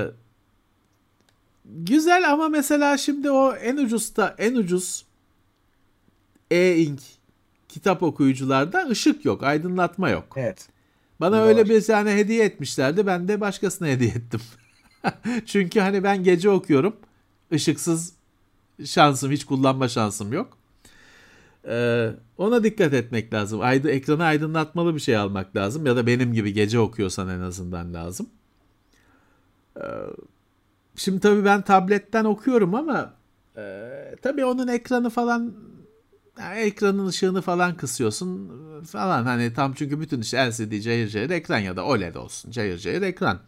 güzel ama mesela şimdi o en ucuzda, en ucuz e-ink kitap okuyucularda ışık yok, aydınlatma yok. Evet. Bana Bunda öyle var. bir tane hediye etmişlerdi. Ben de başkasına hediye ettim. Çünkü hani ben gece okuyorum. Işıksız şansım, hiç kullanma şansım yok. Ee, ona dikkat etmek lazım. Aydı, ekranı aydınlatmalı bir şey almak lazım. Ya da benim gibi gece okuyorsan en azından lazım. Ee, şimdi tabii ben tabletten okuyorum ama e, tabii onun ekranı falan, yani ekranın ışığını falan kısıyorsun falan. Hani tam, çünkü bütün işte L C D cayır cayır ekran ya da O L E D olsun cayır cayır ekran.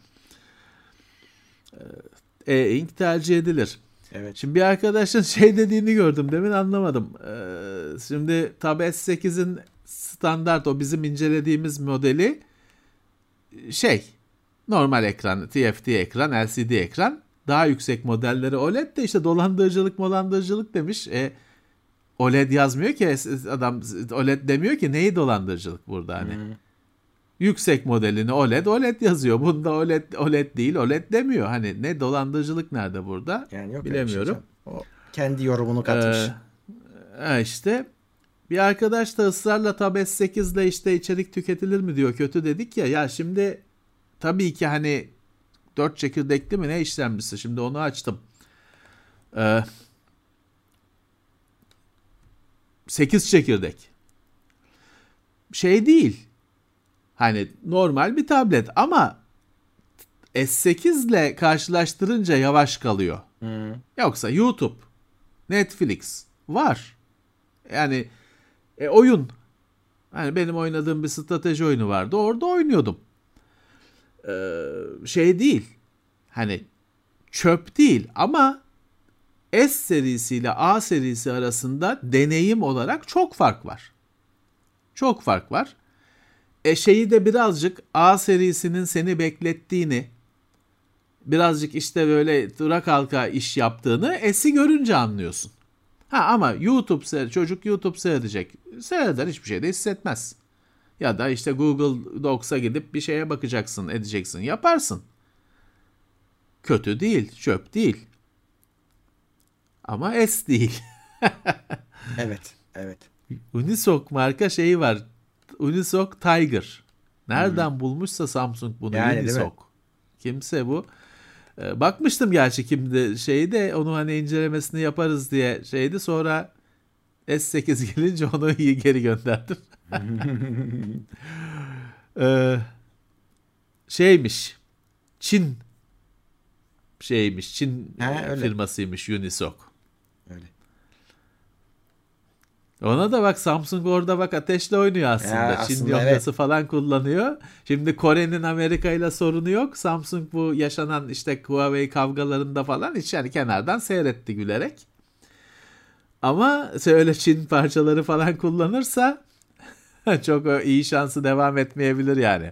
E-ink tercih edilir. Evet. Şimdi bir arkadaşın şey dediğini gördüm demin, anlamadım. Ee, şimdi Tab S sekizin standart, o bizim incelediğimiz modeli şey, normal ekran, T F T ekran, L C D ekran. Daha yüksek modelleri O L E D de işte dolandırıcılık dolandırıcılık demiş. E, O L E D yazmıyor ki adam, O L E D demiyor ki, neyi dolandırıcılık burada hani. Hmm. Yüksek modelini O L E D, O L E D yazıyor. Bunda O L E D, O L E D değil, O L E D demiyor. Hani ne dolandırıcılık nerede burada? Yani yok, bilemiyorum. Şey, o kendi yorumunu katmış. Ee, işte bir arkadaş da ısrarla Tab S sekiz ile işte içerik tüketilir mi diyor. Kötü dedik ya. Ya şimdi tabii ki hani dört çekirdekli mi ne işlemcisi? Şimdi onu açtım. Ee, sekiz çekirdek. Şey değil. Hani normal bir tablet ama S sekiz ile karşılaştırınca yavaş kalıyor. Hmm. Yoksa YouTube, Netflix var. Yani e, oyun. Hani benim oynadığım bir strateji oyunu vardı. Orada oynuyordum. Ee, şey değil. Hani çöp değil ama S serisi ile A serisi arasında deneyim olarak çok fark var. Çok fark var. E şeyi de birazcık, A serisinin seni beklettiğini, birazcık işte böyle dura kalka iş yaptığını S'i görünce anlıyorsun. Ha ama YouTube seyred, çocuk YouTube seyredecek. Seyreder, hiçbir şey de hissetmez. Ya da işte Google Docs'a gidip bir şeye bakacaksın, edeceksin, yaparsın. Kötü değil, çöp değil. Ama S değil. Evet, evet. Unisoc marka şeyi var. Unisoc Tiger Nereden Hmm. bulmuşsa Samsung bunu, Yani değil mi? Unisoc. Kimse bu. Ee, bakmıştım gerçi kimdi şeyi de, onu hani incelemesini yaparız diye şeydi, sonra S sekiz gelince onu geri gönderdim. Ee, şeymiş. Çin şeymiş. Çin Ha e, öyle. firmasıymış Unisoc. Öyle. Ona da bak, Samsung orada bak ateşle oynuyor Ya aslında. Çin aslında evet. yongası falan kullanıyor. Şimdi Kore'nin Amerika ile sorunu yok. Samsung bu yaşanan işte Huawei kavgalarında falan hiç yani kenardan seyretti gülerek. Ama öyle Çin parçaları falan kullanırsa çok iyi şansı devam etmeyebilir yani.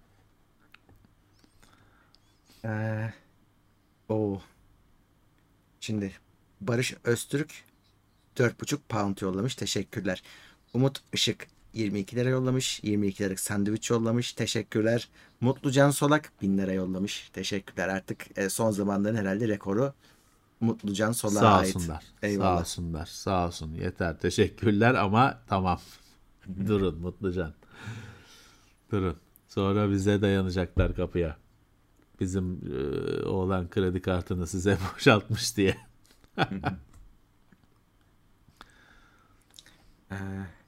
Ee, o Şimdi Barış Öztürk dört buçuk pound yollamış. Teşekkürler. Umut Işık yirmi iki lira yollamış. yirmi iki liralık sandviç yollamış. Teşekkürler. Mutlucan Solak bin lira yollamış. Teşekkürler. Artık e, son zamanların herhalde rekoru Mutlucan Solak'a Sağ ait. olsunlar. Sağ Eyvallah. olsunlar. Sağ olsun. Yeter. Teşekkürler ama tamam. Durun Mutlucan. Durun. Sonra bize dayanacaklar kapıya. Bizim e, oğlan kredi kartını size boşaltmış diye. Ee,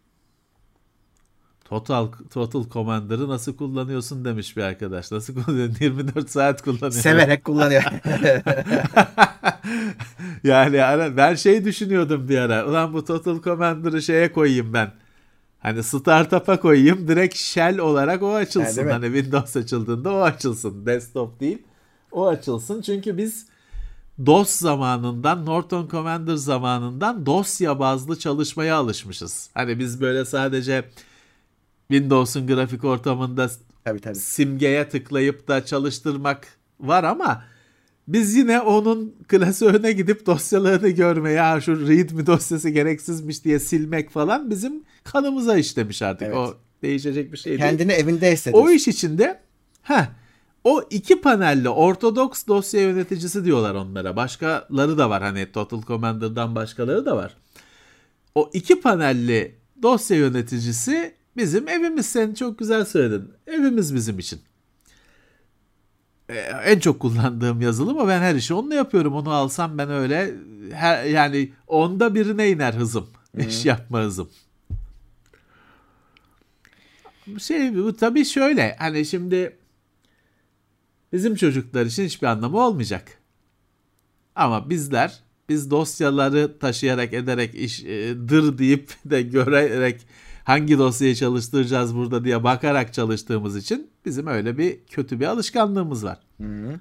Total Total Commander'ı nasıl kullanıyorsun demiş bir arkadaş. Nasıl kullanıyorsun? yirmi dört saat kullanıyorum. severek kullanıyor. Yani ara, ben şey düşünüyordum bir ara. Ulan bu Total Commander'ı şeye koyayım ben. Hani startup'a koyayım. Direkt shell olarak o Ha, değil açılsın. mi? Hani Windows açıldığında o açılsın. Desktop değil. O açılsın. Çünkü biz DOS zamanından, Norton Commander zamanından dosya bazlı çalışmaya alışmışız. Hani biz böyle sadece Windows'un grafik ortamında Tabii tabii. simgeye tıklayıp da çalıştırmak var ama biz yine onun klasörüne gidip dosyalarını görmeye, ya şu readme dosyası gereksizmiş diye silmek falan bizim kanımıza işlemiş artık. Evet. O değişecek bir şey değil. Kendini evinde O hissediyorsun. iş içinde heh, o iki panelli ortodoks dosya yöneticisi diyorlar onlara. Başkaları da var, hani Total Commander'dan başkaları da var. O iki panelli dosya yöneticisi bizim evimiz. Sen çok güzel söyledin. Evimiz bizim için. Ee, en çok kullandığım yazılım o. Ben her işi onunla yapıyorum. Onu alsam ben öyle her, yani onda birine iner hızım. İş Hı. yapma hızım. Şey bu tabii şöyle. Hani şimdi bizim çocuklar için hiçbir anlamı olmayacak. Ama bizler, biz dosyaları taşıyarak ederek iş e, dır deyip de görerek hangi dosyayı çalıştıracağız burada diye bakarak çalıştığımız için bizim öyle bir kötü bir alışkanlığımız var. Hı.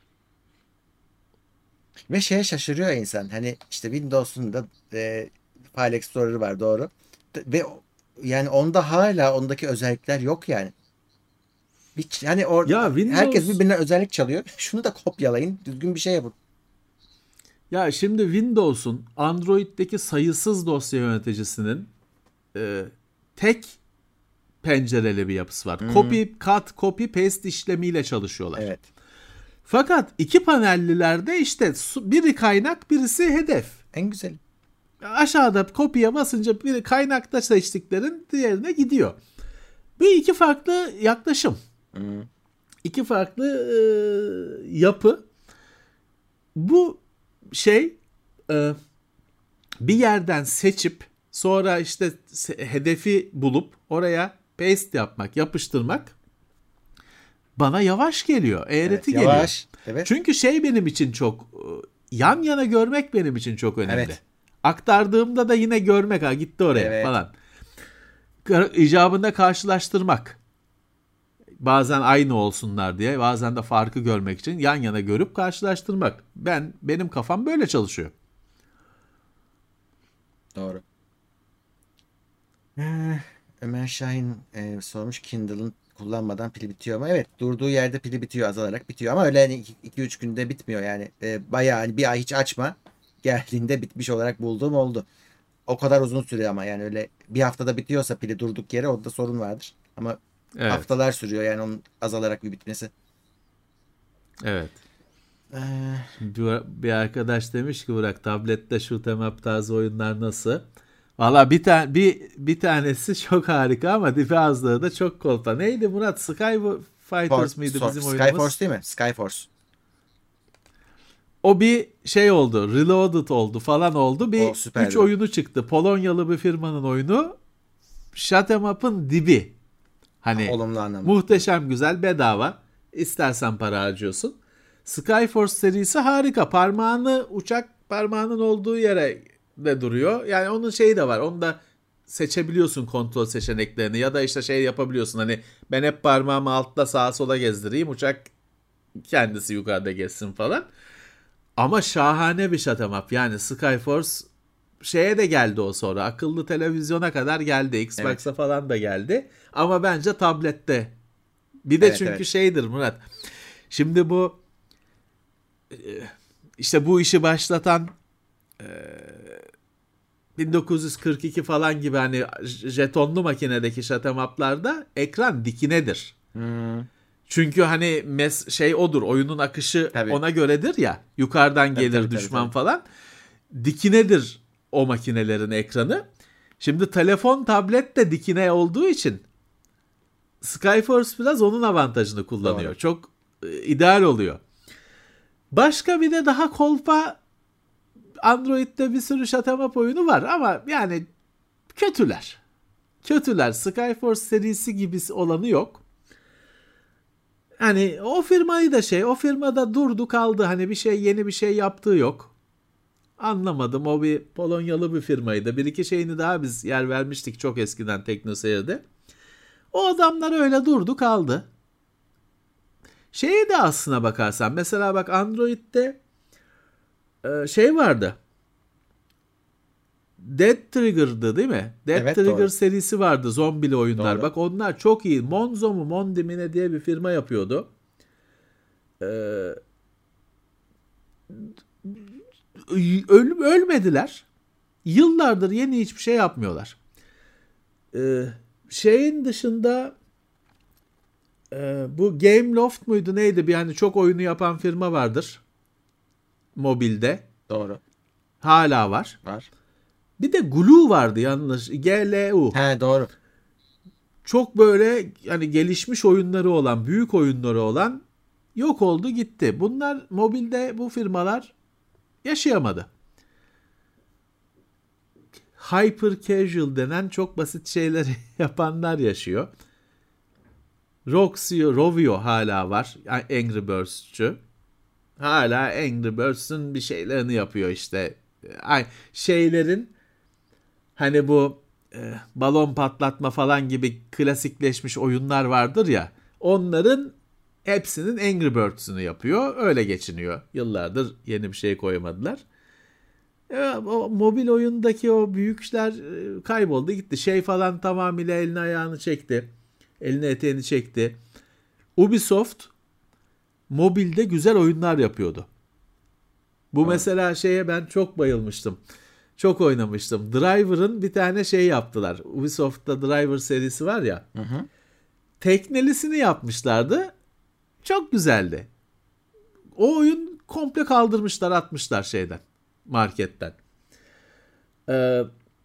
Ve şeye şaşırıyor insan. Hani işte Windows'un da e, File Explorer var, doğru. Ve o- yani onda hala ondaki özellikler yok yani. Bir, hani Ya orada herkes Windows birbirine özellik çalıyor. Şunu da kopyalayın. Düzgün bir şey yapın. ya şimdi Windows'un Android'deki sayısız dosya yöneticisinin e, tek pencereli bir yapısı var. Hmm, Copy, cut, copy, paste işlemiyle çalışıyorlar. evet. Fakat iki panellilerde işte biri kaynak, birisi hedef. En güzeli. Aşağıda kopya basınca biri kaynakta seçtiklerin diğerine gidiyor. Bu iki farklı yaklaşım. Hmm. İki farklı e, yapı. Bu şey e, bir yerden seçip sonra işte hedefi bulup oraya paste yapmak, yapıştırmak bana yavaş geliyor, Evet. eğreti geliyor. Yavaş. Evet. Çünkü şey benim için çok e, yan yana görmek benim için çok önemli. Evet. Aktardığımda da yine görmek, ha gitti oraya Evet. falan. Ka- icabında karşılaştırmak. Bazen aynı olsunlar diye, bazen de farkı görmek için yan yana görüp karşılaştırmak. Ben benim kafam böyle çalışıyor. Doğru. Eh, Ömer Şahin e, sormuş, Kindle'ın kullanmadan pili bitiyor mu? Evet, durduğu yerde pili bitiyor, azalarak bitiyor ama öyle hani iki üç günde bitmiyor yani. E, bayağı hani bir ay hiç açma, geldiğinde bitmiş olarak bulduğum oldu. O kadar uzun sürüyor ama yani öyle bir haftada bitiyorsa pili durduk yere, orada sorun vardır. Ama Evet. haftalar sürüyor yani onun azalarak bir bitmesi. Evet. Eh, Bir bir arkadaş demiş ki, Burak tablette shoot 'em up tarzı oyunlar nasıl? Valla bir tane bir bir tanesi çok harika ama bazıları da çok kolpa. Neydi Murat? Sky Fighters mıydı For, bizim Sky oyunumuz? Force değil mi? Sky Force. O bir şey oldu. Reloaded oldu falan oldu. Bir üç süperdi. oyunu çıktı. Polonyalı bir firmanın oyunu. Shut 'em up'ın dibi. Hani Olumlu anlamda. muhteşem güzel bedava. İstersen para harcıyorsun. Skyforce serisi harika. Parmağını uçak parmağının olduğu yere de duruyor. Yani onun şeyi de var. Onu da seçebiliyorsun kontrol seçeneklerini ya da işte şey yapabiliyorsun. Hani ben hep parmağımı altta sağa sola gezdireyim. Uçak kendisi yukarıda gezsin falan. Ama şahane bir shut 'em up. Yani Skyforce şeye de geldi o sonra. Akıllı televizyona kadar geldi. Xbox'a evet. falan da geldi. Ama bence tablette. Bir de evet, çünkü evet. şeydir Murat. Şimdi bu işte bu işi başlatan bin dokuz yüz kırk iki falan gibi hani jetonlu makinedeki shut 'em up'larda ekran dikinedir. Hmm. Çünkü hani mes şey odur. Oyunun akışı tabii. ona göredir ya. Yukarıdan gelir tabii, tabii, düşman tabii, tabii. falan. Dikinedir o makinelerin ekranı. Şimdi telefon, tablet de dikine olduğu için Skyforce biraz onun avantajını kullanıyor. Doğru. Çok e, ideal oluyor. Başka bir de daha kolpa Android'de bir sürü shut 'em up oyunu var ama yani kötüler. Kötüler. Skyforce serisi gibisi olanı yok. Hani o firmayı da şey, o firmada durdu kaldı. Hani bir şey yeni bir şey yaptığı yok. Anlamadım. O bir Polonyalı bir firmaydı. Bir iki şeyini daha biz yer vermiştik çok eskiden TeknoSeyir'de. O adamlar öyle durdu kaldı. Şeye de aslına bakarsan mesela bak Android'de şey vardı. Dead Trigger'dı değil mi? Dead evet, Trigger doğru. serisi vardı zombili oyunlar. Doğru. Bak onlar çok iyi. Monzo mu Mondi mi ne diye bir firma yapıyordu. Ee, öl ölmediler. Yıllardır yeni hiçbir şey yapmıyorlar. Ee, şeyin dışında e, bu Gameloft muydu neydi? Bir hani çok oyunu yapan firma vardır. Mobilde. Doğru. Hala var. Var. Bir de Glue vardı yanlış. G L U. He doğru. Çok böyle hani gelişmiş oyunları olan, büyük oyunları olan yok oldu gitti. Bunlar mobilde bu firmalar yaşayamadı. Hyper casual denen çok basit şeyleri yapanlar yaşıyor. Roxio, Rovio hala var. Angry Birds'çü. Hala Angry Birds'ün bir şeylerini yapıyor işte. Ay şeylerin hani bu e, balon patlatma falan gibi klasikleşmiş oyunlar vardır ya. Onların hepsinin Angry Birds'ünü yapıyor. Öyle geçiniyor. Yıllardır yeni bir şey koymadılar. E, o mobil oyundaki o büyük işler e, kayboldu gitti. Şey falan tamamıyla elini ayağını çekti. Elini eteğini çekti. Ubisoft mobilde güzel oyunlar yapıyordu. Bu evet. mesela şeye ben çok bayılmıştım. Çok oynamıştım. Driver'ın bir tane şey yaptılar. Ubisoft'ta Driver serisi var ya. Hı hı. Teknelisini yapmışlardı. Çok güzeldi. O oyun komple kaldırmışlar, atmışlar şeyden. Marketten. Ee,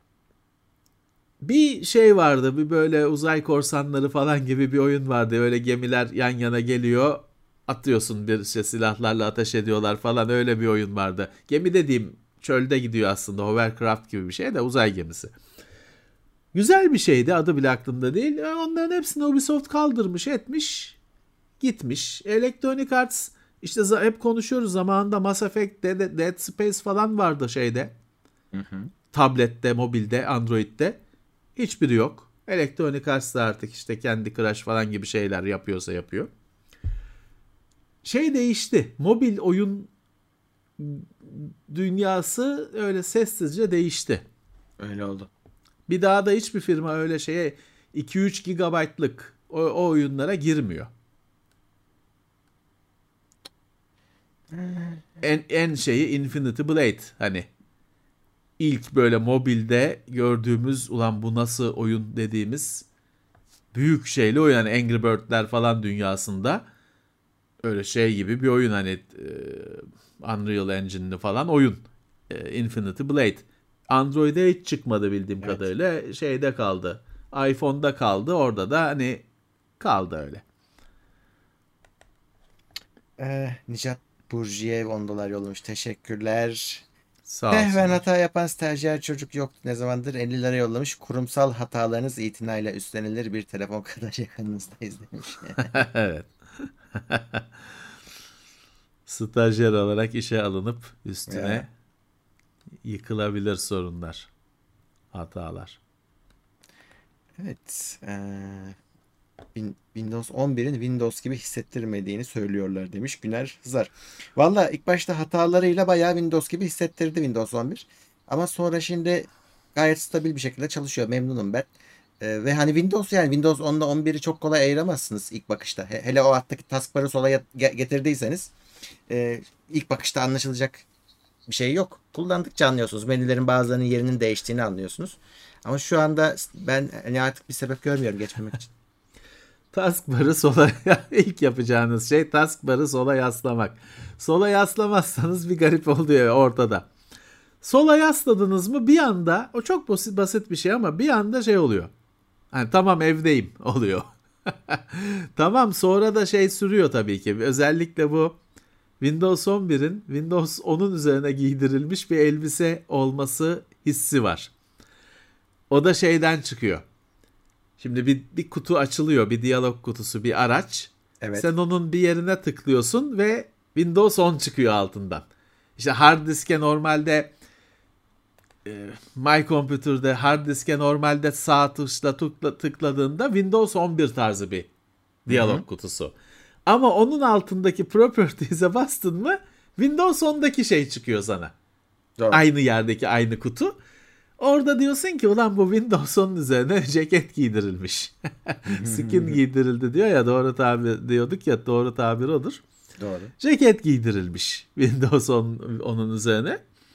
bir şey vardı. Bir böyle uzay korsanları falan gibi bir oyun vardı. Öyle gemiler yan yana geliyor. Atıyorsun bir şey silahlarla ateş ediyorlar falan. Öyle bir oyun vardı. Gemi dediğim çölde gidiyor aslında. Hovercraft gibi bir şey de uzay gemisi. Güzel bir şeydi. Adı bile aklımda değil. Onların hepsini Ubisoft kaldırmış etmiş. Gitmiş. Electronic Arts işte hep konuşuyoruz. Zamanında Mass Effect, Dead, Dead Space falan vardı şeyde. Hı hı. Tablette, mobilde, Android'de. Hiçbiri yok. Electronic Arts da artık işte kendi Crash falan gibi şeyler yapıyorsa yapıyor. Şey değişti. Mobil oyun dünyası öyle sessizce değişti. Öyle oldu. Bir daha da hiçbir firma öyle şeye iki üç gigabaytlık o, o oyunlara girmiyor. En, en şeyi Infinity Blade hani ilk böyle mobilde gördüğümüz ulan bu nasıl oyun dediğimiz büyük şeyli oyun yani Angry Birds'ler falan dünyasında öyle şey gibi bir oyun hani e, Unreal Engine'li falan oyun e, Infinity Blade Android'e hiç çıkmadı bildiğim Evet. kadarıyla. Şeyde kaldı. iPhone'da kaldı. Orada da hani kaldı öyle. Ee, Nicat Burjiyev on dolar yollamış. Teşekkürler. Sağ Sehven olsunlar. hata yapan stajyer çocuk yoktu ne zamandır elli lira yollamış. Kurumsal hatalarınız itinayla üstlenilir bir telefon kadar yakınınızdayız demiş. Evet. Stajyer olarak işe alınıp üstüne Ya, yıkılabilir sorunlar, hatalar. evet. Ee, Win- Windows on birin Windows gibi hissettirmediğini söylüyorlar demiş Güner Hızar. Valla ilk başta hatalarıyla bayağı Windows gibi hissettirdi Windows on bir. Ama sonra şimdi gayet stabil bir şekilde çalışıyor. Memnunum ben. Ee, ve hani Windows yani Windows on ile on biri çok kolay ayıramazsınız ilk bakışta. He- hele o alttaki taskbar'ı sola ya- ge- getirdiyseniz e, ilk bakışta anlaşılacak bir şey yok. Kullandıkça anlıyorsunuz. Menülerin bazılarının yerinin değiştiğini anlıyorsunuz. Ama şu anda ben hani artık bir sebep görmüyorum geçmemek için. Taskbar'ı sola ilk yapacağınız şey taskbar'ı sola yaslamak. Sola yaslamazsanız bir garip oluyor ortada. Sola yasladınız mı bir anda o çok basit basit bir şey ama bir anda şey oluyor. Hani tamam evdeyim oluyor. Tamam sonra da şey sürüyor tabii ki. Özellikle bu Windows on birin Windows onun üzerine giydirilmiş bir elbise olması hissi var. O da şeyden çıkıyor. Şimdi bir, bir kutu açılıyor, bir diyalog kutusu, bir araç. Evet. Sen onun bir yerine tıklıyorsun ve Windows on çıkıyor altından. İşte hard diske normalde e, My Computer'da hard diske normalde sağ tuşla tıkla, tıkladığında Windows on bir tarzı bir Hı hı. diyalog kutusu. Ama onun altındaki Properties'e bastın mı Windows ondaki şey çıkıyor sana. Doğru. Aynı yerdeki aynı kutu. Orada diyorsun ki ulan bu Windows onun üzerine ceket giydirilmiş. Skin giydirildi diyor ya doğru tabir diyorduk ya doğru tabir odur. Doğru. Ceket giydirilmiş Windows on, onun üzerine.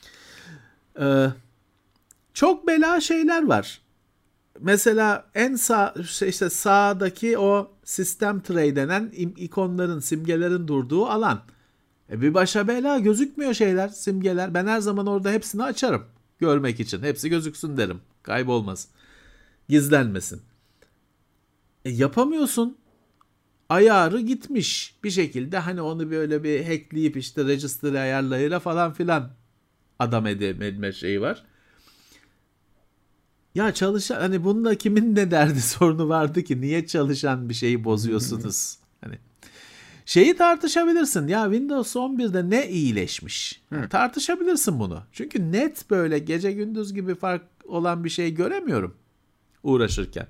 Ee, çok bela şeyler var. Mesela en sağ işte sağdaki o sistem tray denen ikonların, simgelerin durduğu alan. E bir başa bela gözükmüyor şeyler, simgeler. Ben her zaman orada hepsini açarım görmek için. Hepsi gözüksün derim. Kaybolmasın. Gizlenmesin. E yapamıyorsun. Ayarı gitmiş. Bir şekilde hani onu böyle bir hackleyip işte register ayarlarıyla falan filan adam edeme şeyi var. Ya çalışan hani bununla kimin ne derdi sorunu vardı ki niye çalışan bir şeyi bozuyorsunuz? Hani şeyi tartışabilirsin ya Windows on birde ne iyileşmiş? Yani tartışabilirsin bunu. Çünkü net böyle gece gündüz gibi fark olan bir şey göremiyorum uğraşırken.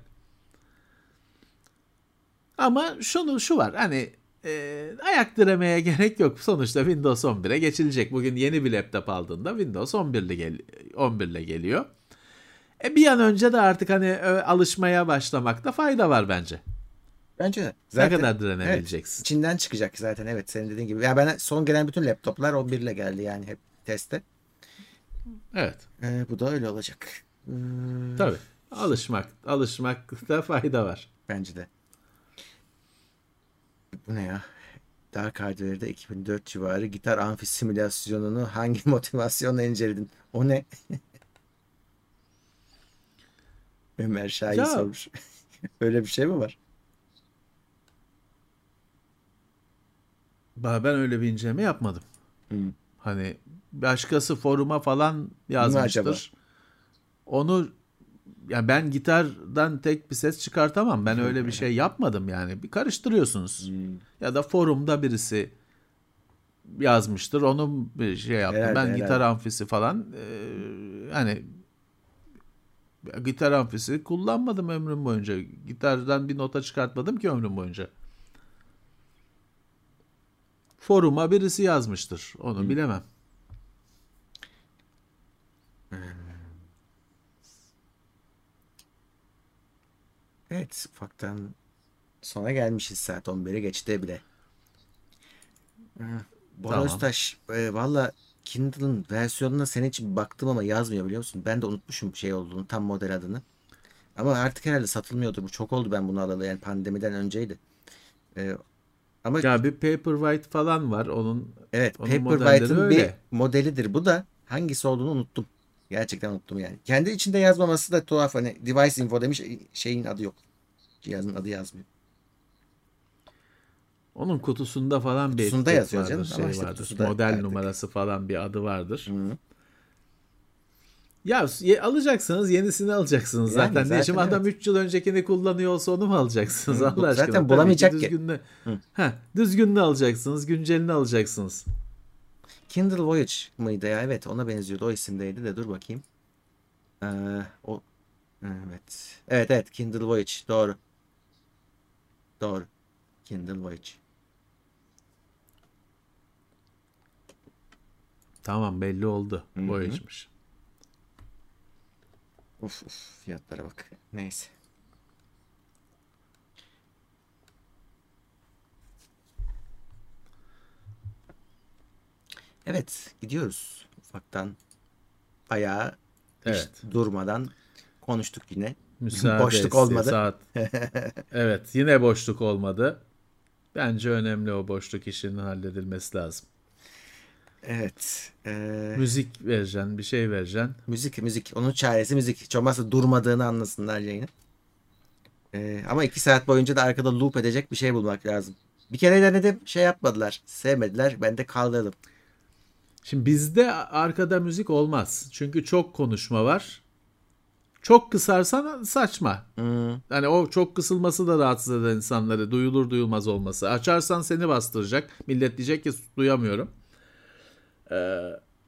Ama şunu şu var hani e, ayak diremeye gerek yok. Sonuçta Windows on bire geçilecek. Bugün yeni bir laptop aldığında Windows on bir ile gel on bir ile geliyor. E bir an önce de artık hani ö, alışmaya başlamakta fayda var bence. Bence de. Ne Zaten kadar evet. direnebileceksin? İçinden çıkacak zaten evet senin dediğin gibi. Ya ben son gelen bütün laptoplar on bir ile geldi yani hep teste. Evet. Ee, bu da öyle olacak. Hmm, Tabii. Alışmak, alışmakta fayda var. bence de. Bu ne ya? Dark Harder'de iki bin dört civarı gitar amfi simülasyonunu hangi motivasyonla inceledin? O ne? Ömer Şahin Ya sormuş. Öyle bir şey mi var? ben öyle bir inceleme yapmadım. Hmm. Hani başkası foruma falan Mi acaba? yazmıştır. Onu ya ben gitardan tek bir ses çıkartamam. Ben öyle bir şey yapmadım yani. Bir karıştırıyorsunuz. Hmm. Ya da forumda birisi yazmıştır. Onu bir şey yaptım. Herhalde Ben gitar herhalde. amfisi falan e, hani gitar amfisi kullanmadım ömrüm boyunca. Gitardan bir nota çıkartmadım ki ömrüm boyunca. Foruma birisi yazmıştır. Onu Hmm. bilemem. Evet ufaktan sona gelmişiz saat on biri geçti bile. Ha, Bora Tamam. Öztaş e, valla Kindle'ın versiyonuna senin için baktım ama yazmıyor biliyor musun? Ben de unutmuşum şey olduğunu tam model adını. Ama artık herhalde satılmıyordur. Bu çok oldu ben bunu alalı yani pandemiden önceydi. E, ama Ya bir Paperwhite falan var. Onun evet onun modelleri Paperwhite'ın bir öyle. modelidir bu da hangisi olduğunu unuttum. Gerçekten unuttum yani. Kendi içinde yazmaması da tuhaf. Hani device info demiş, şeyin adı yok. Cihazın adı yazmıyor. Onun kutusunda falan Kutusunda bir yazıyor etiket canım. vardır, Ama şey işte vardır. kutusu da Model artık. numarası falan bir adı vardır. Hı. Ya ye- alacaksınız, yenisini alacaksınız Yani zaten. Ne şimdi zaten adam evet. üç yıl öncekini kullanıyor olsa onu mu alacaksınız Hı, Allah bu aşkına? zaten Tabii ki bulamayacak ki. düzgününü. Hı. Heh, düzgününü alacaksınız, güncelini alacaksınız. Kindle Voyage mıydı ya? Evet, ona benziyordu. O isimdeydi de dur bakayım. Ee, o evet. Evet evet, Kindle Voyage. Doğru. Doğru. Kindle Voyage. Tamam, belli oldu. Hı hı. Voyage'miş. Uf uf, fiyatlara bak. Neyse. Evet, gidiyoruz ufaktan. Bayağı hiç Evet. durmadan konuştuk yine. Müsaade Boşluk iste olmadı. saat. Evet, yine boşluk olmadı. Bence önemli, o boşluk işinin halledilmesi lazım. Evet. Ee, Müzik vereceksin, bir şey vereceksin. müzik müzik. Onun çaresi müzik. Hiç olmazsa durmadığını anlasınlar yayını. Ee, ama iki saat boyunca da arkada loop edecek bir şey bulmak lazım. Bir kere denedim, şey yapmadılar. Sevmediler. Ben de kaldırdım. Şimdi bizde arkada müzik olmaz. Çünkü çok konuşma var. Çok kısarsan saçma. Hmm, Yani o çok kısılması da rahatsız eden insanları, duyulur duyulmaz olması. Açarsan seni bastıracak. Millet diyecek ki duyamıyorum. Ee,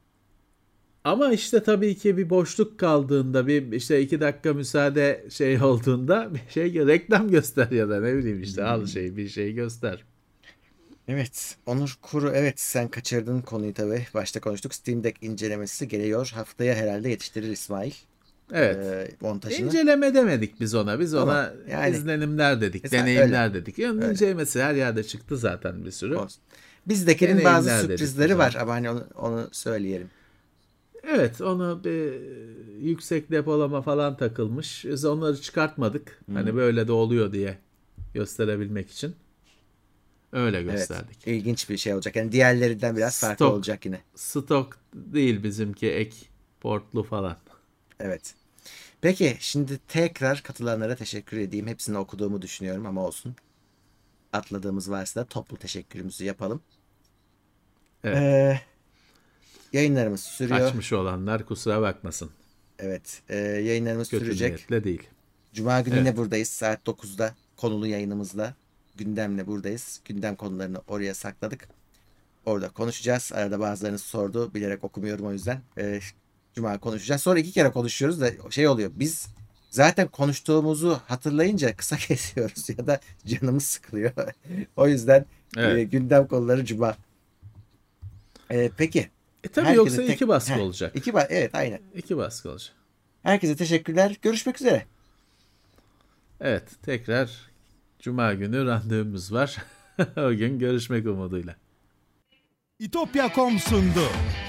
ama işte tabii ki bir boşluk kaldığında, bir işte iki dakika müsaade şey olduğunda bir şey reklam göster ya da ne bileyim işte al şey bir şey göster. evet. Onur Kuru, evet, sen kaçırdın konuyu tabii. Başta konuştuk. Steam Deck incelemesi geliyor. Haftaya herhalde yetiştirir İsmail. Evet. Ee, montajını. İnceleme demedik biz ona. Biz Tamam. ona Yani izlenimler dedik, mesela öyle. deneyimler dedik. Yani Öyle. incelemesi her yerde çıktı zaten bir sürü. Olsun. Bizdekinin bazı Deneyimler dedik biz sürprizleri var ona. ama hani onu, onu söyleyelim. Evet, onu bir yüksek depolama falan takılmış. Biz onları çıkartmadık. Hani Hı. böyle de oluyor diye gösterebilmek için. Öyle Evet. gösterdik. İlginç bir şey olacak. Yani diğerlerinden biraz farklı Stok olacak yine. stok değil bizimki, ek portlu falan. Evet. Peki şimdi tekrar katılanlara teşekkür edeyim. Hepsini okuduğumu düşünüyorum ama olsun. Atladığımız varsa da toplu teşekkürümüzü yapalım. Evet. Ee, yayınlarımız sürüyor. Kaçmış olanlar kusura bakmasın. Evet. E, yayınlarımız Kötü sürecek. niyetle değil. Cuma günü Evet. yine buradayız. Saat dokuzda konulu yayınımızla. Gündemle buradayız. Gündem konularını oraya sakladık. Orada konuşacağız. Arada bazılarınız sordu. Bilerek okumuyorum o yüzden. Ee, Cuma konuşacağız. Sonra iki kere konuşuyoruz da şey oluyor. Biz zaten konuştuğumuzu hatırlayınca kısa kesiyoruz ya da canımız sıkılıyor. O yüzden e, Evet. gündem konuları Cuma. E, peki. E tabii Herkese yoksa tek... iki baskı Heh, olacak. iki ba- evet aynen. İki baskı olacak. Herkese teşekkürler. Görüşmek üzere. Evet, tekrar Cuma günü randevumuz var. O gün görüşmek umuduyla. İtopya nokta com sundu.